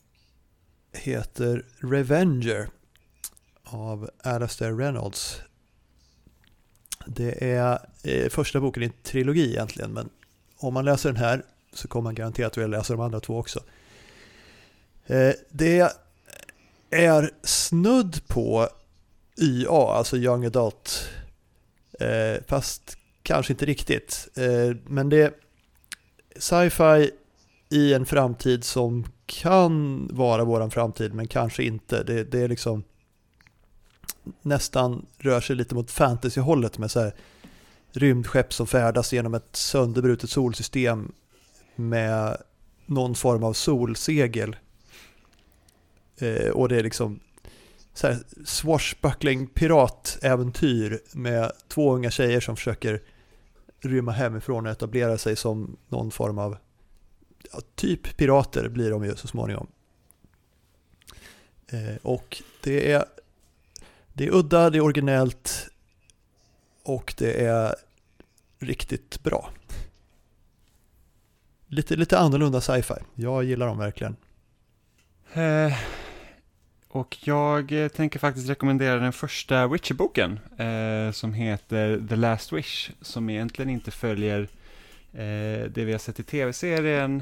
heter Revenger av Alastair Reynolds. Det är första boken i en trilogi egentligen, men om man läser den här så kommer man garanterat att läsa de andra 2 också. Det är snudd på YA, alltså Young Adult, fast kanske inte riktigt. Men det är sci-fi i en framtid som kan vara våran framtid, men kanske inte. Det är liksom nästan rör sig lite mot fantasy-hållet med så här rymdskepp som färdas genom ett sönderbrutet solsystem med någon form av solsegel. Och det är liksom så här swashbuckling piratäventyr med 2 unga tjejer som försöker rymma hemifrån och etablera sig som någon form av typ pirater blir de ju så småningom. Och det är udda, det är originellt och det är riktigt bra. Lite annorlunda sci-fi. Jag gillar dem verkligen. Och jag tänker faktiskt rekommendera den första Witcher-boken som heter The Last Wish, som egentligen inte följer det vi har sett i tv-serien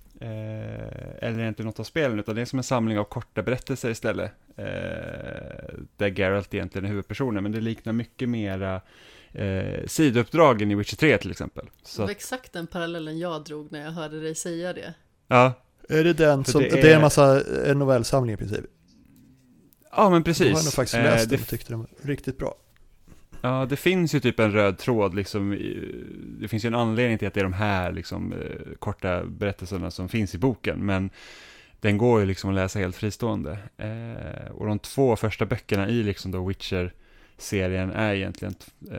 eller egentligen något av spelen, utan det är som en samling av korta berättelser istället, där Geralt egentligen är huvudpersonen, men det liknar mycket mera sidouppdragen i Witcher 3 till exempel. Så det var exakt den parallellen jag drog när jag hörde dig säga det. Ja. Är det den som, det är en massa novellsamling i princip? Ja, men precis. Jag har nog faktiskt läst den och tyckte den var riktigt bra. Ja, det finns ju typ en röd tråd liksom, det finns ju en anledning till att det är de här liksom, korta berättelserna som finns i boken, men den går ju liksom att läsa helt fristående. Och de 2 första böckerna i liksom då Witcher-serien är egentligen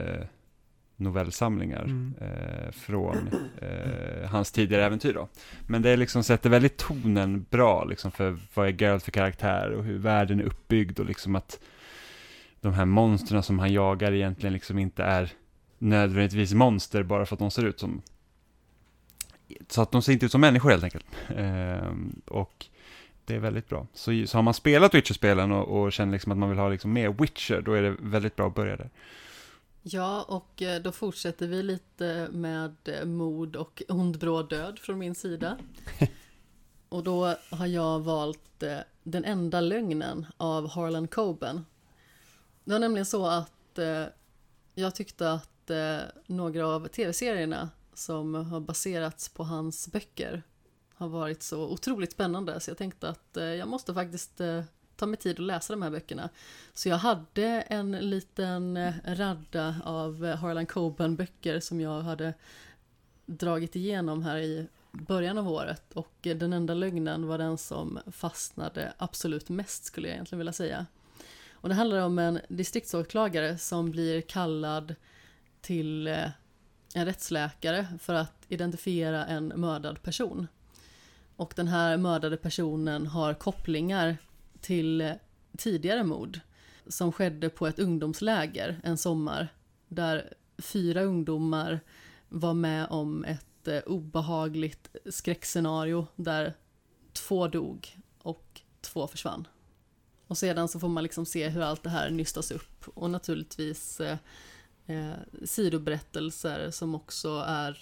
novellsamlingar från hans tidigare äventyr då. Men det är liksom, sätter väldigt tonen bra liksom, för vad är Geralt för karaktär och hur världen är uppbyggd, och liksom att de här monsterna som han jagar egentligen liksom inte är nödvändigtvis monster bara för att de ser ut som, så att de ser inte ut som människor helt enkelt. Och det är väldigt bra. Så har man spelat Witcher-spelen och känner liksom att man vill ha liksom mer Witcher, då är det väldigt bra att börja där. Ja, och då fortsätter vi lite med mod och ond bråd död från min sida. Och då har jag valt Den enda lögnen av Harlan Coben. Det var nämligen så att jag tyckte att några av tv-serierna som har baserats på hans böcker har varit så otroligt spännande, så jag tänkte att jag måste faktiskt ta mig tid att läsa de här böckerna. Så jag hade en liten radda av Harlan Coben-böcker som jag hade dragit igenom här i början av året, och Den enda lögnen var den som fastnade absolut mest, skulle jag egentligen vilja säga. Och det handlar om en distriktsåklagare som blir kallad till en rättsläkare för att identifiera en mördad person. Och den här mördade personen har kopplingar till tidigare mord som skedde på ett ungdomsläger en sommar, där 4 ungdomar var med om ett obehagligt skräckscenario där 2 dog och 2 försvann. Och sedan så får man liksom se hur allt det här nystas upp, och naturligtvis sidoberättelser som också är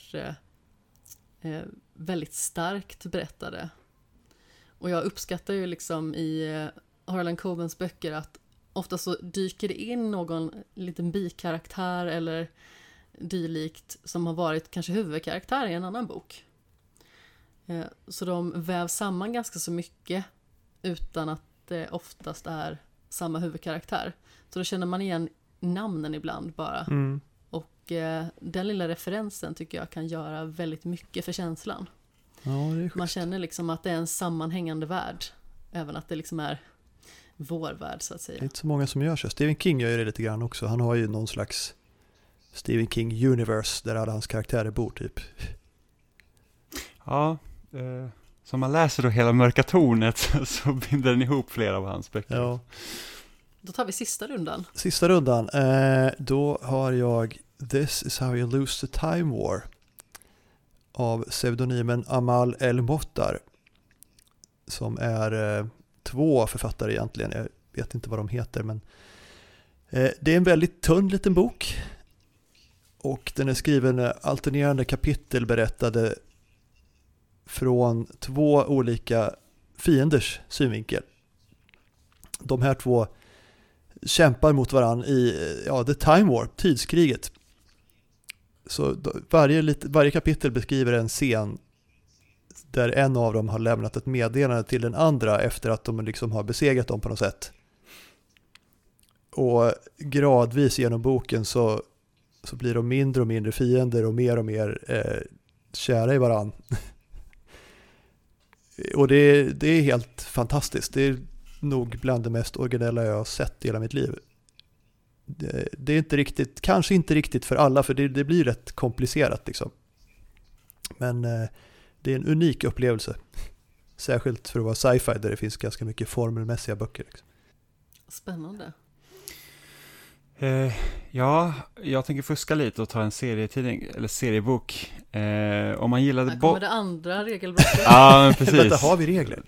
väldigt starkt berättade. Och jag uppskattar ju liksom i Harlan Cobens böcker att ofta så dyker det in någon liten bikaraktär eller dylikt som har varit kanske huvudkaraktär i en annan bok. Så de vävs samman ganska så mycket utan att det oftast är samma huvudkaraktär. Så då känner man igen namnen ibland bara. Och den lilla referensen tycker jag kan göra väldigt mycket för känslan. Ja, det är man känner liksom att det är en sammanhängande värld, även att det liksom är vår värld så att säga. Det är inte så många som gör så. Stephen King gör ju det lite grann också. Han har ju någon slags Stephen King universe där alla hans karaktärer bor typ. Ja, som man läser då hela Mörka tornet så binder den ihop flera av hans böcker. Ja. Då tar vi sista rundan. Sista rundan. Då har jag This is how you lose the time war av pseudonymen Amal El-Mottar, som är 2 författare egentligen. Jag vet inte vad de heter, men det är en väldigt tunn liten bok, och den är skriven alternerande kapitel berättade från 2 olika fienders synvinkel. De här 2 kämpar mot varann i The Time War, tidskriget. Så varje kapitel beskriver en scen där en av dem har lämnat ett meddelande till den andra efter att de liksom har besegrat dem på något sätt. Och gradvis genom boken så blir de mindre och mindre fiender och mer kära i varann. Och det är helt fantastiskt. Det är nog bland det mest originella jag har sett i hela mitt liv. Det är inte riktigt, kanske inte riktigt för alla, för det blir rätt komplicerat liksom. Men det är en unik upplevelse. Särskilt för att vara sci-fi där det finns ganska mycket formelmässiga böcker. Liksom. Spännande. Ja, jag tänker fuska lite och ta en serietidning eller seriebok. Om man gillade Här kommer det andra regelbrottet. Ja, men precis. Vänta, har vi regler?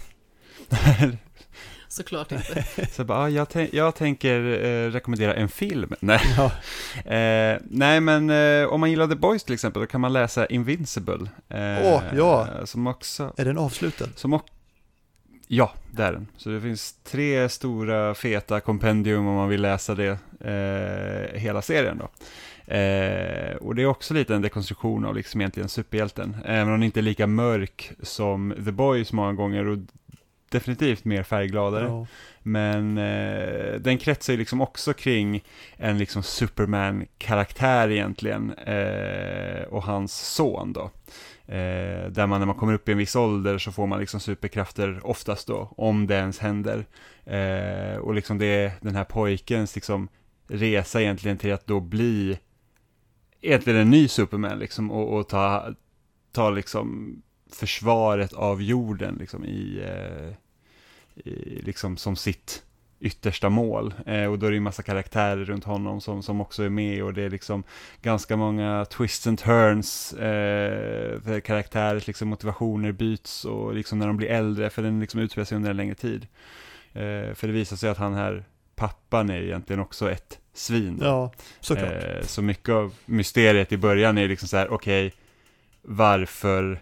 Såklart inte. Så bara, jag tänker rekommendera en film. Nej, Ja. nej men om man gillar The Boys till exempel, då kan man läsa Invincible. Ja. Som också... Är den avslutad? Ja, det är den. Så det finns 3 stora feta kompendium om man vill läsa det, hela serien då. Och det är också lite en dekonstruktion av liksom egentligen superhjälten. Även om den inte är lika mörk som The Boys många gånger och definitivt mer färggladare. Ja. Men den kretsar ju liksom också kring en liksom Superman-karaktär egentligen och hans son då. Där man när man kommer upp i en viss ålder så får man liksom superkrafter oftast då, om det ens händer. Och liksom det är den här pojkens liksom resa egentligen till att då bli egentligen en ny Superman liksom, och ta liksom försvaret av jorden liksom i liksom som sitt yttersta mål. Och då är det ju massa karaktärer runt honom som också är med, och det är liksom ganska många twists and turns, karaktärers liksom motivationer byts och liksom när de blir äldre, för den liksom utspelar sig under en längre tid. För det visar sig att han här pappan är egentligen också ett svin. Ja, såklart. Så mycket av mysteriet i början är liksom så här: okej, varför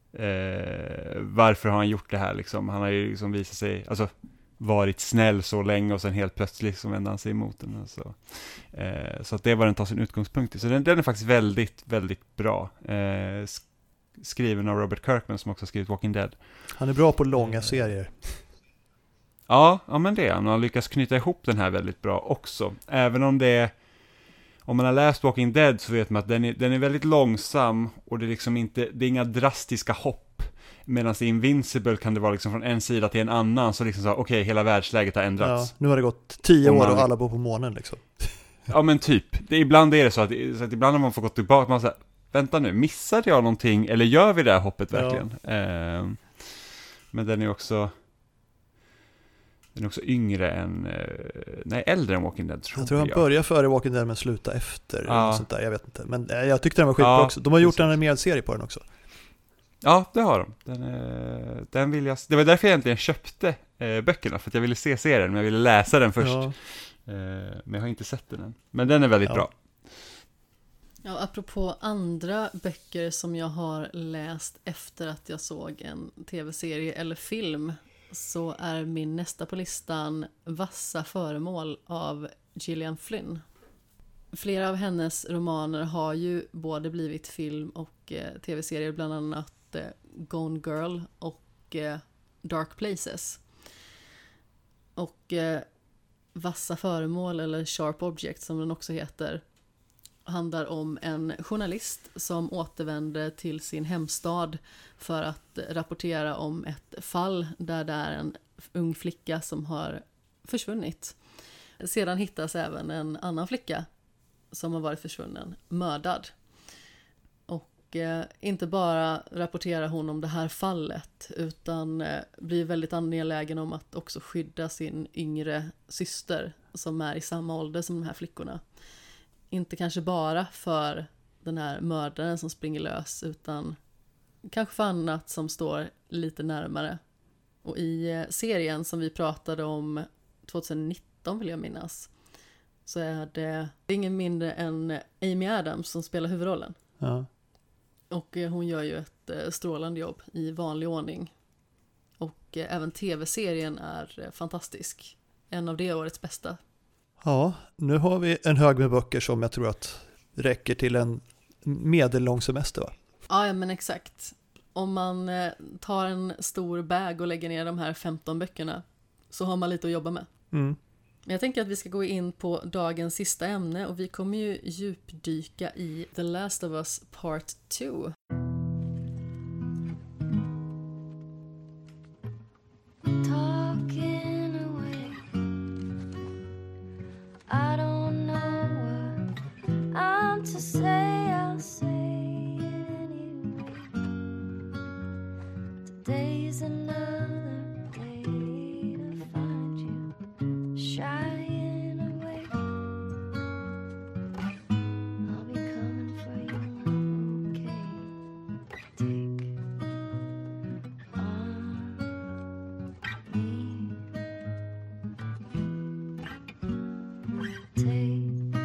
har han gjort det här liksom? Han har ju liksom visat sig, alltså varit snäll så länge och sen helt plötsligt så vände han sig emot den. Alltså. Så att det var den tar sin utgångspunkt i. Så den är faktiskt väldigt, väldigt bra. Skriven av Robert Kirkman som också har skrivit Walking Dead. Han är bra på långa serier. Ja, men det är han. Och han lyckas knyta ihop den här väldigt bra också. Även om om man har läst Walking Dead så vet man att den är väldigt långsam och det är liksom inte, det är inga drastiska hopp. Medan i Invincible kan det vara liksom från en sida till en annan, så liksom så okej, hela världsläget har ändrats. Ja, nu har det gått 10 år och alla bor på månen liksom. Ja, men typ. Ibland är det så att ibland har man får gå tillbaka, man säger, vänta nu, missade jag någonting eller gör vi det här hoppet verkligen? Ja. Men den är också yngre än äldre än Walking Dead, tror jag. Jag tror han börjar före Walking Dead men slutar efter. Ja. Sånt där, jag vet inte. Men jag tyckte den var skitbra också. De har gjort en animerad serie på den också. Jag Ja, det har de. Den vill jag... Det var därför jag egentligen köpte böckerna, för att jag ville se serien, men jag ville läsa den först. Ja. Men jag har inte sett den än. Men den är väldigt bra. Ja, apropå andra böcker som jag har läst efter att jag såg en tv-serie eller film, så är min nästa på listan Vassa föremål av Gillian Flynn. Flera av hennes romaner har ju både blivit film och tv-serier, bland annat Gone Girl och Dark Places. Och Vassa föremål, eller Sharp Object som den också heter, handlar om en journalist som återvänder till sin hemstad för att rapportera om ett fall där det är en ung flicka som har försvunnit. Sedan hittas även en annan flicka som har varit försvunnen, mördad. Och inte bara rapporterar hon om det här fallet, utan blir väldigt angelägen om att också skydda sin yngre syster som är i samma ålder som de här flickorna. Inte kanske bara för den här mördaren som springer lös, utan kanske för annat som står lite närmare. Och i serien som vi pratade om 2019 vill jag minnas, så är det ingen mindre än Amy Adams som spelar huvudrollen. Ja. Och hon gör ju ett strålande jobb i vanlig ordning. Och även tv-serien är fantastisk. En av det årets bästa. Ja, nu har vi en hög med böcker som jag tror att räcker till en medellång semester, va? Ja, men exakt. Om man tar en stor bag och lägger ner de här 15 böckerna så har man lite att jobba med. Mm. Men jag tänker att vi ska gå in på dagens sista ämne, och vi kommer ju djupdyka i The Last of Us Part 2. want to say, I'll say it anyway. Today's another day to find you shying away. I'll be coming for you, okay? Take on me. Take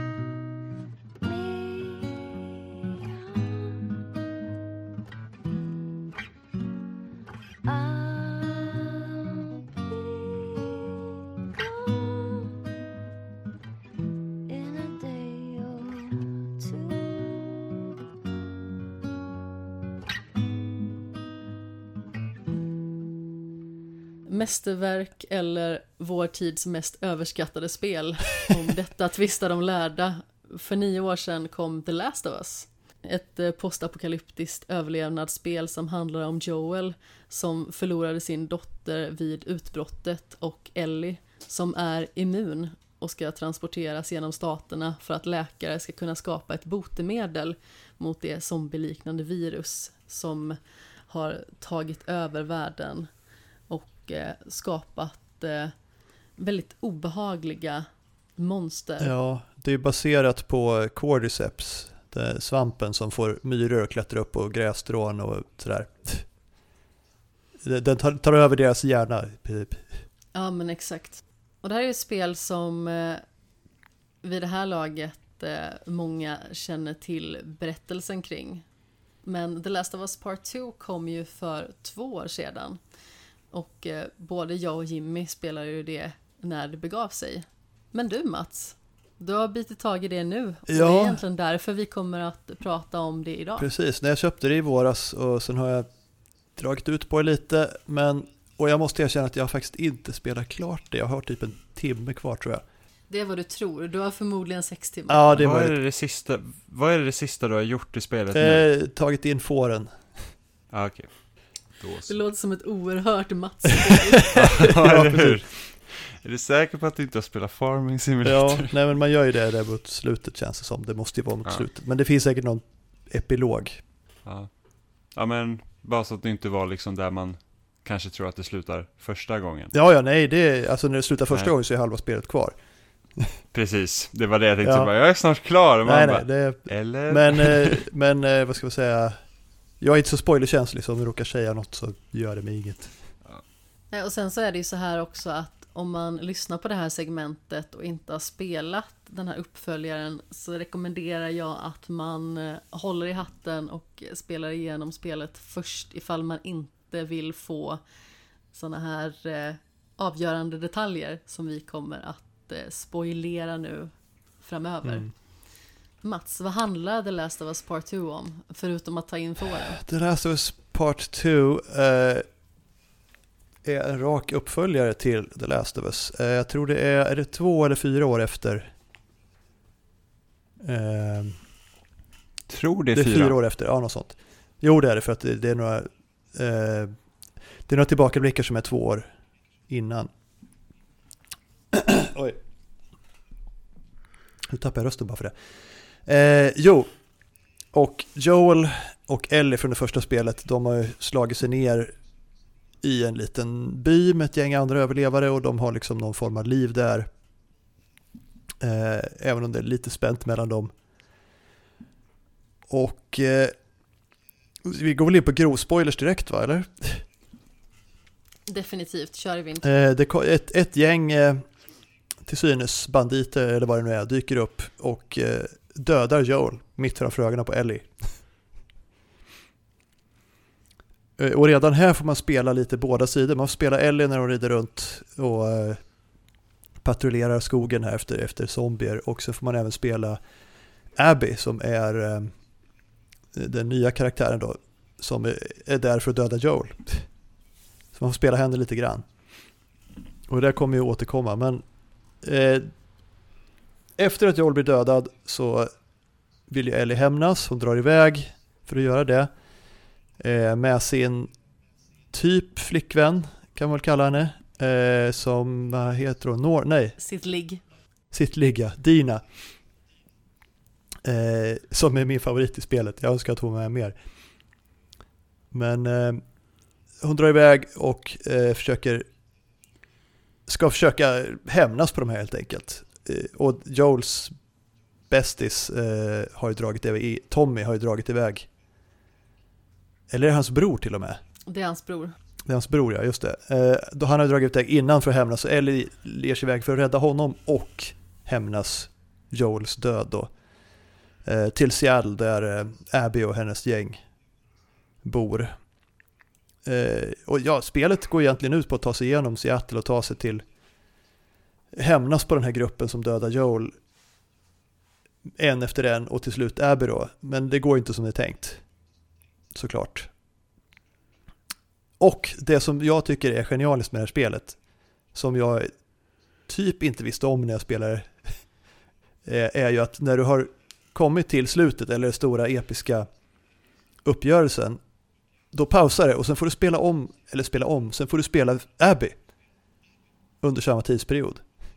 Mästerverk eller vår tids mest överskattade spel. Om detta tvistar de lärda. För 9 år sedan kom The Last of Us. Ett postapokalyptiskt överlevnadsspel som handlar om Joel som förlorade sin dotter vid utbrottet och Ellie som är immun och ska transporteras genom staterna för att läkare ska kunna skapa ett botemedel mot det zombieliknande virus som har tagit över världen och skapat väldigt obehagliga monster. Ja, det är baserat på Cordyceps, svampen som får myror att klättra upp på grässtrån och sådär. Den tar över deras hjärna. Ja, men exakt. Och det här är ett spel som vid det här laget många känner till berättelsen kring. Men The Last of Us Part 2 kom ju för 2 år sedan. Och både jag och Jimmy spelade ju det när det begav sig. Men du Mats, du har bitit tag i det nu. Och Ja. det är egentligen därför vi kommer att prata om det idag. Precis, när jag köpte det i våras och sen har jag dragit ut på det lite. Och jag måste erkänna att jag faktiskt inte spelat klart det. Jag har typ en timme kvar tror jag. Det är vad du tror. Du har förmodligen 6 timmar. Ja, det är Vad är möjligt. det sista du har gjort i spelet nu? Tagit in fåren. Okej. Det låter som ett oerhört Mats. Ja, eller hur? Är du säker på att du inte har spelat Farming Simulator? Ja, nej men man gör ju det där mot slutet känns det som. Det måste ju vara mot slutet. Men det finns säkert någon epilog. Ja, men bara så att det inte var liksom där man kanske tror att det slutar första gången. Ja, nej, alltså när det slutar första gången så är halva spelet kvar. Precis, det var det jag tänkte. Ja. Bara, jag är snart klar. Och man bara, det eller? Men vad ska man säga? Jag är inte så spoilerkänslig, så om du råkar säga något så gör det mig inget. Ja. Och sen så är det ju så här också att om man lyssnar på det här segmentet och inte har spelat den här uppföljaren så rekommenderar jag att man håller i hatten och spelar igenom spelet först ifall man inte vill få såna här avgörande detaljer som vi kommer att spoilera nu framöver. Mats, vad handlar The Last of Us Part 2 om? Förutom att ta in fåren. The Last of Us Part 2 är en rak uppföljare till The Last of Us. Jag tror det är det 2 eller 4 år efter? Tror det är Det är 4. 4 år efter, ja något sånt. Jo det är det, för att det är några tillbakablickar som är 2 år innan. Oj. Nu tappar jag rösten bara för det. Jo, och Joel och Ellie från det första spelet, de har slagit sig ner i en liten by med ett gäng andra överlevare och de har liksom någon form av liv där. Även om det är lite spänt mellan dem. Och vi går väl in på grovspoilers direkt, va, eller? Definitivt, kör i vint. Ett gäng till synes banditer eller vad det nu är dyker upp och dödar Joel mitt framför ögonen på Ellie. Och redan här får man spela lite båda sidor. Man får spela Ellie när hon rider runt och patrullerar skogen här efter zombier. Och så får man även spela Abby som är den nya karaktären då, som är där för att döda Joel. Så man får spela henne lite grann. Och det kommer ju återkomma. Men efter att Joel blir dödad så vill ju Ellie hämnas. Hon drar iväg för att göra det. Med sin typ flickvän, kan man väl kalla henne. Som, vad heter hon? Sitt ligga, Dina. som är min favorit i spelet. Jag önskar att hon var med mer. Men hon drar iväg och ska försöka hämnas på de här helt enkelt. Och Joels bästis har ju dragit iväg. Tommy har ju dragit iväg. Eller är det hans bror till och med? Det är hans bror. Det är hans bror, ja, just det. Då han har dragit iväg innan för att hämnas, så Ellie ger sig iväg för att rädda honom och hämnas Joels död då. Till Seattle där Abby och hennes gäng bor. Och ja, spelet går egentligen ut på att ta sig igenom Seattle och ta sig till hämnas på den här gruppen som dödar Joel en efter en och till slut Abby då. Men det går inte som det är tänkt. Såklart. Och det som jag tycker är genialiskt med det här spelet, som jag typ inte visste om när jag spelade, är ju att när du har kommit till slutet eller den stora episka uppgörelsen, då pausar det och sen får du spela om, sen får du spela Abby under samma tidsperiod.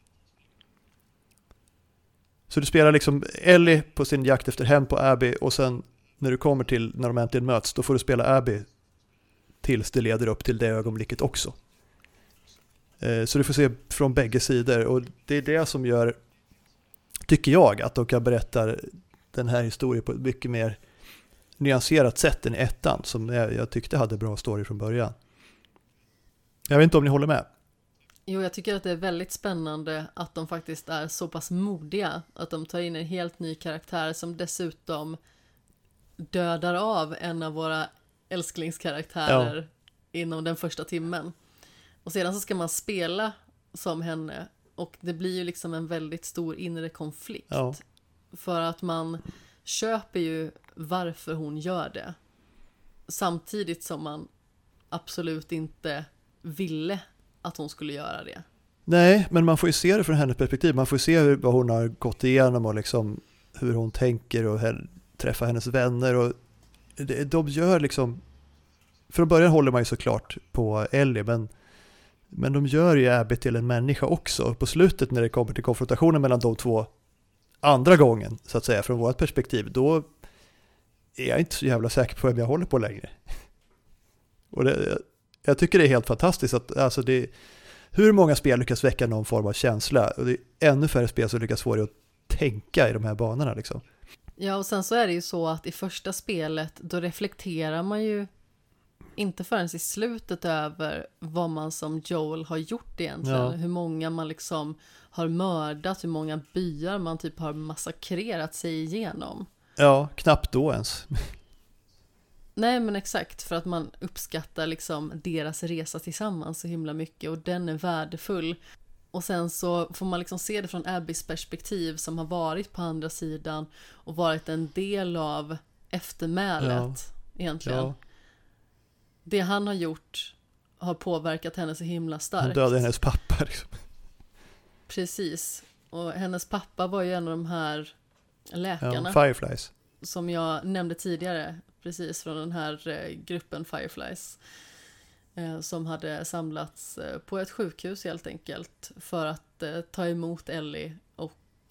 Så du spelar liksom Ellie på sin jakt efter hem på Abby, och sen när du kommer till när de äntligen möts, då får du spela Abby tills det leder upp till det ögonblicket också. Så du får se från bägge sidor, och det är det som gör, tycker jag, att de kan berätta den här historien på ett mycket mer nyanserat sätt än i ettan, som jag tyckte hade bra story från början. Jag vet inte om ni håller med? Jo, jag tycker att det är väldigt spännande att de faktiskt är så pass modiga, att de tar in en helt ny karaktär som dessutom dödar av en av våra älsklingskaraktärer inom den första timmen. Och sedan så ska man spela som henne, och det blir ju liksom en väldigt stor inre konflikt. Ja. För att man köper ju varför hon gör det, samtidigt som man absolut inte ville att hon skulle göra det. Nej, men man får ju se det från hennes perspektiv. Man får ju se vad hon har gått igenom och liksom hur hon tänker och träffa hennes vänner. Och de gör liksom... Från början håller man ju såklart på Ellie, men de gör ju Abby till en människa också. Och på slutet när det kommer till konfrontationen mellan de två andra gången, så att säga, från vårt perspektiv, då är jag inte så jävla säker på vem jag håller på längre. Och jag tycker det är helt fantastiskt att alltså hur många spel lyckas väcka någon form av känsla, och det är ännu färre spel som lyckas få dig att tänka i de här banorna liksom. Ja, och sen så är det ju så att i första spelet då reflekterar man ju inte förrän i slutet över vad man som Joel har gjort egentligen. Ja. Hur många man liksom har mördat, hur många byar man typ har massakrerat sig igenom. Ja, knappt då ens. Nej, men exakt, för att man uppskattar liksom deras resa tillsammans så himla mycket, och den är värdefull. Och sen så får man liksom se det från Abbys perspektiv, som har varit på andra sidan och varit en del av eftermälet egentligen. Ja. Det han har gjort har påverkat henne så himla starkt. Han dödade hennes pappa liksom. Precis. Och hennes pappa var ju en av de här läkarna. Ja, Fireflies. Som jag nämnde tidigare. Precis, från den här gruppen Fireflies. Som hade samlats på ett sjukhus helt enkelt. För att ta emot Ellie. Och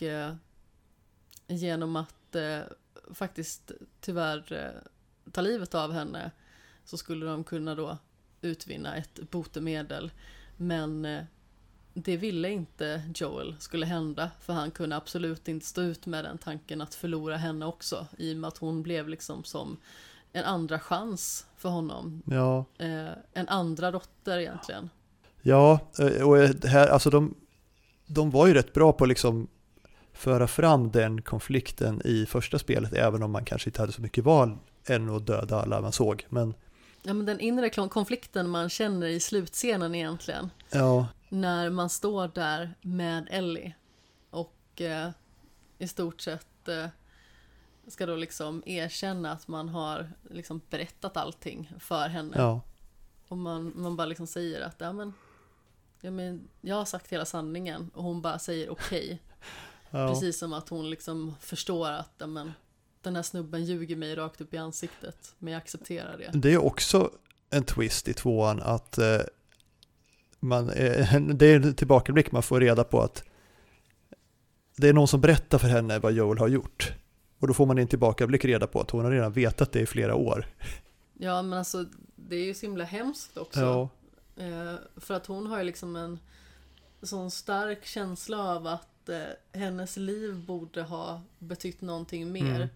genom att faktiskt tyvärr ta livet av henne, så skulle de kunna då utvinna ett botemedel. Men det ville inte Joel skulle hända, för han kunde absolut inte stå ut med den tanken att förlora henne också, i och med att hon blev liksom som en andra chans för honom. Ja. En andra dotter egentligen. Ja, och här, alltså de var ju rätt bra på liksom föra fram den konflikten i första spelet, även om man kanske inte hade så mycket val än att döda alla man såg. Men den inre konflikten man känner i slutscenen egentligen. Ja. När man står där med Ellie och i stort sett ska då liksom erkänna att man har liksom berättat allting för henne. Ja. Och man bara liksom säger att jag har sagt hela sanningen, och hon bara säger okej. Ja. Precis som att hon liksom förstår att den här snubben ljuger mig rakt upp i ansiktet, men jag accepterar det. Det är också en twist i tvåan att det är en tillbakablick, man får reda på att det är någon som berättar för henne vad Joel har gjort. Och då får man en tillbakablick reda på att hon har redan vetat det i flera år. Ja, men alltså det är ju så himla hemskt också. Ja, För att hon har ju liksom en sån stark känsla av att hennes liv borde ha betytt någonting mer.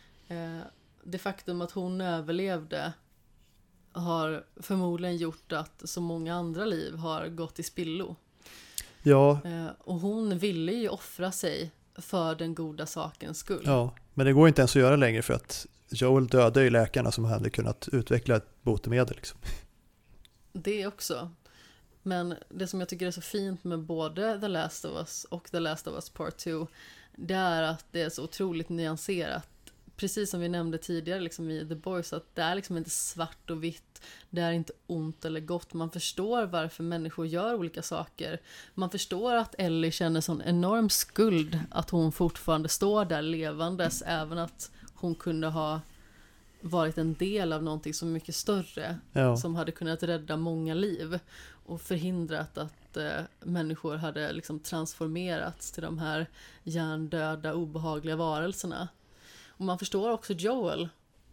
Det faktum att hon överlevde har förmodligen gjort att så många andra liv har gått i spillo. ja, Och hon ville ju offra sig för den goda sakens skull. ja. Men det går inte ens att göra längre för att Joel dödade ju läkarna som hade kunnat utveckla ett botemedel. Liksom. Det också. Men det som jag tycker är så fint med både The Last of Us och The Last of Us Part 2, det är att det är så otroligt nyanserat. Precis som vi nämnde tidigare liksom i The Boys, att det är liksom inte svart och vitt, det är inte ont eller gott. Man förstår varför människor gör olika saker. Man förstår att Ellie känner sån enorm skuld att hon fortfarande står där levandes, även att hon kunde ha varit en del av någonting så mycket större, Ja. som hade kunnat rädda många liv och förhindrat att människor hade liksom transformerats till de här hjärndöda, obehagliga varelserna. Och man förstår också Joel,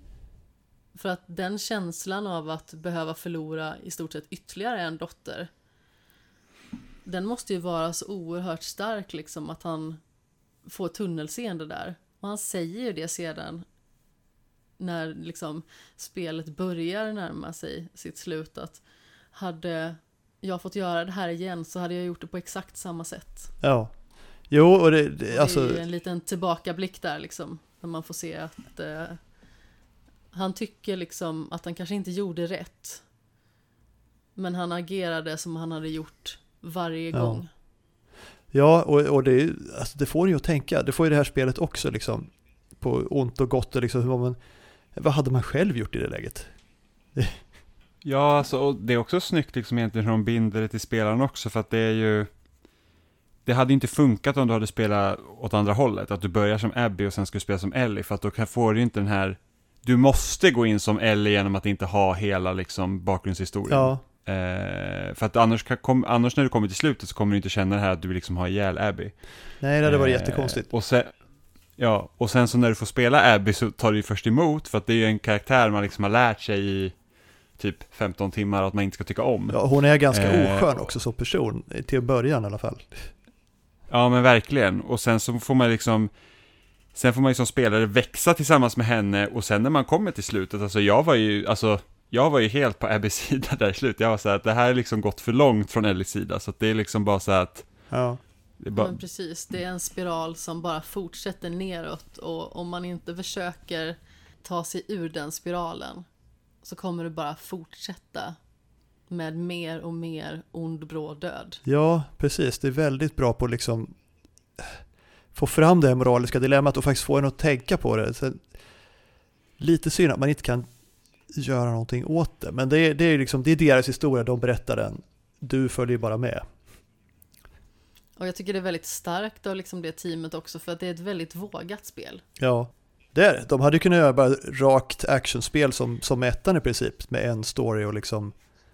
för att den känslan av att behöva förlora i stort sett ytterligare en dotter, den måste ju vara så oerhört stark liksom, att han får tunnelseende där. Och han säger ju det sedan när liksom spelet börjar närma sig sitt slut, att hade jag fått göra det här igen så hade jag gjort det på exakt samma sätt. Ja. Jo, och det Det alltså, är ju en liten tillbakablick där liksom, när man får se att han tycker liksom att han kanske inte gjorde rätt, men han agerade som han hade gjort varje Ja. gång. ja, och det, alltså, det får ju att tänka. Det får ju det här spelet också liksom, på ont och gott och liksom, vad hade man själv gjort i det läget? Ja, alltså, och det är också snyggt liksom egentligen hur de binder det till spelaren också, för att det är ju, det hade inte funkat om du hade spelat åt andra hållet, att du börjar som Abby och sen ska du spela som Ellie, för att då får du inte den här, du måste gå in som Ellie genom att inte ha hela liksom bakgrundshistorien. Ja, För att annars när du kommer till slutet så kommer du inte känna det här att du liksom har ihjäl Abby. nej, det hade varit jättekonstigt. Och sen så när du får spela Abby så tar du ju först emot, för att det är ju en karaktär man liksom har lärt sig i typ 15 timmar att man inte ska tycka om. Ja, hon är ganska oskön också som person, till början i alla fall. Ja, men verkligen. Och sen så får man liksom, som spelare växa tillsammans med henne, och sen när man kommer till slutet, alltså jag var ju helt på Abbys sida där i slutet. Jag var så här att det här är liksom gått för långt från Ellies sida, så att det är liksom bara så här att Ja, det är bara, Men precis, det är en spiral som bara fortsätter neråt, och om man inte försöker ta sig ur den spiralen så kommer det bara fortsätta med mer och mer ond, bråd död. ja, precis. Det är väldigt bra på liksom få fram det här moraliska dilemmat och faktiskt få en att tänka på det. Sen, lite synd att man inte kan göra någonting åt det. Men det är liksom, det är deras historia, de berättar den. Du följer bara med. Och jag tycker det är väldigt starkt av liksom det teamet också, för att det är ett väldigt vågat spel. Ja, det är det. De hade kunnat göra bara rakt actionspel som ettan i princip, med en story och liksom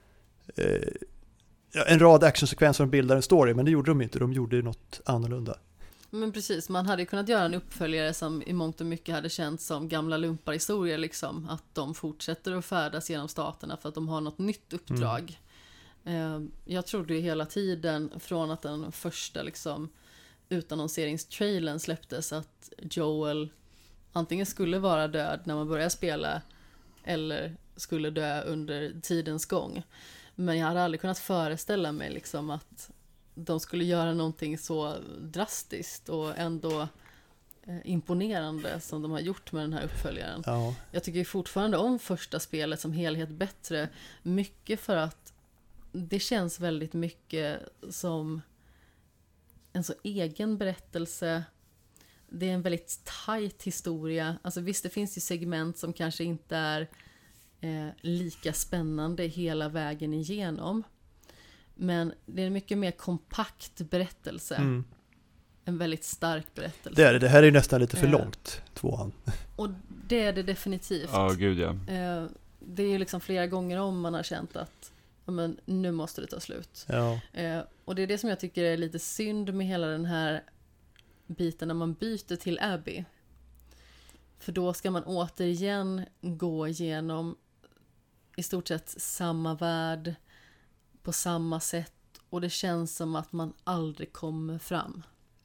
en rad actionsekvenser som bildar en story, men det gjorde de inte. De gjorde något annorlunda. Men precis, man hade kunnat göra en uppföljare som i mångt och mycket hade känts som gamla lumparhistorier liksom, att de fortsätter att färdas genom staterna för att de har något nytt uppdrag. Jag trodde ju hela tiden från att den första liksom utannonseringstrailern släpptes att Joel antingen skulle vara död när man börjar spela eller skulle dö under tidens gång. Men jag hade aldrig kunnat föreställa mig liksom att de skulle göra någonting så drastiskt och ändå imponerande som de har gjort med den här uppföljaren. Ja, Jag tycker fortfarande om första spelet som helhet bättre, mycket för att det känns väldigt mycket som en så egen berättelse. Det är en väldigt tight historia. Alltså visst, det finns ju segment som kanske inte är lika spännande hela vägen igenom. Men det är en mycket mer kompakt berättelse. En väldigt stark berättelse. det här är ju nästan lite för långt, tvåan. Och det är det definitivt. ja, gud ja. Det är ju liksom flera gånger om man har känt att men, nu måste det ta slut. Ja, Och det är det som jag tycker är lite synd med hela den här biten när man byter till Abby. För då ska man återigen gå igenom i stort sett samma värld på samma sätt. Och det känns som att man aldrig kommer fram.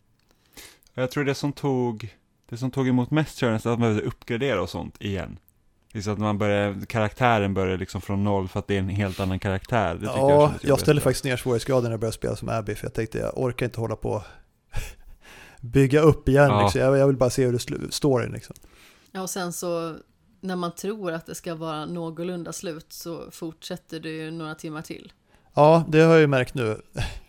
Jag tror det som tog emot mest kändes att man behövde uppgradera och sånt igen. Så att karaktären börjar liksom från noll för att det är en helt annan karaktär. Det ja, jag ställde faktiskt ner svårighetsgraden när jag började spela som Abby, för jag tänkte jag orkar inte hålla på bygga upp igen. Ja. Liksom. Jag vill bara se hur det står liksom. Ja, och sen så när man tror att det ska vara någorlunda slut så fortsätter det ju några timmar till. Ja, det har jag ju märkt nu.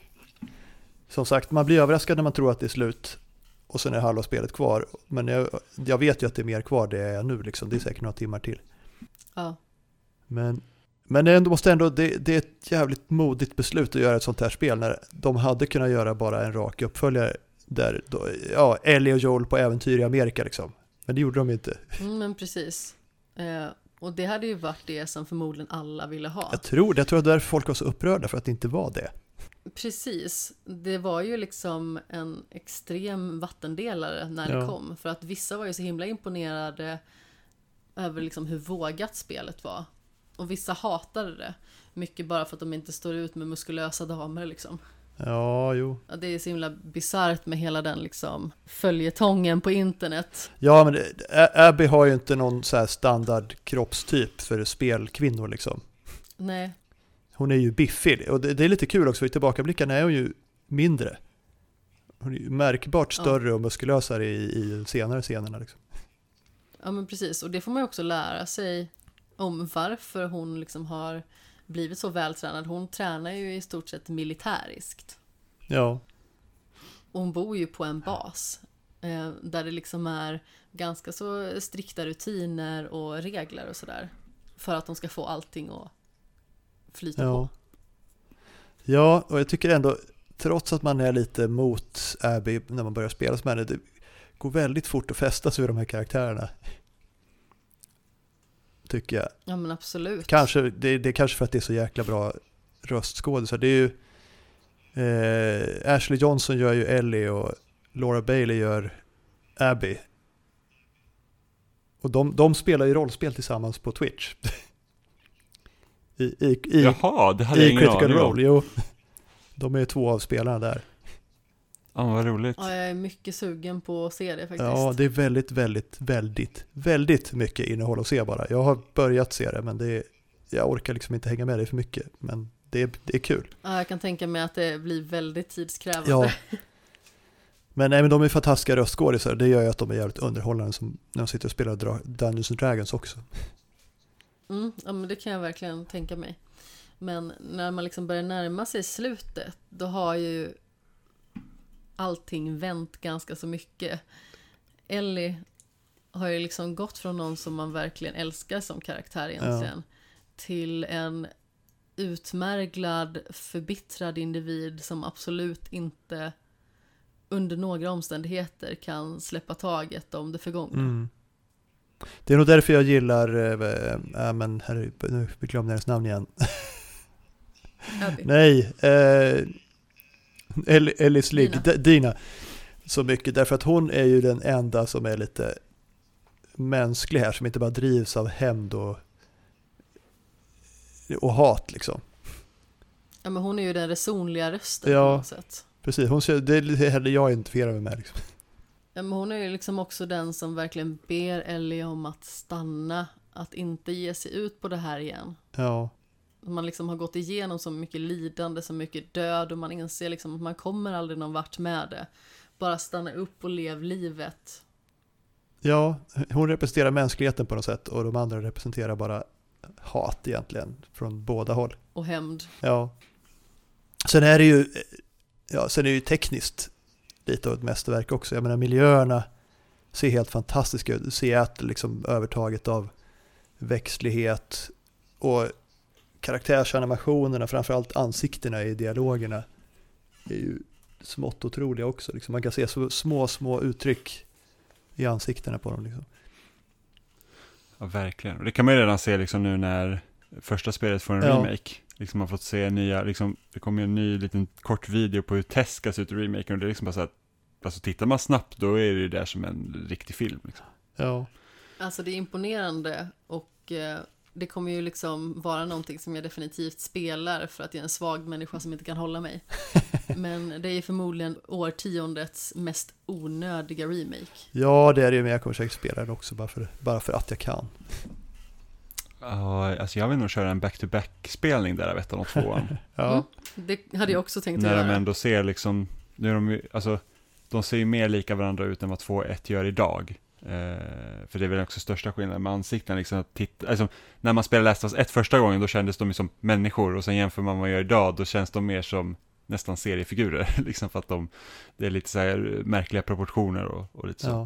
Som sagt, man blir överraskad när man tror att det är slut och sen är halva spelet kvar. Men jag vet ju att det är mer kvar, det är nu liksom. Det är säkert några timmar till. Ja. Men det måste ändå, det är ett jävligt modigt beslut att göra ett sånt här spel när de hade kunnat göra bara en rak uppföljare där, Ellie och Joel på äventyr i Amerika liksom. Men det gjorde de inte. Men precis. Och det hade ju varit det som förmodligen alla ville ha. Jag tror därför folk var så upprörda för att det inte var det. Precis. Det var ju liksom en extrem vattendelare när det kom. För att vissa var ju så himla imponerade över liksom hur vågat spelet var. Och vissa hatade det. Mycket bara för att de inte står ut med muskulösa damer liksom. Ja, jo. Ja, det är så himla bizarrt med hela den liksom följetongen på internet. Ja, men Abby har ju inte någon så här standard kroppstyp för spelkvinnor liksom. Nej. Hon är ju biffig. Och det är lite kul också, för i tillbakablickarna är hon ju mindre. Hon är ju märkbart större och muskulösare i senare scenerna liksom. Ja, men precis. Och det får man ju också lära sig om varför hon liksom har blivit så vältränad. Hon tränar ju i stort sett militäriskt. Ja. Och hon bor ju på en bas där det liksom är ganska så strikta rutiner och regler och sådär. För att de ska få allting att flyta på. Ja, och jag tycker ändå, trots att man är lite mot Abby när man börjar spela som henne, det går väldigt fort att fästa sig vid de här karaktärerna. Tycker jag. Ja, men absolut. Kanske, det är kanske för att det är så jäkla bra röstskådisar. Det är ju Ashley Johnson gör ju Ellie och Laura Bailey gör Abby. Och de spelar ju rollspel tillsammans på Twitch. Jaha, det hade jag ingen Critical aning om. Role, jo. De är 2 av spelarna där. Ja, vad roligt. Ja, jag är mycket sugen på att se det faktiskt. Ja, det är väldigt mycket innehåll att se bara. Jag har börjat se det, men jag orkar liksom inte hänga med det för mycket. Men det är kul. Ja, jag kan tänka mig att det blir väldigt tidskrävande. Ja. Men de är fantastiska röstskådisar. Det gör ju att de är jävligt underhållande som när de sitter och spelar Dungeons & Dragons också. Ja, men det kan jag verkligen tänka mig. Men när man liksom börjar närma sig slutet, då har ju allting vänt ganska så mycket. Ellie har ju liksom gått från någon som man verkligen älskar som karaktär egentligen till en utmärglad, förbittrad individ som absolut inte under några omständigheter kan släppa taget om det förgångna. Det är nog därför jag gillar nu glömde jag hennes namn igen. Nej, Ellis Ligg, Dina, så mycket, därför att hon är ju den enda som är lite mänsklig här, som inte bara drivs av hämnd och hat liksom. Ja, men hon är ju den resonliga rösten på något sätt. Precis, det är heller jag identifierar mig med liksom. Ja, men hon är ju liksom också den som verkligen ber Ellie om att stanna, att inte ge sig ut på det här igen. Ja. Man liksom har gått igenom så mycket lidande, så mycket död, och man inser liksom att man kommer aldrig någon vart med det. Bara stanna upp och lev livet. Ja, hon representerar mänskligheten på något sätt, och de andra representerar bara hat egentligen från båda håll. Och hämnd. Ja. Sen är det ju tekniskt lite av ett mästerverk också. Jag menar, miljöerna ser helt fantastiska ut. Seattle liksom övertaget av växtlighet och karaktärsanimationerna, framförallt ansiktena i dialogerna, är ju smått otroliga också. Liksom man kan se så små uttryck i ansiktena på dem. Liksom. Ja, verkligen. Och det kan man ju redan se liksom nu när första spelet får en remake. Liksom man har fått se nya, liksom, det kommer en ny liten kort video på hur Tess ska se ut i remaken, och det är liksom bara så att alltså, tittar man snabbt, då är det ju där som en riktig film. Liksom. Ja. Alltså det är imponerande och det kommer ju liksom vara någonting som jag definitivt spelar för att jag är en svag människa som inte kan hålla mig. Men det är förmodligen årtiondets mest onödiga remake. Ja, det är det ju, men jag kommer säkert spela den också bara för att jag kan. Ja, alltså jag vill nog köra en back-to-back-spelning där av 1 och 2. Ja. Det hade jag också tänkt När göra. de ändå ser liksom, nu är de ju, alltså de ser ju mer lika varandra ut än vad 2 och 1 gör idag. För det är väl också största skillnaden med ansikten liksom, alltså, när man spelar Last of Us 1 första gången, då kändes de ju som människor, och sen jämför man vad man gör idag, då känns de mer som nästan seriefigurer liksom, för att det är lite så här märkliga proportioner och lite så.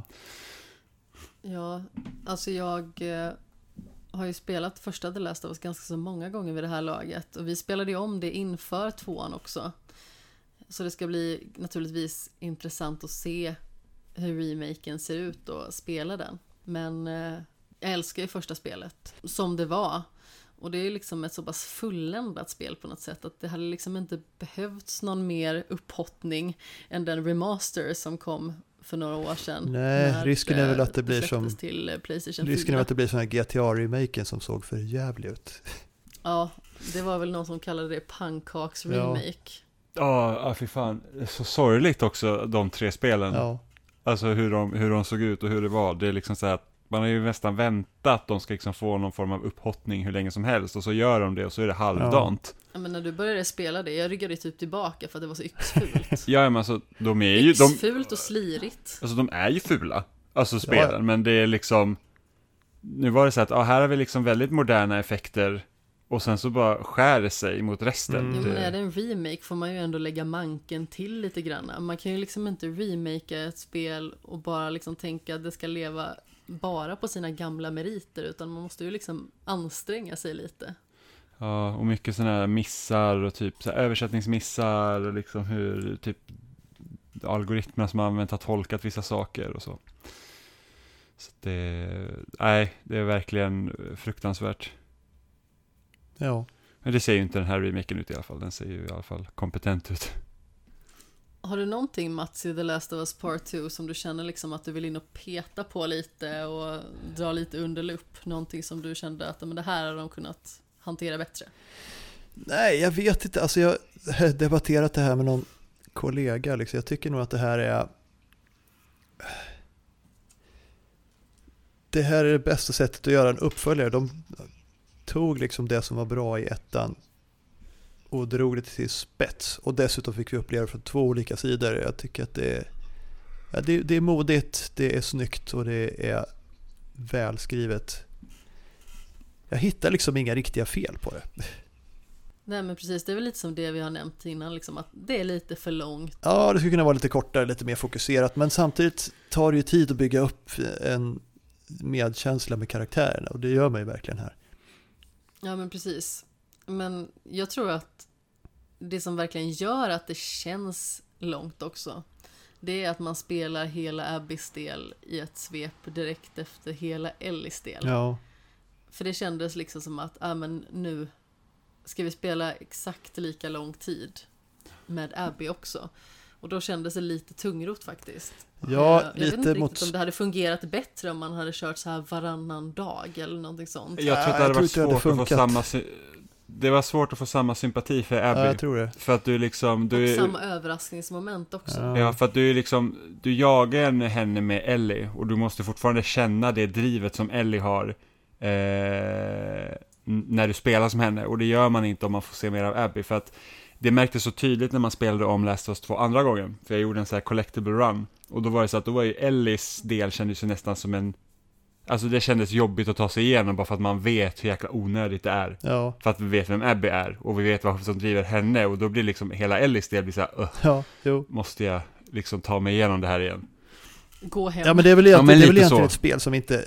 Ja, alltså jag har ju spelat första The Last of Us ganska så många gånger vid det här laget, och vi spelade ju om det inför 2:an också. Så det ska bli naturligtvis intressant att se hur remaken ser ut och spela den. Men jag älskar ju första spelet som det var. Och det är liksom ett så pass fulländat spel på något sätt att det hade liksom inte behövts någon mer upphottning än den remaster som kom för några år sedan. Nej, risken är väl att det blir som till PlayStation 4. risken är att det blir sån här GTA-remaken som såg för jävligt ut. Ja, det var väl någon som kallade det pannkaks remake. Ja, fy fan. Det är så sorgligt också, de 3 spelen. Ja. Alltså hur de såg ut och hur det var. Det är liksom så här att man har ju nästan väntat att de ska liksom få någon form av upphottning hur länge som helst. Och så gör de det och så är det halvdant. Ja, men när du började spela det, jag ryggade typ tillbaka för att det var så yxfult. Ja, men alltså de är ju... Yxfult och slirigt. Alltså de är ju fula. Alltså spelen, men det är liksom... Nu var det så att, här har vi liksom väldigt moderna effekter. Och sen så bara skär det sig mot resten. Jo, men är det en remake får man ju ändå lägga manken till lite grann. Man kan ju liksom inte remakea ett spel och bara liksom tänka att det ska leva bara på sina gamla meriter, utan man måste ju liksom anstränga sig lite. Ja, och mycket sådana här missar och typ så här översättningsmissar och liksom hur typ algoritmerna som man använt har tolkat vissa saker och så. Så det är verkligen fruktansvärt. Ja. Men det ser ju inte den här remaken ut i alla fall. Den ser ju i alla fall kompetent ut. Har du någonting, Mats, i The Last of Us Part 2 som du känner liksom att du vill in och peta på lite och dra lite under lupp? Någonting som du kände att men det här har de kunnat hantera bättre? Nej, jag vet inte. Alltså jag har debatterat det här med någon kollega. Liksom. Jag tycker nog att det här är det bästa sättet att göra en uppföljare. De tog liksom det som var bra i 1:an och drog det till spets. Och dessutom fick vi uppleva från 2 olika sidor. Jag tycker att det är modigt, det är snyggt och det är välskrivet. Jag hittar liksom inga riktiga fel på det. Nej, men precis, det är väl lite som det vi har nämnt innan, liksom, att det är lite för långt. Ja, det skulle kunna vara lite kortare, lite mer fokuserat, men samtidigt tar det ju tid att bygga upp en medkänsla med karaktärerna, och det gör man ju verkligen här. Ja, men precis. Men jag tror att det som verkligen gör att det känns långt också, det är att man spelar hela Abbys del i ett svep direkt efter hela Ellies del. Ja. För det kändes liksom som att men nu ska vi spela exakt lika lång tid med Abby också. Och då kändes det lite tungrot faktiskt. Ja, jag lite vet inte mot... riktigt om det hade fungerat bättre om man hade kört så här varannan dag eller någonting sånt. Jag tror att det hade varit svårt att få det var svårt att få samma sympati för Abby. Ja, jag tror det. För att du liksom... Och samma överraskningsmoment också. Ja, för att du är liksom... Du jagar henne med Ellie och du måste fortfarande känna det drivet som Ellie har när du spelar som henne. Och det gör man inte om man får se mer av Abby. För att det märktes så tydligt när man spelade om Last of Us 2 andra gången. För jag gjorde en så här collectible run. Och då var det så att då var ju Ellies del kändes ju nästan som en... Alltså det kändes jobbigt att ta sig igenom bara för att man vet hur jäkla onödigt det är. Ja. För att vi vet vem Abby är och vi vet vad som driver henne. Och då blir liksom hela Ellies del blir så här, ja, jo. Måste jag liksom ta mig igenom det här igen? Gå hem. Ja, men det är väl egentligen så. Ett spel som inte...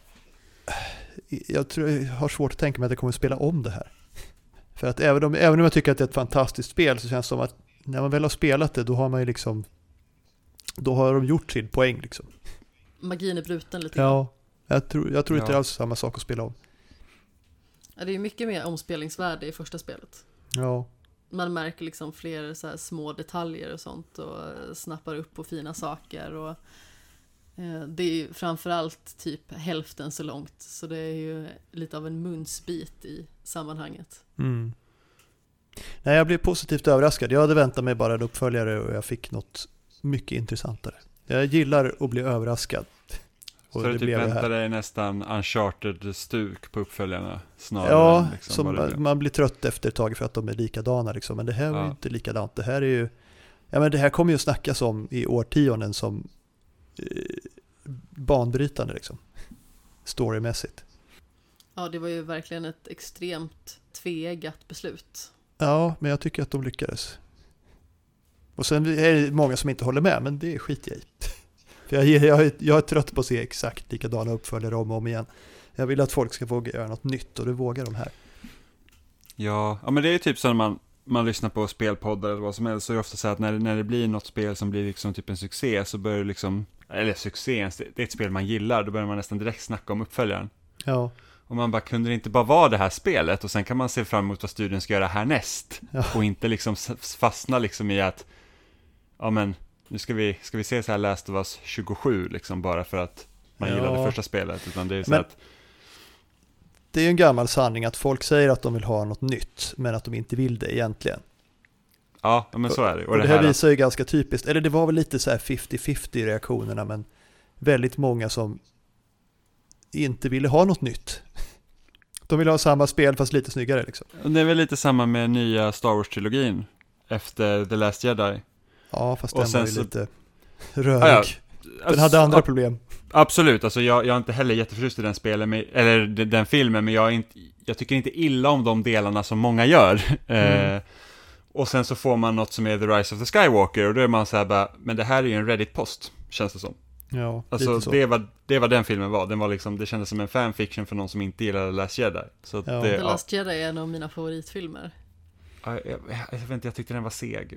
Jag tror jag har svårt att tänka mig att jag kommer att spela om det här. För att även om jag tycker att det är ett fantastiskt spel, så känns det som att när man väl har spelat det, då har man ju liksom... Då har de gjort sin poäng liksom. Magin är bruten lite grann. Ja, jag tror inte det är alls samma sak att spela om. Ja, det är ju mycket mer omspelningsvärde i första spelet. Ja. Man märker liksom fler så här små detaljer och sånt och snappar upp på fina saker och Det är ju framförallt typ hälften så långt, så det är ju lite av en munsbit i sammanhanget. Mm. Nej, jag blev positivt överraskad. Jag hade väntat mig bara en uppföljare och jag fick något mycket intressantare. Jag gillar att bli överraskad. Och så det typ blev väntar dig nästan Uncharted-stuk på uppföljarna snarare ja, än liksom som man blir trött efter ett tag för att de är likadana liksom. Men det här var ju inte likadant. Det här är ju, ja, men det här kommer ju att snackas om i årtionden som banbrytande liksom. Storymässigt. Ja, det var ju verkligen ett extremt tveeggat beslut. Ja, men jag tycker att de lyckades. Och sen är det många som inte håller med, men det skiter jag i. För jag är trött på att se exakt likadana uppföljare om och om igen. Jag vill att folk ska våga göra något nytt och det vågar de här. Ja, men det är ju typ så när man lyssnar på spelpoddar eller vad som helst, så är det ofta så att när det blir något spel som blir liksom typ en succé, så börjar det liksom, eller succé, det är ett spel man gillar, då börjar man nästan direkt snacka om uppföljaren. Ja. Och man bara, kunde det inte bara vara det här spelet, och sen kan man se fram emot vad studion ska göra härnäst. Ja. Och inte liksom fastna liksom i att, ja men, nu ska vi se så här Last of Us 27 liksom, bara för att man gillade första spelet, utan det är så att det är ju en gammal sanning att folk säger att de vill ha något nytt, men att de inte vill det egentligen. ja, men så är det. Och det här visar ju ganska typiskt, eller det var väl lite så här 50-50 i reaktionerna, men väldigt många som inte ville ha något nytt. De ville ha samma spel fast lite snyggare liksom. Det är väl lite samma med nya Star Wars-trilogin efter The Last Jedi. Ja, fast och den var ju så, lite rörig. Den hade andra problem. Absolut, alltså jag är inte heller jätteförtjust i den spelen, eller den filmen, men jag tycker inte illa om de delarna som många gör. Och sen så får man något som är The Rise of the Skywalker, och då är man så här bara, men det här är ju en Reddit-post, känns det som. Ja, alltså lite så. Det var den filmen var. Den var liksom, det kändes som en fanfiction för någon som inte gillade Last Jedi. Så ja. The Last Jedi är en av mina favoritfilmer. Jag vet inte, jag tyckte den var seg.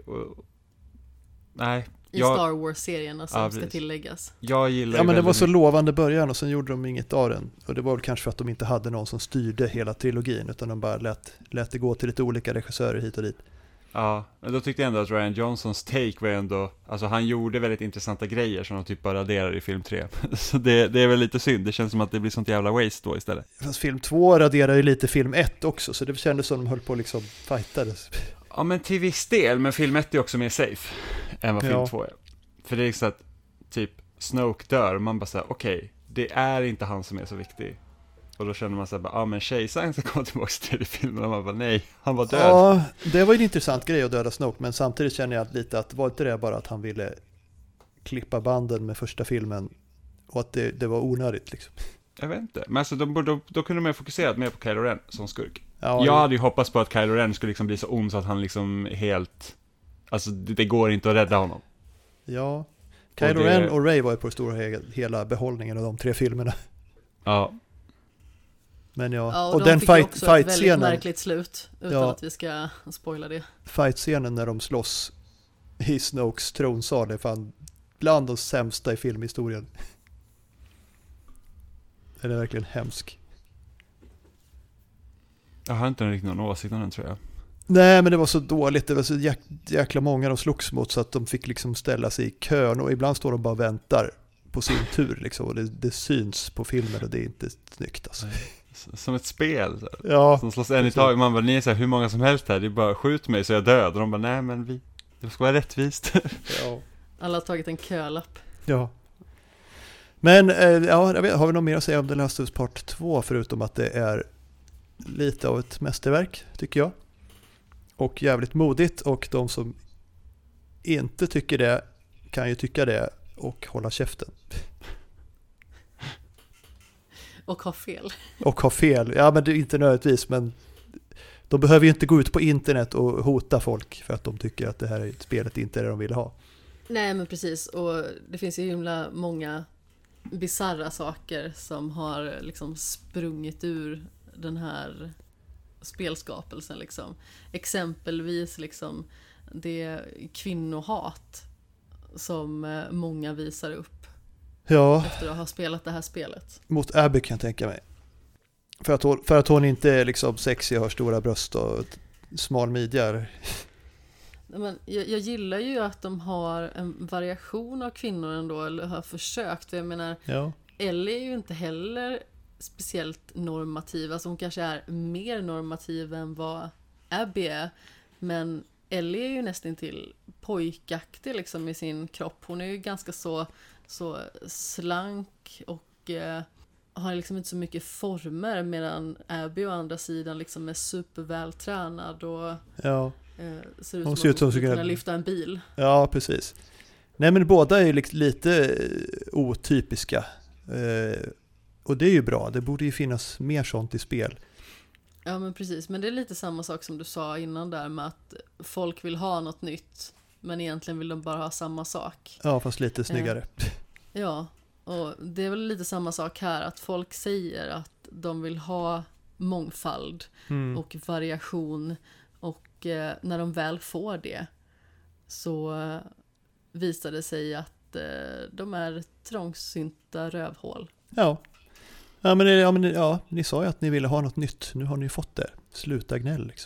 Nej. I Star Wars-serien, alltså, ska tilläggas. Jag gillar ja, men det var så lovande början och sen gjorde de inget av den. Och det var väl kanske för att de inte hade någon som styrde hela trilogin, utan de bara lät det gå till lite olika regissörer hit och dit. Ja, men då tyckte jag ändå att Rian Johnsons take var ändå, alltså han gjorde väldigt intressanta grejer som de typ bara raderar i film 3. Så det är väl lite synd, det känns som att det blir sånt jävla waste då istället. Fast film 2 raderar ju lite film 1 också, så det kändes som de höll på liksom fightades. Ja, men till viss del, men film 1 är också mer safe än vad film 2 är. För det är så att typ Snoke dör och man bara säger okej, det är inte han som är så viktig. Och då känner man så här, men Kejsaren ska komma tillbaka till filmen, och man bara nej, han var död. Ja, det var ju en intressant grej att döda Snoke, men samtidigt känner jag lite att var inte det bara att han ville klippa banden med första filmen och att det var onödigt liksom. Jag vet inte, men alltså då kunde man ju fokuserat mer på Kylo Ren som skurk. Ja, jag hade ju hoppats på att Kylo Ren skulle liksom bli så ond så att han liksom helt, alltså det går inte att rädda honom. Ja, Kylo Ren och Rey var ju på stora hela behållningen av de 3 filmerna. Ja. Men ja, och de fick också ett väldigt märkligt slut, utan att vi ska spoila det. Fight-scenen när de slåss i Snokes tronsal är fan bland de sämsta i filmhistorien. Den är verkligen hemsk. Jag har inte riktigt någon åsikt om den, tror jag. Nej, men det var så dåligt. Det var så jäkla många de slogs mot så att de fick liksom ställa sig i kön, och ibland står de bara och väntar på sin tur liksom, och det syns på filmen och det är inte snyggt alltså. Som ett spel så. Ja, som slåss en i taget. Man bara, ni är så här, hur många som helst här, det är bara skjut mig så jag död. Och de bara, nej men det ska vara rättvist. Ja. Alla har tagit en kölapp. Ja. Men har vi något mer att säga om The Last of Us Part 2 förutom att det är lite av ett mästerverk, tycker jag. Och jävligt modigt, och de som inte tycker det kan ju tycka det och hålla käften. Och ha fel. Och ha fel. Ja, men det är inte nödvändigtvis, men de behöver ju inte gå ut på internet och hota folk för att de tycker att det här spelet inte är det de vill ha. Nej, men precis. Och det finns ju himla många bizarra saker som har liksom sprungit ur den här spelskapelsen liksom. Exempelvis liksom det kvinnohat som många visar upp efter att ha spelat det här spelet. Mot Abby kan jag tänka mig. För att hon inte är liksom sexig och har stora bröst och smal midja. Men jag gillar ju att de har en variation av kvinnor ändå, eller har försökt. För jag menar, Ja. Ellie är ju inte heller speciellt normativ. Alltså hon kanske är mer normativ än vad Abby är. Men Ellie är ju nästan till pojkaktig liksom i sin kropp. Hon är ju ganska så slank och har liksom inte så mycket former, medan Abby å andra sidan liksom är supervältränad och Ja. ser ut Hon som ser ut att som hon skulle hon kunna lyfta en bil. Ja, precis. Nej, men båda är ju lite otypiska. Och det är ju bra. Det borde ju finnas mer sånt i spel. Ja, men precis. Men det är lite samma sak som du sa innan där med att folk vill ha något nytt, men egentligen vill de bara ha samma sak. Ja, fast lite snyggare. Ja, och det är väl lite samma sak här, att folk säger att de vill ha mångfald och variation, och när de väl får det så visar det sig att de är trångsynta rövhål. Ja. Ja, ni sa ju att ni ville ha något nytt. Nu har ni fått det. Sluta gnäll liksom.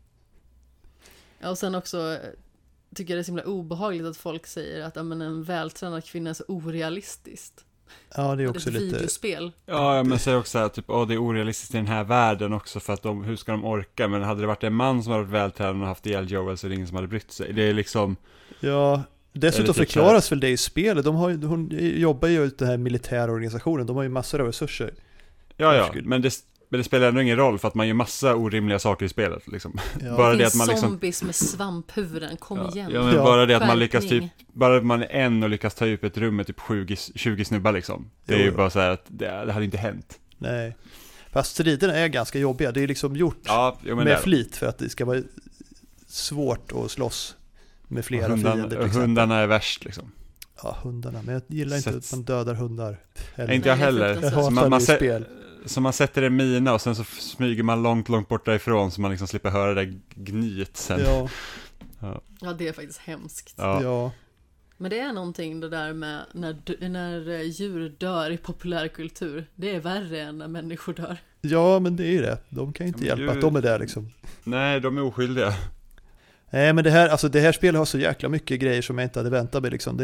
Ja, och sen också tycker jag det är så himla obehagligt att folk säger att en vältränad kvinna är så orealistiskt. Ja, det är också det är ett lite... videospel. Ja, men säger också att typ, det är orealistiskt i den här världen också, för att hur ska de orka? Men hade det varit en man som hade varit vältränad och haft ihjäl Joel, så är det ingen som hade brytt sig. Det är liksom... Ja, dessutom typ förklaras väl det i spelet. Hon jobbar ju ut den här militära organisationen. De har ju massor av resurser. Ja, men det spelar ändå ingen roll, för att man gör massa orimliga saker i spelet liksom. Ja. Bara det det att man liksom... zombies med svamphuvuden, kom igen. Ja, men bara det att man lyckas Skärpning. typ, bara att man är en och lyckas ta upp ett rum med typ 20 snubbar liksom. Det är ju bara så här att det hade inte hänt. Nej. Fast striderna är ganska jobbiga. Det är liksom gjort med flit för att det ska vara svårt att slåss med flera fiender. Hundarna är värst liksom. Ja, hundarna. Men jag gillar inte att man dödar hundar. Inte jag heller. Jag hatar Så man sätter en mina och sen så smyger man långt bort därifrån, så man liksom slipper höra det gnyet sen. Ja, det är faktiskt hemskt. Ja. Men det är någonting det där med när djur dör i populärkultur. Det är värre än när människor dör. Ja, men det är ju det. De kan ju inte hjälpa att de är där liksom. Nej, de är oskyldiga. Nej, men det här spelet har så jäkla mycket grejer som jag inte hade väntat mig liksom.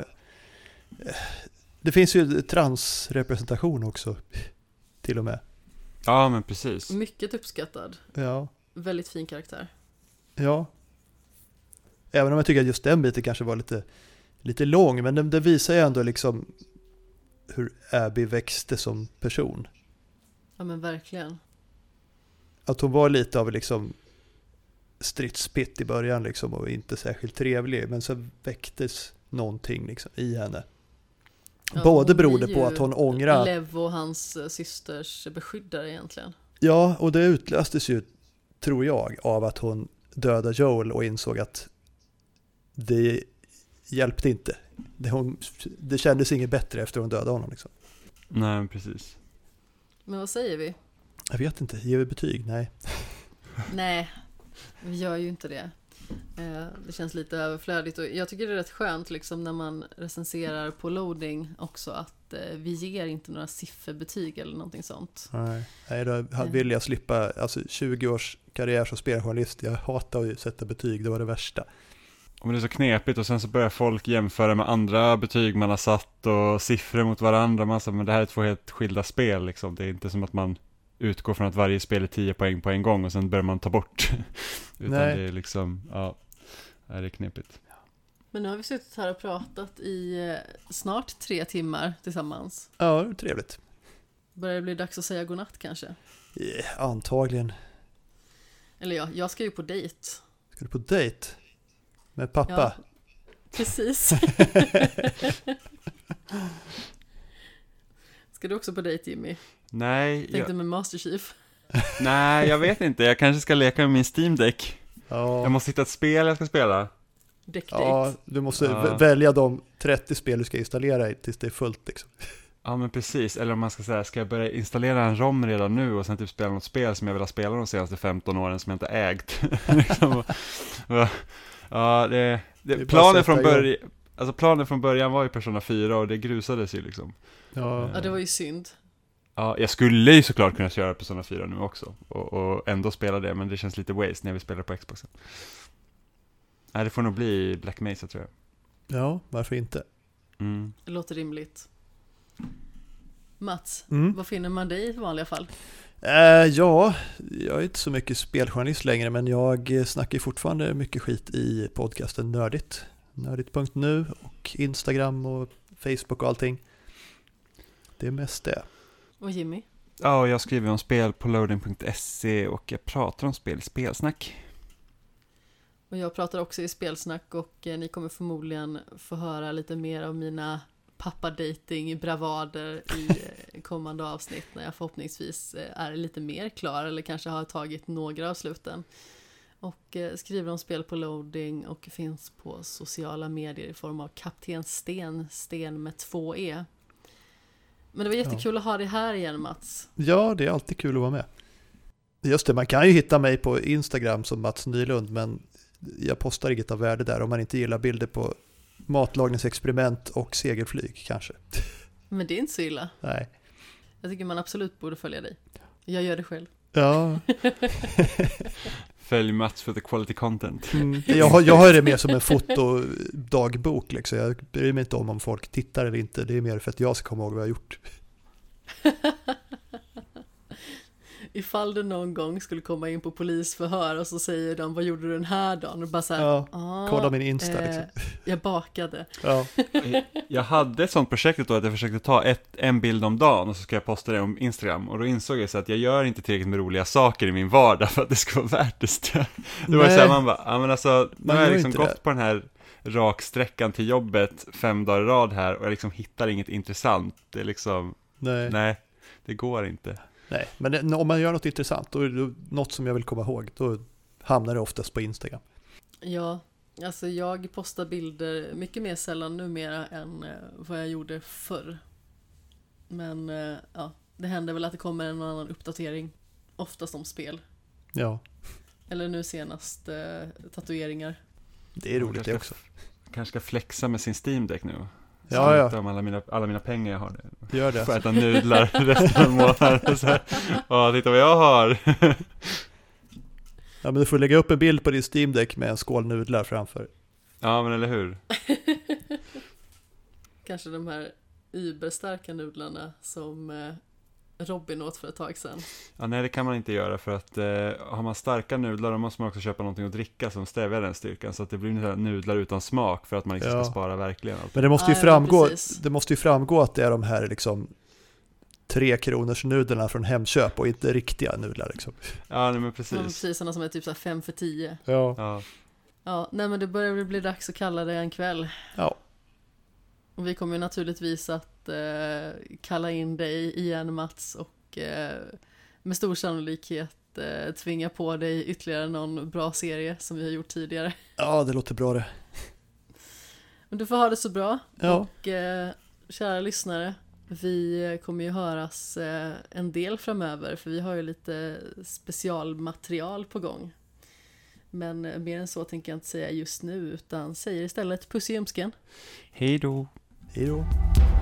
Det finns ju transrepresentation också, till och med. Ja, men precis. Mycket uppskattad. Ja. Väldigt fin karaktär. Ja. Även om jag tycker att just den biten kanske var lite lång, men det visar ju ändå liksom hur Abby växte som person. Ja, men verkligen. Att hon var lite av liksom stridspitt i början liksom, och inte särskilt trevlig, men så väcktes någonting liksom i henne. Ja, både berodde på att hon ångrar Lev och hans systers beskyddare egentligen. Ja, och det utlöstes ju, tror jag, av att hon dödade Joel och insåg att det hjälpte inte. Det kändes inget bättre efter hon dödade honom liksom. Nej, precis. Men vad säger vi? Jag vet inte, ger vi betyg? Nej. Nej, vi gör ju inte det. Det känns lite överflödigt, och jag tycker det är rätt skönt liksom, när man recenserar på loading också, att vi ger inte några sifferbetyg eller någonting sånt. Nej, då vill jag slippa, alltså 20 års karriär som speljournalist, jag hatar att sätta betyg, det var det värsta. Men det är så knepigt, och sen så börjar folk jämföra med andra betyg man har satt och siffror mot varandra, men det här är 2 helt skilda spel liksom. Det är inte som att man utgår från att varje spel är 10 poäng på en gång och sen börjar man ta bort. Utan Nej. det är liksom, det är knepigt. Men nu har vi suttit här och pratat i snart 3 timmar tillsammans. Ja, trevligt. Börjar det bli dags att säga godnatt kanske? Antagligen. Eller ja, jag ska ju på dejt. Ska du på dejt? Med pappa? Ja, precis. Ska du också på dejt, Jimmy? Nej, Tänkte med Master Chief. Nej, jag vet inte. Jag kanske ska leka med min Steam Deck. Ja. Jag måste hitta ett spel jag ska spela. Deckdate. Ja, du måste välja de 30 spel du ska installera tills det är fullt liksom. Ja, men precis. Eller om man ska säga, ska jag börja installera en ROM redan nu och sen typ spela något spel som jag vill ha spelat de senaste 15 åren som jag inte ägt. Liksom. Ja, planen från början var ju Persona 4 och det grusades ju liksom. Ja, det var ju synd. Ja, jag skulle ju såklart kunna köra Persona 4 nu också och ändå spela det, men det känns lite waste när vi spelar på Xboxen. Nej, det får nog bli Black Mesa tror jag. Ja, varför inte? Det låter rimligt. Mats, Mm. vad finner man dig i vanliga fall? Ja, jag är inte så mycket speljournalist längre, men jag snackar ju fortfarande mycket skit i podcasten Nördigt. Nördigt.nu och Instagram och Facebook och allting. Det är mest det. Och Jimmy? Ja, och jag skriver om spel på loading.se och jag pratar om spel i spelsnack. Och jag pratar också i spelsnack och ni kommer förmodligen få höra lite mer av mina pappadating-bravader i kommande avsnitt när jag förhoppningsvis är lite mer klar eller kanske har tagit några av sluten. Och skriver om spel på loading och finns på sociala medier i form av Kapten Sten med 2 E. Men det var jättekul att ha dig här igen, Mats. Ja, det är alltid kul att vara med. Just det, man kan ju hitta mig på Instagram som Mats Nylund, men jag postar inget av värde där om man inte gillar bilder på matlagningsexperiment och segelflyg kanske. Men det är inte så illa. Nej. Jag tycker man absolut borde följa dig. Jag gör det själv. Ja. Följ Mats för the quality content. Jag har det mer som en fotodagbok liksom. Jag bryr mig inte om folk tittar eller inte. Det är mer för att jag ska komma ihåg vad jag har gjort. Ifall du någon gång skulle komma in på polisförhör och så säger de, vad gjorde du den här dagen? Och bara så här, Ja, kolla min Insta liksom. Jag bakade. Ja. Jag hade ett sånt projekt då att jag försökte ta en bild om dagen och så ska jag posta det om Instagram. Och då insåg jag så att jag gör inte tillräckligt med roliga saker i min vardag för att det ska vara värt det. Det var ju så här, man bara, ja men alltså, nu har jag liksom gått på den här raksträckan till jobbet 5 dagar i rad här och jag liksom hittar inget intressant. Det är liksom, nej det går inte. Nej, men om man gör något intressant, då är det något som jag vill komma ihåg, då hamnar det oftast på Instagram. Ja, alltså jag postar bilder mycket mer sällan numera än vad jag gjorde förr. Men ja, det händer väl att det kommer en annan uppdatering, oftast om spel. Ja. Eller nu senast tatueringar. Det är roligt det också. Kanske ska flexa med sin Steam Deck nu. Ja. Om alla mina pengar jag har. Gör det. Får äta nudlar resten av månaden. Ja, titta vad jag har. Ja, men du får lägga upp en bild på din Steam Deck med en skål nudlar framför. Ja, men eller hur? Kanske de här überstarka nudlarna som Robin åt för ett tag sedan. Ja, nej, det kan man inte göra för att har man starka nudlar då måste man också köpa någonting att dricka som stävjar den styrkan så att det blir nudlar utan smak för att man liksom ska spara verkligen allt. Men det måste ju framgå att det är de här liksom 3 kronors nudlarna från Hemköp och inte riktiga nudlar liksom. Ja, nej, men precis. Ja, precis, sådana som är typ så här 5 för 10. Ja. Ja, nej men det börjar bli dags att kalla det en kväll. Ja. Och vi kommer ju naturligtvis att kalla in dig igen, Mats, och med stor sannolikhet tvinga på dig ytterligare någon bra serie som vi har gjort tidigare. Ja, det låter bra det. Men du får ha det så bra. Ja. Och kära lyssnare, vi kommer ju höras en del framöver, för vi har ju lite specialmaterial på gång. Men mer än så tänker jag inte säga just nu, utan säger istället puss i ljumsken. Hej då. Hej då.